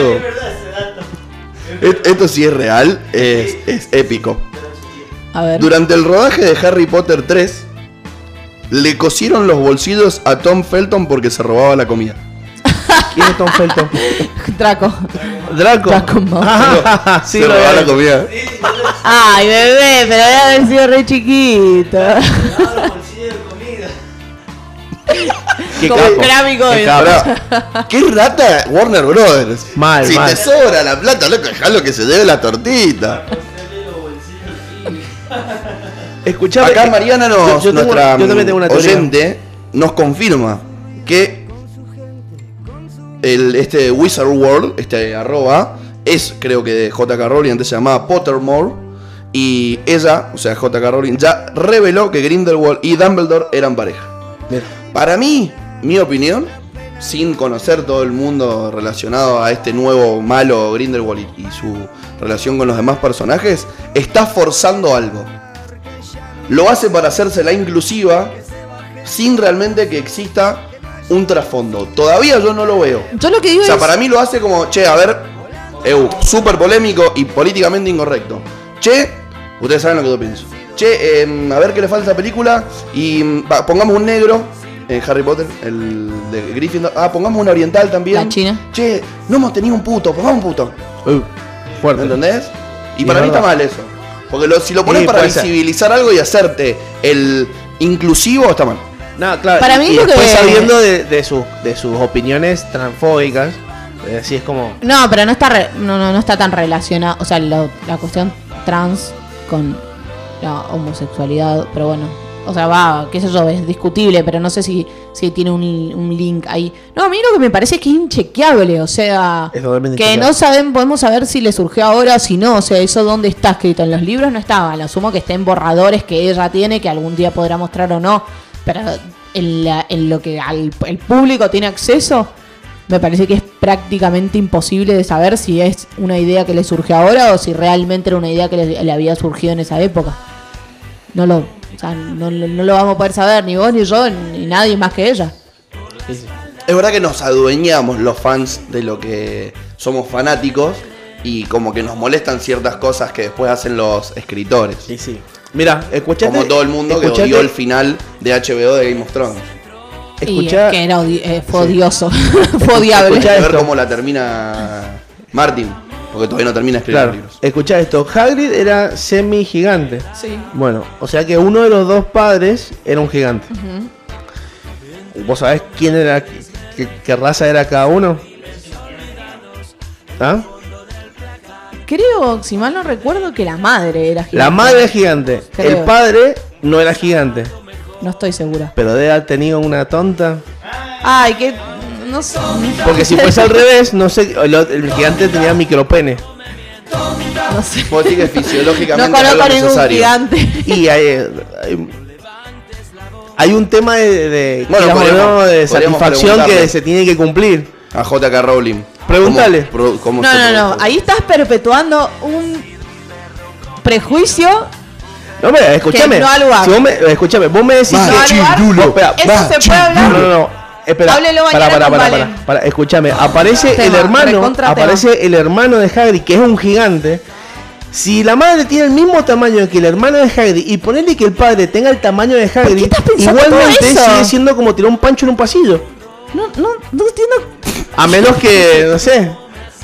Et- Esto sí es real, es, es épico. A ver. Durante el rodaje de Harry Potter tres, le cosieron los bolsillos a Tom Felton porque se robaba la comida. ¿Quién es Tom Felton? Draco. Draco. Draco Malfoy. Ah, sí, se lo robaba había la comida. Ay, bebé, pero debe haber sido re chiquito. Qué Como capo. Krabby Qué Goyle. capo. Ahora, ¿qué rata Warner Brothers? Mal, si mal. te sobra la plata, loco, dejalo que se lleve la tortita. Escuchame. Acá eh, Mariana nos, yo- yo tengo- nuestra yo también tengo una teoría. oyente, nos confirma que el, este Wizard World, este arroba, es creo que de J K Rowling, antes se llamaba Pottermore, y ella, o sea J K Rowling, ya reveló que Grindelwald y Dumbledore eran pareja. Mira. Para mí, mi opinión, sin conocer todo el mundo relacionado a este nuevo malo Grindelwald y, y su relación con los demás personajes, está forzando algo. Lo hace para hacerse la inclusiva sin realmente que exista un trasfondo. Todavía yo no lo veo. Yo lo que digo O sea, es. para mí lo hace como, che, a ver, eu, súper polémico y políticamente incorrecto. Che, ustedes saben lo que yo pienso. Che, eh, a ver qué le falta a esta película y mm, va, pongamos un negro en Harry Potter, el de Gryffindor. Ah, pongamos un oriental también. La china. Che, no hemos tenido un puto, pongamos un puto. Uh, ¿Me fuerte. entendés? Y Y para es mí está verdad. mal eso. Porque lo- si lo pones Sí, para puede ser. visibilizar algo y hacerte el inclusivo, está mal. No, claro. Para y, mí y lo que- después sabiendo de, de, sus, de sus opiniones transfóbicas, eh, así es como. No, pero no está re- no, no, no está tan relacionado. O sea, lo- la cuestión trans con la homosexualidad, pero bueno. O sea, va, qué sé yo, es discutible, pero no sé si, si tiene un, un link ahí. No, a mí lo que me parece es que es inchequeable, o sea, Es totalmente que inchequeable. no saben, podemos saber si le surgió ahora o si no, o sea, eso dónde está escrito. En los libros no estaba, lo asumo que esté en borradores que ella tiene, que algún día podrá mostrar o no, pero en, la- en lo que al, el público tiene acceso, me parece que es prácticamente imposible de saber si es una idea que le surgió ahora o si realmente era una idea que le, le había surgido en esa época. No lo, o sea, no, lo- no lo vamos a poder saber, ni vos, ni yo, ni nadie más que ella. Sí, sí. Es verdad que nos adueñamos los fans de lo que somos fanáticos y como que nos molestan ciertas cosas que después hacen los escritores. Sí, sí. Mira, escuchate. Como todo el mundo que escuchate- odió el final de H B O de Game of Thrones. Escuchá- Y que era odi- eh, fue odioso, fue odiable. Escuchá Hay que ver esto. cómo la termina Martin, porque todavía no termina de escribir Claro, los libros. escuchá esto. Hagrid era semi-gigante. Sí. Bueno, o sea que uno de los dos padres era un gigante. ¿Vos sabés quién era, qué, qué raza era cada uno? ¿Ah? Creo, si mal no recuerdo, que la madre era gigante. La madre era gigante. Creo. El padre no era gigante. No estoy segura. Pero debe haber tenido una tonta. Ay, que. No sé. Porque si fuese al revés, no sé. El, el gigante tenía micropene. No sé. Vos decís que No fisiológicamente es algo conozco ningún necesario. gigante. Y hay, hay, hay un tema de, de, Bueno, digamos, podríamos- ¿no? de podríamos satisfacción que preguntarle. se tiene que cumplir. A J K. Rowling. Pregúntale. ¿Cómo, pro- cómo No, se no, no. produjo? Ahí estás perpetuando un prejuicio. No, me, escúchame. Que no al lugar. Si vos me, escúchame, vos me decís Va, que. no al lugar. chirulo, Vos, espera, Eso va, se puede hablar. No, no, no. Espera. Háblelo para, mañana para, con para, Valen. para, para. Escúchame, aparece Tema, el hermano. recontra tema. Aparece el hermano de Hagrid, que es un gigante. Si la madre tiene el mismo tamaño que el hermano de Hagrid y ponerle que el padre tenga el tamaño de Hagrid, estás pensando igualmente todo eso? sigue siendo como tirar un pancho en un pasillo. No, no, no entiendo. A menos que, no sé.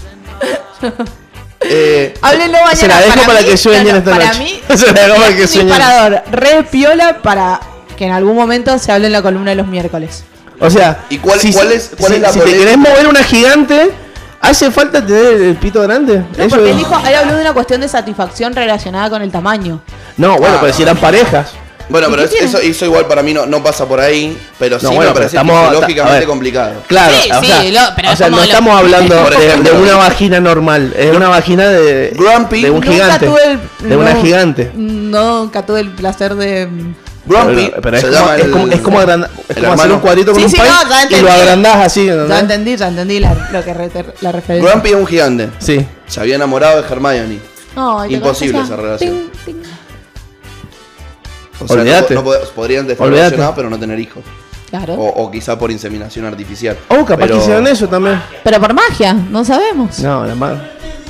Eh, Háblenlo mañana. Se la dejo para que sueñen esta para noche. mí, Se la dejo para que es un sueñen. disparador re piola para que en algún momento se hable en la columna de los miércoles. O sea, ¿Y cuál- si, cuál es- cuál si- es la si te polémica? querés mover una gigante, ¿hace falta tener el pito grande? No, Eso porque es- él dijo, él habló de una cuestión de satisfacción relacionada con el tamaño. No, bueno, Ah. pero si eran parejas. bueno, ¿Y pero qué es- tiene? eso, eso igual para mí no, no pasa por ahí. Pero sí No, me bueno, pero parece estamos- a fisiológicamente ver. complicado. Claro, Sí, o sí, sea, lo- pero o es sea, como no lo- estamos hablando Por de, ejemplo. de una vagina normal, es una vagina de, Grumpy. de un Nunca gigante. tuve el- de una no, gigante. Nunca tuve el placer de... Grumpy Pero, pero es, se como, llama es, el- como, es como, agranda- es el como hacer hermano. un cuadrito con Sí, un sí, país no, ya y entendí. lo agrandás así, Ya ¿entendés? entendí, ya entendí la, lo que re- la referencia. Grumpy es un gigante. Sí. Se había enamorado de Hermione. No, y te Imposible conoces esa a- relación. ting, ting. O sea, no, Olvídate. no pod- podrían estar Olvídate. relacionados pero no tener hijos. Claro. O, o quizá por inseminación artificial. Oh, capaz Pero- que hicieron eso también. Pero por magia, no sabemos. No, la madre.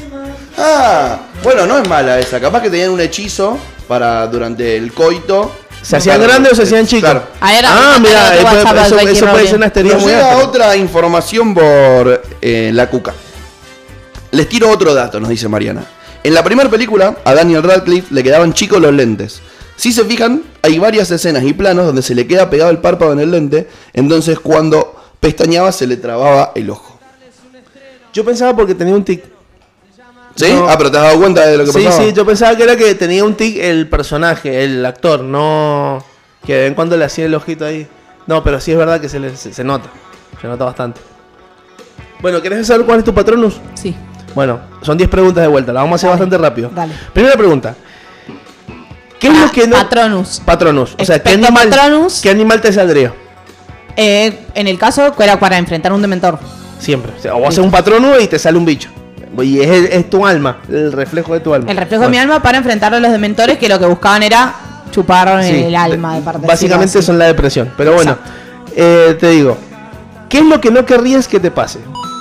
Ah, bueno, no es mala esa. Capaz que tenían un hechizo para durante el coito. ¿Se hacían Claro, grandes o se eh, hacían chicos? claro. A ver, Ah, ahorita mira, te eso, WhatsApp al eso- Becky eso puede Rowling. ser una teoría Nos muy llega áspera. otra información por eh, la cuca. Les tiro otro dato, nos dice Mariana. En la primera película, a Daniel Radcliffe le quedaban chicos los lentes. Si se fijan, hay varias escenas y planos donde se le queda pegado el párpado en el lente, entonces cuando pestañeaba se le trababa el ojo. Yo pensaba porque tenía un tic. ¿Sí? No. Ah, pero te has dado cuenta de lo que Sí, pasaba. sí, yo pensaba que era que tenía un tic el personaje, el actor, no que de vez en cuando le hacía el ojito ahí. No, pero sí es verdad que se, le, se, se nota, se nota bastante. Bueno, ¿querés saber cuál es tu Patronus? Sí, Bueno, son diez preguntas de vuelta, las vamos a hacer Dale, bastante rápido. dale. Primera pregunta. ¿Qué es Ah, lo que no... Patronus. Patronus, o sea, ¿qué Expecto animal, Patronus. ¿qué animal te saldría? Eh, en el caso que era para enfrentar a un dementor. Siempre. O sea, o haces un Patronus y te sale un bicho. Y es, el- es tu alma, el reflejo de tu alma. El reflejo de mi alma para enfrentar a los dementores que lo que buscaban era chupar Sí, el alma de parte Básicamente son la depresión. Pero bueno, eh, te digo, ¿qué es lo que no querrías que te pase?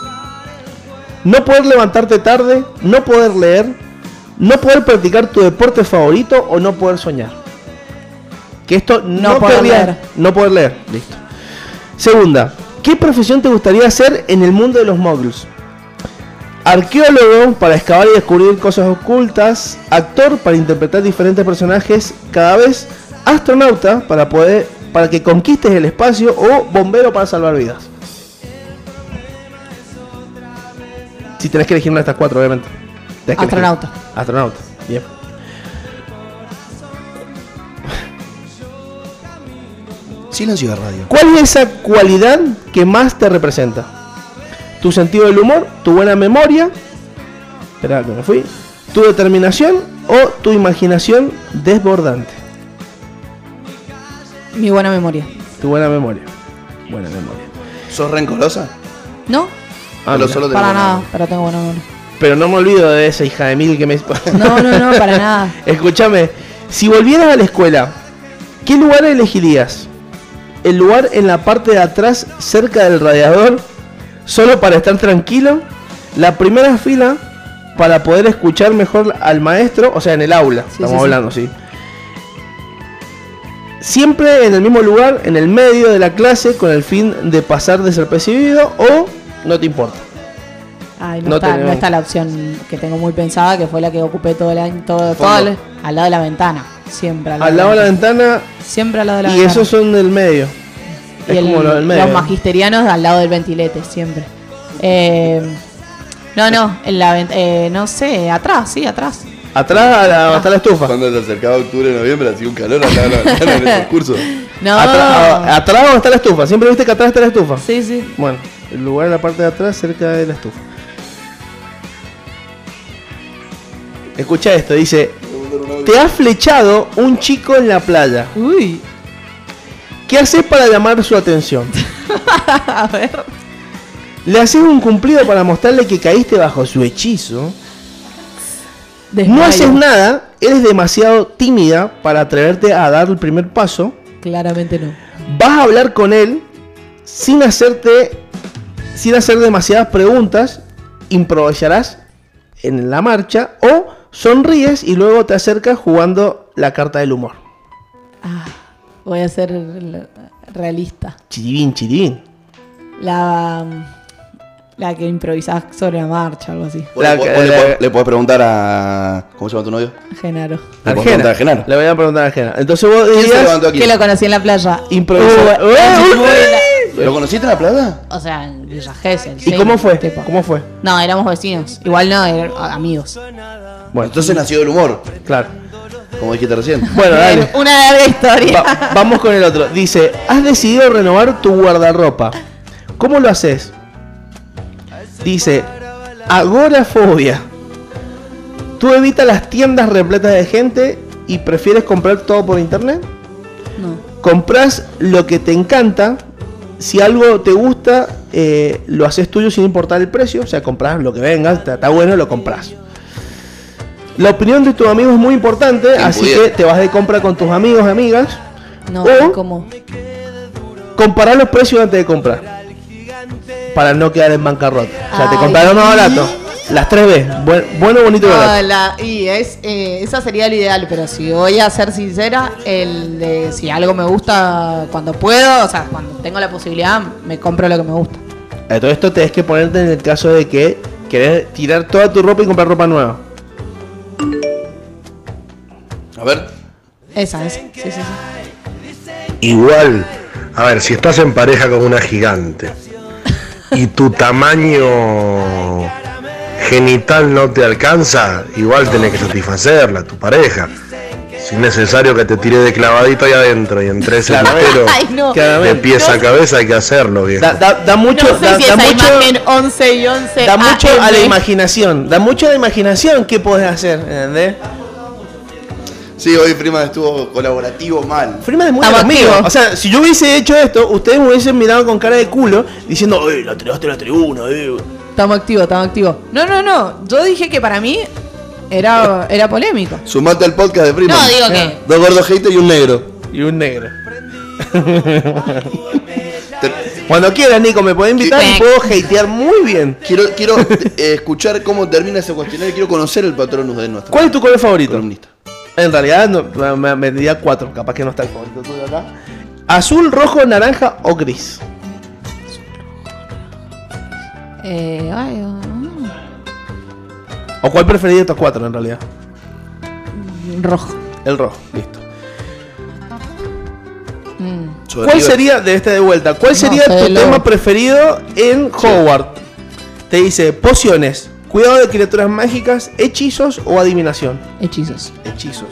No poder levantarte tarde, no poder leer, no poder practicar tu deporte favorito o no poder soñar. Que esto no, No poder querrías- leer. No poder leer, listo. Segunda, ¿qué profesión te gustaría hacer en el mundo de los muggles? Arqueólogo para excavar y descubrir cosas ocultas, actor para interpretar diferentes personajes cada vez, astronauta para poder para que conquistes el espacio o bombero para salvar vidas. Si tenés que elegir una de estas cuatro, obviamente. Tenés que elegir. Astronauta. Astronauta, bien. Silencio de radio. ¿Cuál es esa cualidad que más te representa? ¿Tu sentido del humor? ¿Tu buena memoria? Espera, que me fui. ¿Tu determinación o tu imaginación desbordante? Mi buena memoria. Tu buena memoria. Buena memoria. ¿Sos rencorosa? ¿No? Ah, Pero mira. solo te Para lo- nada, pero tengo buena memoria. Pero no me olvido de esa hija de mil que me... No, no, no, para nada. Escúchame, si volvieras a la escuela, ¿qué lugar elegirías? ¿El lugar en la parte de atrás, cerca del radiador, solo para estar tranquilo? ¿La primera fila para poder escuchar mejor al maestro? O sea, en el aula, Sí, estamos sí, sí. hablando, sí. Siempre en el mismo lugar, en el medio de la clase, con el fin de pasar desapercibido, o no te importa. Ay, no, No está, tenemos- no está la opción que tengo muy pensada, que fue la que ocupé todo el año, todo, todo Fondo. el- al lado de la ventana. Siempre al lado, Al lado de la ventana, Siempre al lado de la y ventana. esos son del medio. Y Es el- como lo del medio. los magisterianos al lado del ventilete, siempre. Eh, no, no, en la, ven- eh, no sé, atrás, sí, atrás. Atrás a la, hasta la estufa. Cuando se acercaba octubre, noviembre, hacía un calor acá en la ventana en esos cursos. No, Atra- atrás donde está la estufa. Siempre viste que atrás está la estufa. sí, sí. Bueno, el lugar en la parte de atrás, cerca de la estufa. Escucha esto, dice: te ha flechado un chico en la playa. Uy, ¿Qué haces para llamar su atención? A ver. Le haces un cumplido para mostrarle que caíste bajo su hechizo. Desmayo. No haces nada, eres demasiado tímida para atreverte a dar el primer paso. Claramente no. Vas a hablar con él sin hacerte, sin hacer demasiadas preguntas. Improvisarás en la marcha o sonríes y luego te acercas jugando la carta del humor. Ah, voy a ser l- realista. Chiribín, chiribín. La, la que improvisás sobre la marcha, algo así. Vos La- le, vos la- le podés- le podés preguntar a... ¿Cómo se llama tu novio? Genaro. Le podés preguntar a Genaro. Le voy a preguntar a Genaro. Entonces vos ¿Quién se dirías levantó aquí? Que lo conocí en la playa. improvisar. Uh, ¡Eh, muy ¿Lo conociste en la playa? O sea, en Villa Gesell. ¿Y sí, cómo fue? tipo. ¿Cómo fue? No, éramos vecinos. Igual no, eran amigos. Bueno, Entonces nació el humor, claro. como dijiste recién. Bueno, dale. Una larga historia. Va- vamos con el otro. Dice, has decidido renovar tu guardarropa. ¿Cómo lo haces? Dice, agorafobia. Tú evitas las tiendas repletas de gente y prefieres comprar todo por internet. No. Compras lo que te encanta. Si algo te gusta, eh, lo haces tuyo sin importar el precio. O sea, compras lo que venga, está, está bueno, lo compras. La opinión de tus amigos es muy importante, Quien así pudiera. que te vas de compra con tus amigos y amigas. No, O- ¿cómo? Comparar los precios antes de comprar. Para no quedar en bancarrota. O sea, te Ay. compraron más barato. Las tres veces. Buen- bueno, bonito y No, barato. la- y es, eh, esa sería lo ideal, pero si voy a ser sincera, el de si algo me gusta cuando puedo, o sea, cuando tengo la posibilidad, me compro lo que me gusta. A todo esto tenés que ponerte en el caso de que querés tirar toda tu ropa y comprar ropa nueva. A ver. Esa, esa. Sí, sí, sí. Igual, a ver, si estás en pareja con una gigante y tu tamaño genital no te alcanza, igual tenés que satisfacerla, tu pareja. Si es necesario que te tire de clavadito ahí adentro y entre ese Claramente. putero Ay, no. de Claramente. pies a cabeza hay que hacerlo, viejo. Da, da- da mucho, No sé da, si da esa mucho, imagen once y once. da mucho a la A M. imaginación. Da mucho a la imaginación qué podés hacer, ¿entendés? Sí, hoy Prima estuvo colaborativo mal. Freeman es muy Estamos amigo. activos. O sea, si yo hubiese hecho esto, ustedes me hubiesen mirado con cara de culo diciendo, ¡eh, la tiraste a la tribuna! Eh. Estamos activos, estamos activos. No, no, no. Yo dije que para mí era, era polémico. Sumate al podcast de Prima. No, digo que. Dos gordos haters y un negro. Y un negro. Te- Cuando quieras, Nico, me podés invitar y Sí. puedo hatear muy bien. Quiero, quiero eh, escuchar cómo termina ese cuestionario. Quiero conocer el patronus de nuestro ¿Cuál es tu color favorito? columnista. En realidad no, me, me diría cuatro, capaz que no está el favorito tuyo acá. Azul, rojo, naranja o gris. Eh, ay, oh, ¿O cuál preferís de estos cuatro en realidad? rojo. El rojo, listo. Mm. Sobre ¿Cuál River. sería, de este de vuelta, cuál No sería sé, tu lo- tema preferido en Hogwarts? Te dice pociones, cuidado de criaturas mágicas, hechizos o adivinación. Hechizos. Hechizos.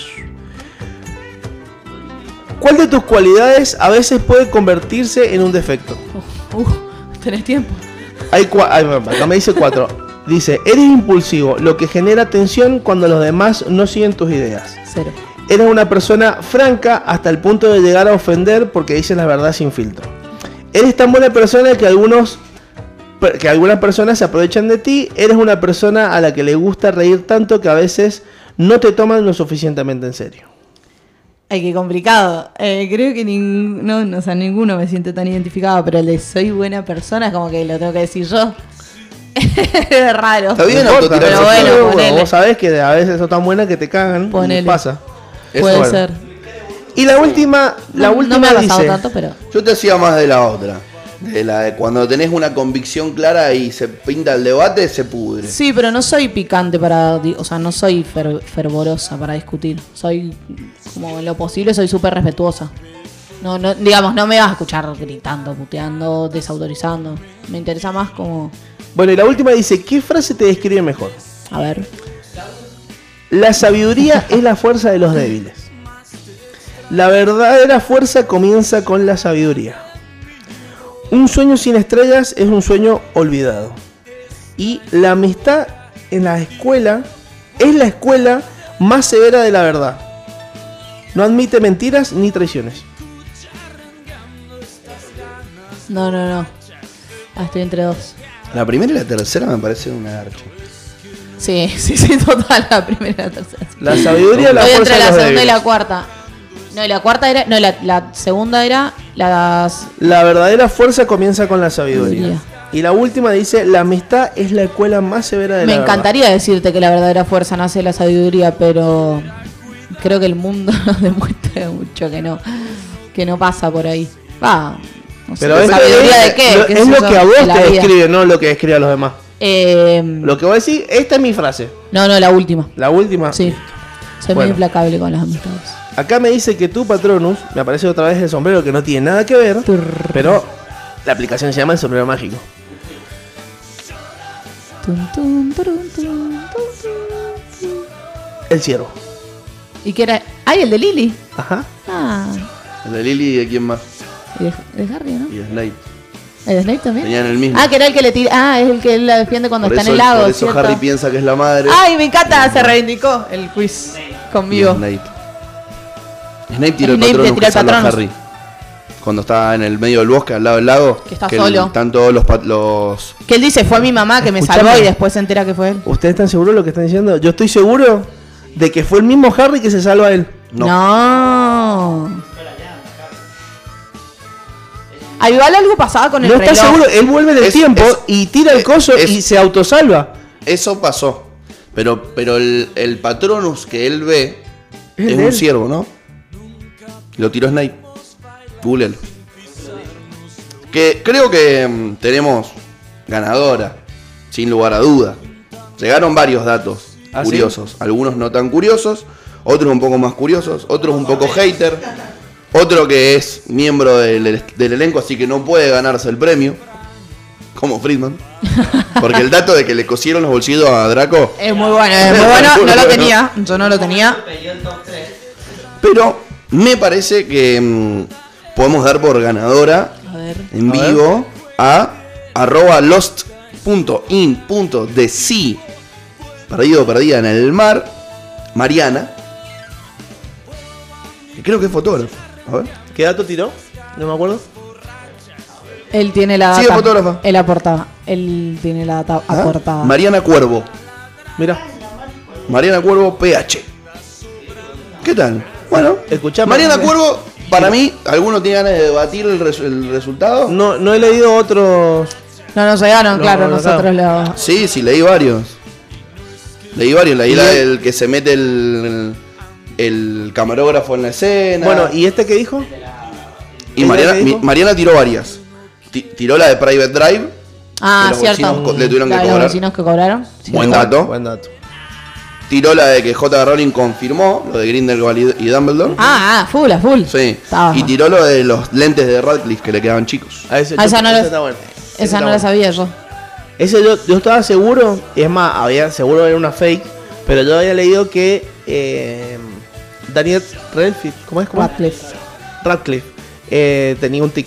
¿Cuál de tus cualidades a veces puede convertirse en un defecto? Uh, tenés tiempo. Hay cua- ay, acá me dice cuatro. Dice, eres impulsivo, lo que genera tensión cuando los demás no siguen tus ideas. Cero. Eres una persona franca hasta el punto de llegar a ofender porque dices la verdad sin filtro. Eres tan buena persona que algunos que algunas personas se aprovechan de ti. Eres una persona a la que le gusta reír tanto que a veces no te toman lo suficientemente en serio. Ay, qué complicado. Eh, creo que nin- no, no, o sea, ninguno me siente tan identificado, pero el de soy buena persona es como que lo tengo que decir yo. Es raro. Está bien No importa, autotirarse, pero bueno, pero ponele. vos sabés que a veces sos tan buena que te cagan. y Ponele. Pasa. Eso Puede bueno. ser. Y la última, la no, última no me ha pasado dice, tanto, pero. Yo te hacía más de la otra. De la de cuando tenés una convicción clara y se pinta el debate, se pudre. Sí, pero no soy picante para. di- O sea, no soy fer- fervorosa para discutir. Soy, como en lo posible, soy súper respetuosa. No, no, digamos, no me vas a escuchar gritando, puteando, desautorizando. Me interesa más como. bueno, y la última dice, ¿qué frase te describe mejor? A ver. La sabiduría es la fuerza de los débiles. La verdadera fuerza comienza con la sabiduría. Un sueño sin estrellas es un sueño olvidado. Y la amistad en la escuela es la escuela más severa de la verdad. No admite mentiras ni traiciones. No, no, no. Ah, estoy entre dos. La primera y la tercera me parece una garcha. Sí, sí, sí, total, la primera y la tercera. La sabiduría, la Estoy fuerza entre de la los segunda y débiles. la cuarta. No, y la cuarta era. No, la, la segunda era las. La verdadera fuerza comienza con la sabiduría. Sabiduría. Y la última dice, la amistad es la escuela más severa de Me la verdad. encantaría decirte que la verdadera fuerza nace de la sabiduría, pero creo que el mundo nos demuestra mucho que no, que no pasa por ahí. Va, no sé, Pero es, ¿sabiduría es- de qué? lo- ¿Qué es sé lo yo? que a vos De la te vida. describe, no lo que describe a los demás. Eh, Lo que vos decís, esta es mi frase. no, no, la última. La última. Sí. Soy Bueno. muy implacable con las amistades. Acá me dice que tu Patronus, me aparece otra vez el sombrero que no tiene nada que ver, pero la aplicación se llama el sombrero mágico. Tum, tum, turum, tum, tum, tum. El ciervo. ¿Y qué era? ¡Ay, el de Lily! Ajá. Ah, El de Lily y de quién más. el de, de Harry, ¿no? Y de Snape. ¿El de Snape también? Tenían el mismo. Ah, que era el que le tira. Ah, es el que él la defiende cuando por está eso, en el lago. por eso ¿cierto? Harry piensa que es la madre. Ay, me encanta, se reivindicó el quiz Y conmigo. Snape. Snape tiró Snape el le patrón tiró que el salva a Patronus. Harry. Cuando está en el medio del bosque, al lado del lago. Que está el- solo. Están todos los, pat- los... Que él dice, fue mi mamá que me Escuchame. salvó y después se entera que fue él. ¿Ustedes están seguros de lo que están diciendo? Yo estoy seguro de que fue el mismo Harry que se salva a él. No. No. Ah, igual algo pasaba con el No reloj. está seguro, él vuelve del Es- tiempo es- y tira el es- coso es- y se autosalva. Eso pasó. Pero, pero el, el Patronus que él ve Es es de un él. ciervo, ¿no? Lo tiró Snape. Googlealo. Que creo que mm, tenemos ganadora, sin lugar a duda. Llegaron varios datos ¿Ah, sí? curiosos. Algunos no tan curiosos, otros un poco más curiosos, otros un poco hater. Otro que es miembro del, del elenco, así que no puede ganarse el premio. Como Friedman. Porque el dato de que le cosieron los bolsillos a Draco. Es muy bueno, es muy bueno. No lo tenía, yo no lo tenía. Pero me parece que mm, podemos dar por ganadora A ver. en A ver. vivo a arroba lost.in.dc perdido o perdida en el mar, Mariana, que creo que es fotógrafo. A ver. ¿Qué dato tiró? No me acuerdo. Él tiene la data. Sí, es fotógrafa. Él aportaba. Él tiene la data ¿Ah? aportada. Mariana Cuervo. Mira, Mariana Cuervo P H. ¿Qué tal? Bueno, Escuchame. Mariana Cuervo, para mí, ¿alguno tiene ganas de debatir el, res- el resultado? no, no he leído otros. No nos llegaron, No, claro, no, nosotros lo. Sí, sí, leí varios. Leí varios. Leí Y la el- del que se mete el, el camarógrafo en la escena. Bueno, ¿y este qué dijo? Y ¿es Mariana, la que mi- dijo? Mariana tiró varias. Ti- Tiró la de Private Drive. Ah, que los cierto. vecinos co- le tuvieron La que de los cobrar. vecinos que cobraron. Sí. Buen dato. Buen dato. Tiró la de que J. Rowling confirmó, lo de Grindelwald y y Dumbledore. Ah, ah, full, a full. Sí. Estaba. Y tiró lo de los lentes de Radcliffe que le quedaban chicos. Ah, ese, Ah, esa no ese la- está bueno. Ese Esa está no la bueno. sabía yo. Ese yo, yo estaba seguro, y es más, había seguro era una fake, pero yo había leído que eh, Daniel Radcliffe, ¿cómo es? ¿Cómo es? Radcliffe. Radcliffe eh, tenía un tic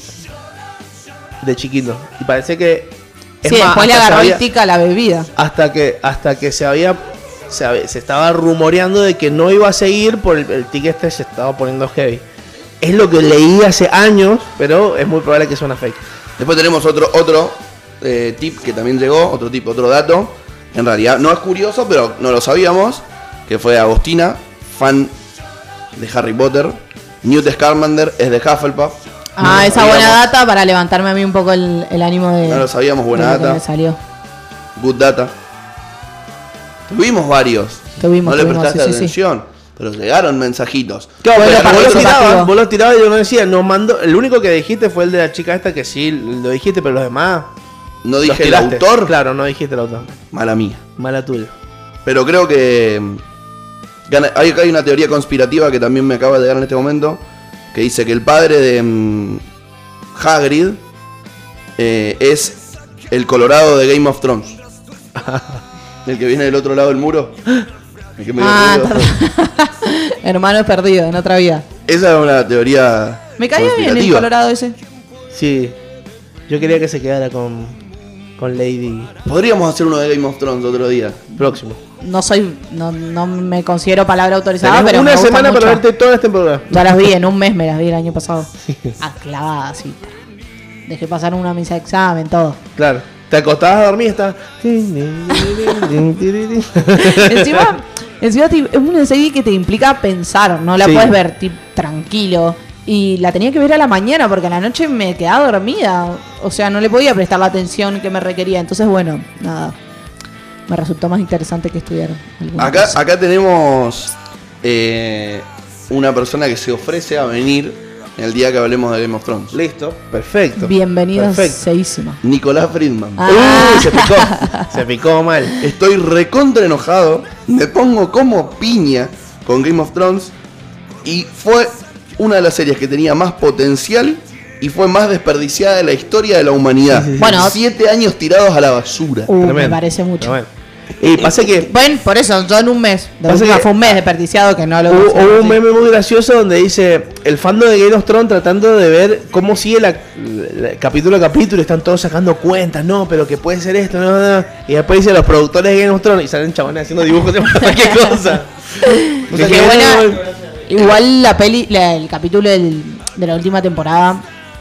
de chiquito y parece que es Sí, más, después le hasta agarró se el había- tic a la bebida. hasta que hasta que se había se, había- se estaba rumoreando de que no iba a seguir por el, el tic este se estaba poniendo heavy. Es lo que leí hace años, pero es muy probable que sea una fake. Después tenemos otro otro eh, tip que también llegó, otro tip, otro dato. En realidad no es curioso, pero no lo sabíamos. Que fue Agostina, fan de Harry Potter. Newt Scamander es de Hufflepuff. Ah, No lo esa buena sabíamos. data para levantarme a mí un poco el, el ánimo de. No lo sabíamos, buena de lo que data. me salió. Good data. Tuvimos varios. Tuvimos, no le tuvimos, prestaste sí, sí, sí. atención. Pero llegaron mensajitos. Claro, Fue pero lo vos lo participativo. tirabas, vos lo tirabas y yo no decía, no mando, el único que dijiste fue el de la chica esta que sí lo dijiste, pero los demás No los dije el tiraste. autor. Claro, no dijiste el autor. Mala mía. Mala tuya. Pero creo que mm, gana- hay, hay una teoría conspirativa que también me acaba de llegar en este momento, que dice que el padre de mm, Hagrid eh, es el Colorado de Game of Thrones. El que viene del otro lado del muro. El que me dio Ah, ruido. está- hermano perdido en otra vida. Esa es una teoría Me caía bien el conspirativa. colorado ese. Sí. Yo quería que se quedara con, con Lady Podríamos hacer uno de Game of Thrones otro día. próximo. No soy, no, no me considero palabra autorizada, Tenés pero una me gusta semana para mucho. verte todas las temporadas. Ya las vi, en un mes me las vi el año pasado. Aclavadas, sí. Dejé pasar una misa de examen, todo. Claro. Te acostabas a dormir y estabas. Encima, encima te- es una serie que te implica pensar, no la Sí. puedes ver tip, tranquilo. Y la tenía que ver a la mañana porque a la noche me quedaba dormida. O sea, no le podía prestar la atención que me requería. Entonces, bueno, nada. Me resultó más interesante que estudiar. alguna Acá, cosa. acá tenemos eh, una persona que se ofrece a venir el día que hablemos de Game of Thrones. Listo. Perfecto. Bienvenidos, Perfecto. seísima. Nicolás Friedman. Ah. Uy, se picó. Se picó mal. Estoy recontra enojado. Me pongo como piña con Game of Thrones. Y fue una de las series que tenía más potencial y fue más desperdiciada de la historia de la humanidad. Sí, sí, sí. Bueno. Siete años tirados a la basura. Uh, me Tremendo. parece mucho. Tremendo. Y pasa que Bueno, por eso, yo en un mes. De Pasa última que- fue un mes desperdiciado que no lo hubo, usé, hubo un sí. meme muy gracioso donde dice el fandom de Game of Thrones tratando de ver cómo sigue la, la- capítulo a capítulo y están todos sacando cuentas, no, pero que puede ser esto, no, no. Y después dice los productores de Game of Thrones y salen chabones haciendo dibujos de cualquier cosa. O sea, Qué que buena- bueno, Igual la peli, la- el capítulo del- de la última temporada,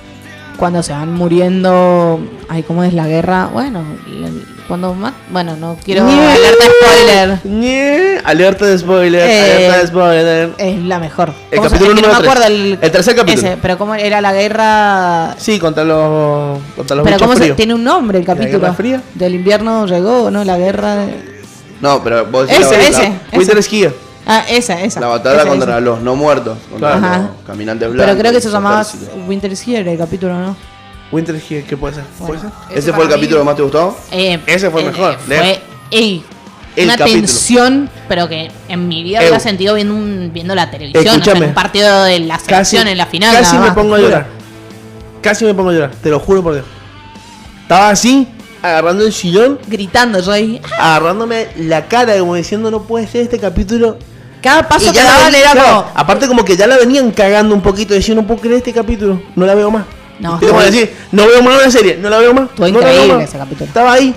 cuando se van muriendo, ay, ¿cómo es la guerra? Bueno, y- cuando ma- bueno, no quiero Ñe. alerta spoiler. Ñe. Alerta de spoiler, Eh, alerta de spoiler. Es la mejor. El ¿Cómo se- capítulo es que no me número tres. acuerdo el, El tercer capítulo. ese, pero cómo era la guerra. Sí, contra los contra los Pero bichos cómo se, fríos. tiene un nombre el ¿La capítulo. Guerra Fría? Del invierno llegó, ¿no? La guerra de... No, pero vos decís Ese, la, ese. la- Winter is here. Ah, esa, esa. la batalla esa, contra esa. los no muertos, contra Ajá. los caminantes blancos. Pero creo que se los llamaba ejércitos. Winter is Here el capítulo, ¿no? Winter is here, ¿qué puede ser? ¿Puede Bueno, ser? ¿Ese fue el para capítulo que mí- más te gustó? Eh, Ese fue eh, mejor, Fue lejos. ey, El una capítulo. tensión, pero que en mi vida Ew. había sentido viendo, un, viendo la televisión. O sea, Escúchame. en un partido de la selección en la final. Casi nada me más, pongo a te juro. llorar. Casi me pongo a llorar, te lo juro por Dios. Estaba así, agarrando el sillón, Gritando yo ahí. agarrándome la cara, como diciendo, no puede ser este capítulo. Cada paso Y que ya la daban ven- era claro, como. aparte como que ya la venían cagando un poquito, decía, no puedo creer este capítulo, no la veo más. No, Tengo que estuvo- decir, no veo más una serie, no la veo más. Estuvo no la veo increíble más. ese capítulo. Estaba ahí.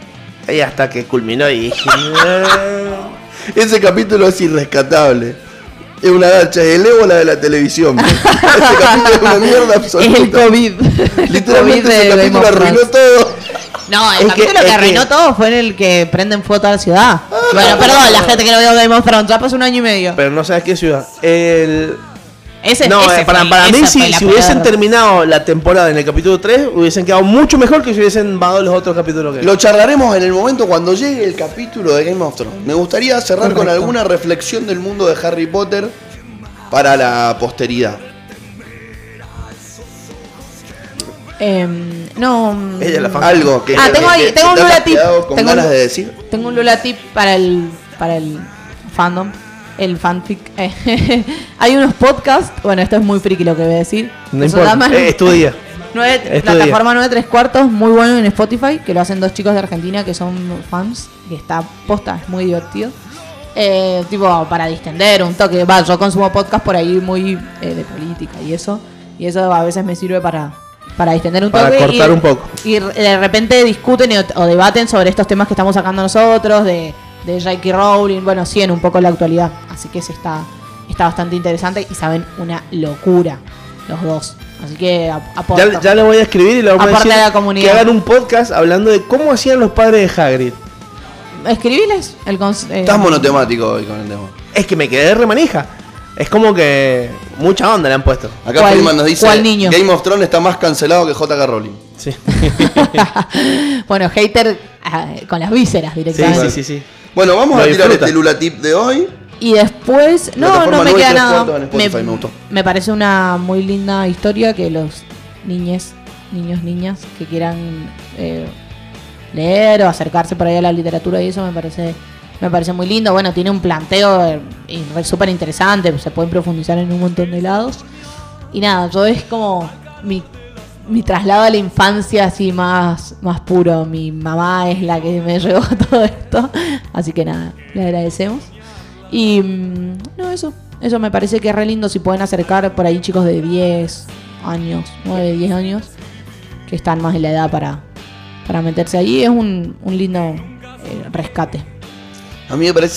Y hasta que culminó y dije, Ese capítulo es irrescatable. Es una gacha, es el ébola de la televisión. Ese capítulo es una mierda absoluta. Es el COVID. El Literalmente COVID ese de Game capítulo of arruinó Thrones. todo. No, el Es que- capítulo que, es que- arruinó todo fue en el que prenden fuego toda la ciudad. Bueno, perdón, la gente que no vio Game of Thrones, ya pasó un año y medio. pero no sabes qué ciudad. El... Ese, No, ese eh, para, fue- para mí esa si, fue la si hubiesen peor. terminado la temporada en el capítulo tres, hubiesen quedado mucho mejor que si hubiesen dado los otros capítulos que Lo charlaremos en el momento cuando llegue el capítulo de Game of Thrones. Me gustaría cerrar con Correcto. alguna reflexión del mundo de Harry Potter para la posteridad. Em, no. mm, Ella es la fan. Algo que, Ah, tengo que- ahí, que tengo un te hayas Lula tip. quedado con Tengo ganas un- de decir. Tengo un Lula tip para el, para el fandom, el fanfic. Eh, Hay unos podcasts, bueno, esto es muy friki lo que voy a decir. no que se importa. llaman Eh, estudia. nueve- estudia. plataforma nueve tres cuartos, muy bueno en Spotify, que lo hacen dos chicos de Argentina que son fans, que está posta, es muy divertido. Eh, tipo, para distender un toque. Va, yo consumo podcast por ahí muy eh, de política y eso. Y eso a veces me sirve para, para distender un Para toque. cortar y, un poco. Y de repente discuten y- o debaten sobre estos temas que estamos sacando nosotros, de, de J K Rowling. Bueno, sí, en un poco la actualidad. Así que se está, está bastante interesante y saben una locura los dos. Así que ap- aporta. Ya, ya le voy a escribir y le vamos a Aparte decir de la comunidad. que hagan un podcast hablando de cómo hacían los padres de Hagrid. Escribiles el cons- eh, Estás monotemático hoy con el tema. Es que me quedé remanija. Es como que mucha onda le han puesto. Acá ¿Cuál- Friedman nos dice cuál niño? Game of Thrones está más cancelado que J K Rowling. Sí. Bueno, hater ah, con las vísceras Sí, directamente. sí, sí, sí. Bueno, vamos Lo a tirar disfruta. este Lula Tip de hoy. Y después, no, Plataforma no me nueve queda tres nada. cuartos en Spotify, me gustó. me parece una muy linda historia que los niñes, niños, niñas que quieran eh, leer o acercarse por ahí a la literatura y eso me parece me parece muy lindo. Bueno, tiene un planteo eh, y re- súper interesante, se pueden profundizar en un montón de lados. Y nada, yo es como mi, mi traslado a la infancia así más, más puro. Mi mamá es la que me llevó a todo esto. Así que nada, le agradecemos. Y mm, no, eso. Eso me parece que es re lindo si pueden acercar por ahí chicos de diez años, nueve, diez años, que están más en la edad para, para meterse allí. Es un, un lindo eh, rescate. A mí me parece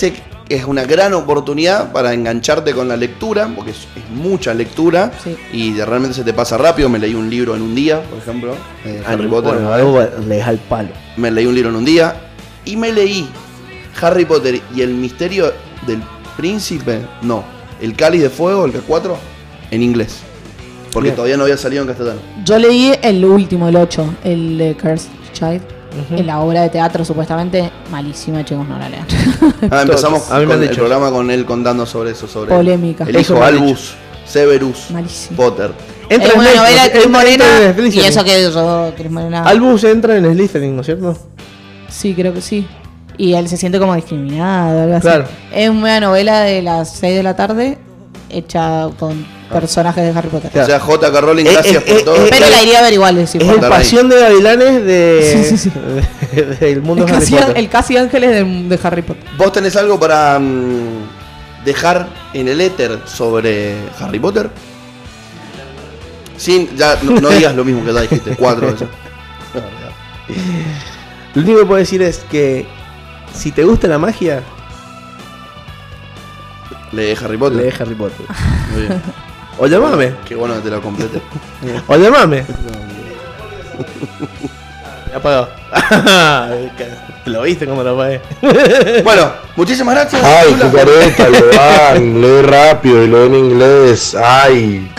es una gran oportunidad para engancharte con la lectura, porque es, es mucha lectura Sí. y de- realmente se te pasa rápido. Me leí un libro en un día, por ejemplo, eh, Harry Potter. Bueno, algo le deja el palo. Me leí un libro en un día y me leí Harry Potter y el misterio del príncipe, no, el cáliz de fuego, el K cuatro, en inglés, porque Bien. todavía no había salido en castellano. Yo leí el último, el ocho, el de Cursed Child. Ujú. En la obra de teatro, supuestamente, malísima, chicos, no la lean. Ah, empezamos A mí me con han el dicho. programa con él contando sobre eso, sobre Polémica. el Eso hijo me han Albus Severus Malísimo. Potter. Entra Es en una Netflix, novela de Cris entra- Morena. entra en Y Slytherin. eso que yo, Cris Morena. Albus entra en Slytherin, ¿no es cierto? Sí, creo que sí. Y él se siente como discriminado, algo así. Claro. Es una novela de las seis de la tarde, hecha con personajes de Harry Potter. O sea, J K Rowling, Eh, gracias eh, por eh, todo. eh, Pero la iría a ver igual, si Es fuera. el Estar ahí. Pasión de Gavilanes de, Sí, sí, sí. de- del mundo el, de Harry casi, Potter. el casi Ángeles de, de Harry Potter. ¿Vos tenés algo para mm, dejar en el éter sobre Harry Potter? Sin, ya no, no digas lo mismo que ya dijiste, cuatro veces. Lo único que puedo decir es que si te gusta la magia, Lee Harry Potter. lee Harry Potter. Muy bien. O llamame, Qué bueno que te lo complete. o llamame. Me apagó. Lo viste como lo apagué. Bueno, muchísimas gracias. Ay, Lula. cucareta, lo dan, lee rápido y lo en inglés. Ay.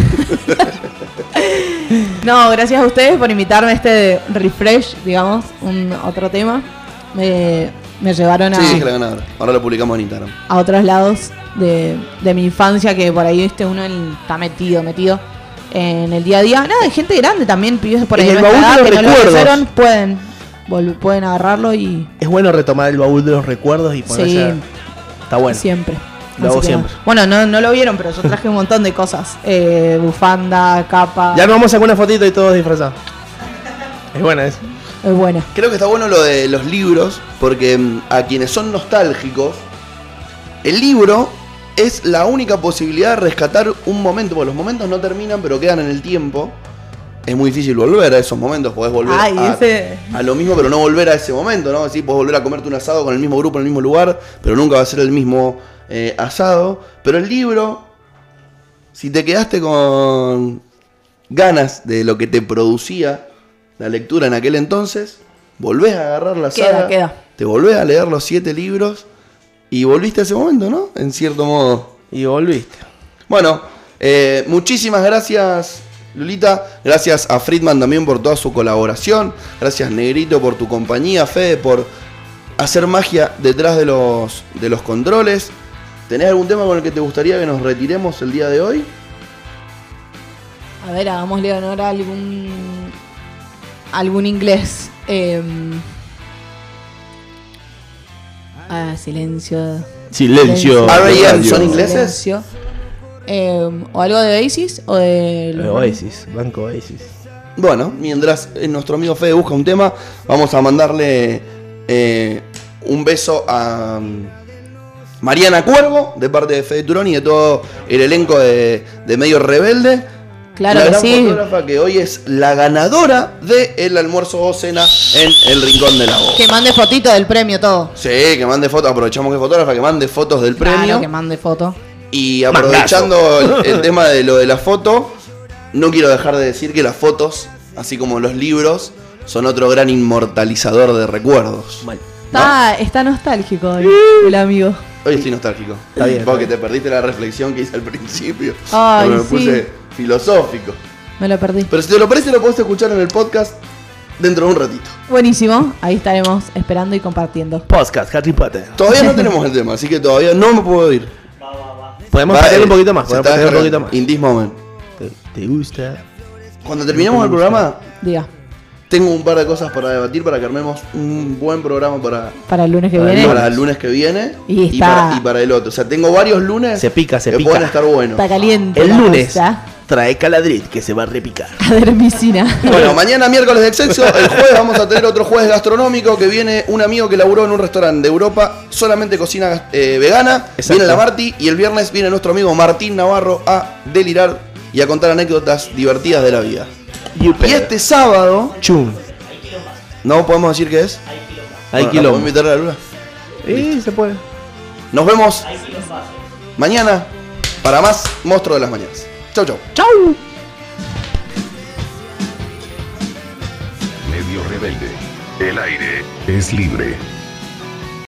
No, gracias a ustedes por invitarme a este refresh, digamos, un otro tema. Me, me llevaron a, Sí, dije la ganadora. Ahora lo publicamos en Instagram. a otros lados de, de mi infancia que por ahí viste uno el- está metido, metido en el día a día. Nada, de gente grande también, pibes por ahí En de el nuestra baúl de edad los que no lo recuerdos. leyeron, pueden, vol- pueden agarrarlo y Es bueno retomar el baúl de los recuerdos y ponerse. Sí. a- Está bueno. siempre. Lo hago Así que siempre. no. Bueno, no, no lo vieron, pero yo traje un montón de cosas. Eh, bufanda, capa. Ya nos vamos a sacar una fotito y todos disfrazados. Es buena eso. Es buena. Creo que está bueno lo de los libros, porque mm, a quienes son nostálgicos, el libro es la única posibilidad de rescatar un momento, porque los momentos no terminan, pero quedan en el tiempo. Es muy difícil volver a esos momentos, podés volver Ay, a, ese- a lo mismo, pero no volver a ese momento, ¿no? Así podés volver a comerte un asado con el mismo grupo en el mismo lugar, pero nunca va a ser el mismo eh, asado. Pero el libro, si te quedaste con ganas de lo que te producía la lectura en aquel entonces, volvés a agarrar la Queda, saga, queda. te volvés a leer los siete libros y volviste a ese momento, ¿no? En cierto modo. Y volviste. Bueno, eh, muchísimas gracias, Lulita. Gracias a Friedman también por toda su colaboración. Gracias, Negrito, por tu compañía. Fede, por hacer magia detrás de los, de los controles. ¿Tenés algún tema con el que te gustaría que nos retiremos el día de hoy? A ver, hagámosle honor a algún. algún inglés. Eh, ah, silencio. Silencio. R E M, Radio. ¿son ingleses? Silencio. Eh, o algo de Oasis o de. los- Oasis, Banco Oasis. Bueno, mientras eh, nuestro amigo Fede busca un tema, vamos a mandarle eh, un beso a um, Mariana Cuervo, de parte de Fede Turón y de todo el elenco de, de Medio Rebelde. Claro la que gran sí. fotógrafa que hoy es la ganadora del almuerzo o cena en el Rincón de la Voz. Que mande fotito del premio todo. Sí, que mande fotos, aprovechamos que es fotógrafa, que mande fotos del premio. Claro, que mande foto. Y aprovechando el, el tema de lo de la foto, no quiero dejar de decir que las fotos, así como los libros, son otro gran inmortalizador de recuerdos. Está, está nostálgico hoy, el amigo. Hoy estoy nostálgico. Está bien, Porque está te perdiste la reflexión que hice al principio. Ay, Porque me sí. puse filosófico. Me lo perdí. Pero si te lo parece, lo podés escuchar en el podcast dentro de un ratito. Buenísimo. Ahí estaremos esperando y compartiendo. Podcast, Harry Potter. Todavía no tenemos el tema, así que todavía no me puedo ir. Podemos Va, patear eh, un poquito más. se Podemos está patear un poquito descargando. más. In this moment. ¿Te, te gusta? Cuando terminemos el programa, Diga, tengo un par de cosas para debatir para que armemos un buen programa para, para el lunes que para, viene. para el lunes que viene Y y, está- para, y para el otro. O sea, tengo varios lunes Se pica, se que pica. pueden estar buenos. Está caliente. El la lunes cosa. trae Caladrit que se va a repicar. A Dermicina. Bueno, mañana miércoles de Excelso, el jueves vamos a tener otro jueves gastronómico que viene un amigo que laburó en un restaurante de Europa, solamente cocina eh, vegana, Exacto. viene la Marti y el viernes viene nuestro amigo Martín Navarro a delirar y a contar anécdotas divertidas de la vida. Y este sábado, Chum. ¿no podemos decir qué es? Hay Bueno, ¿la quilombo. ¿Podemos invitar a la luna? Sí, se puede. Nos vemos mañana para más Monstruo de las Mañanas. Chau, chau. ¡Chau! Medio Rebelde. El aire es libre.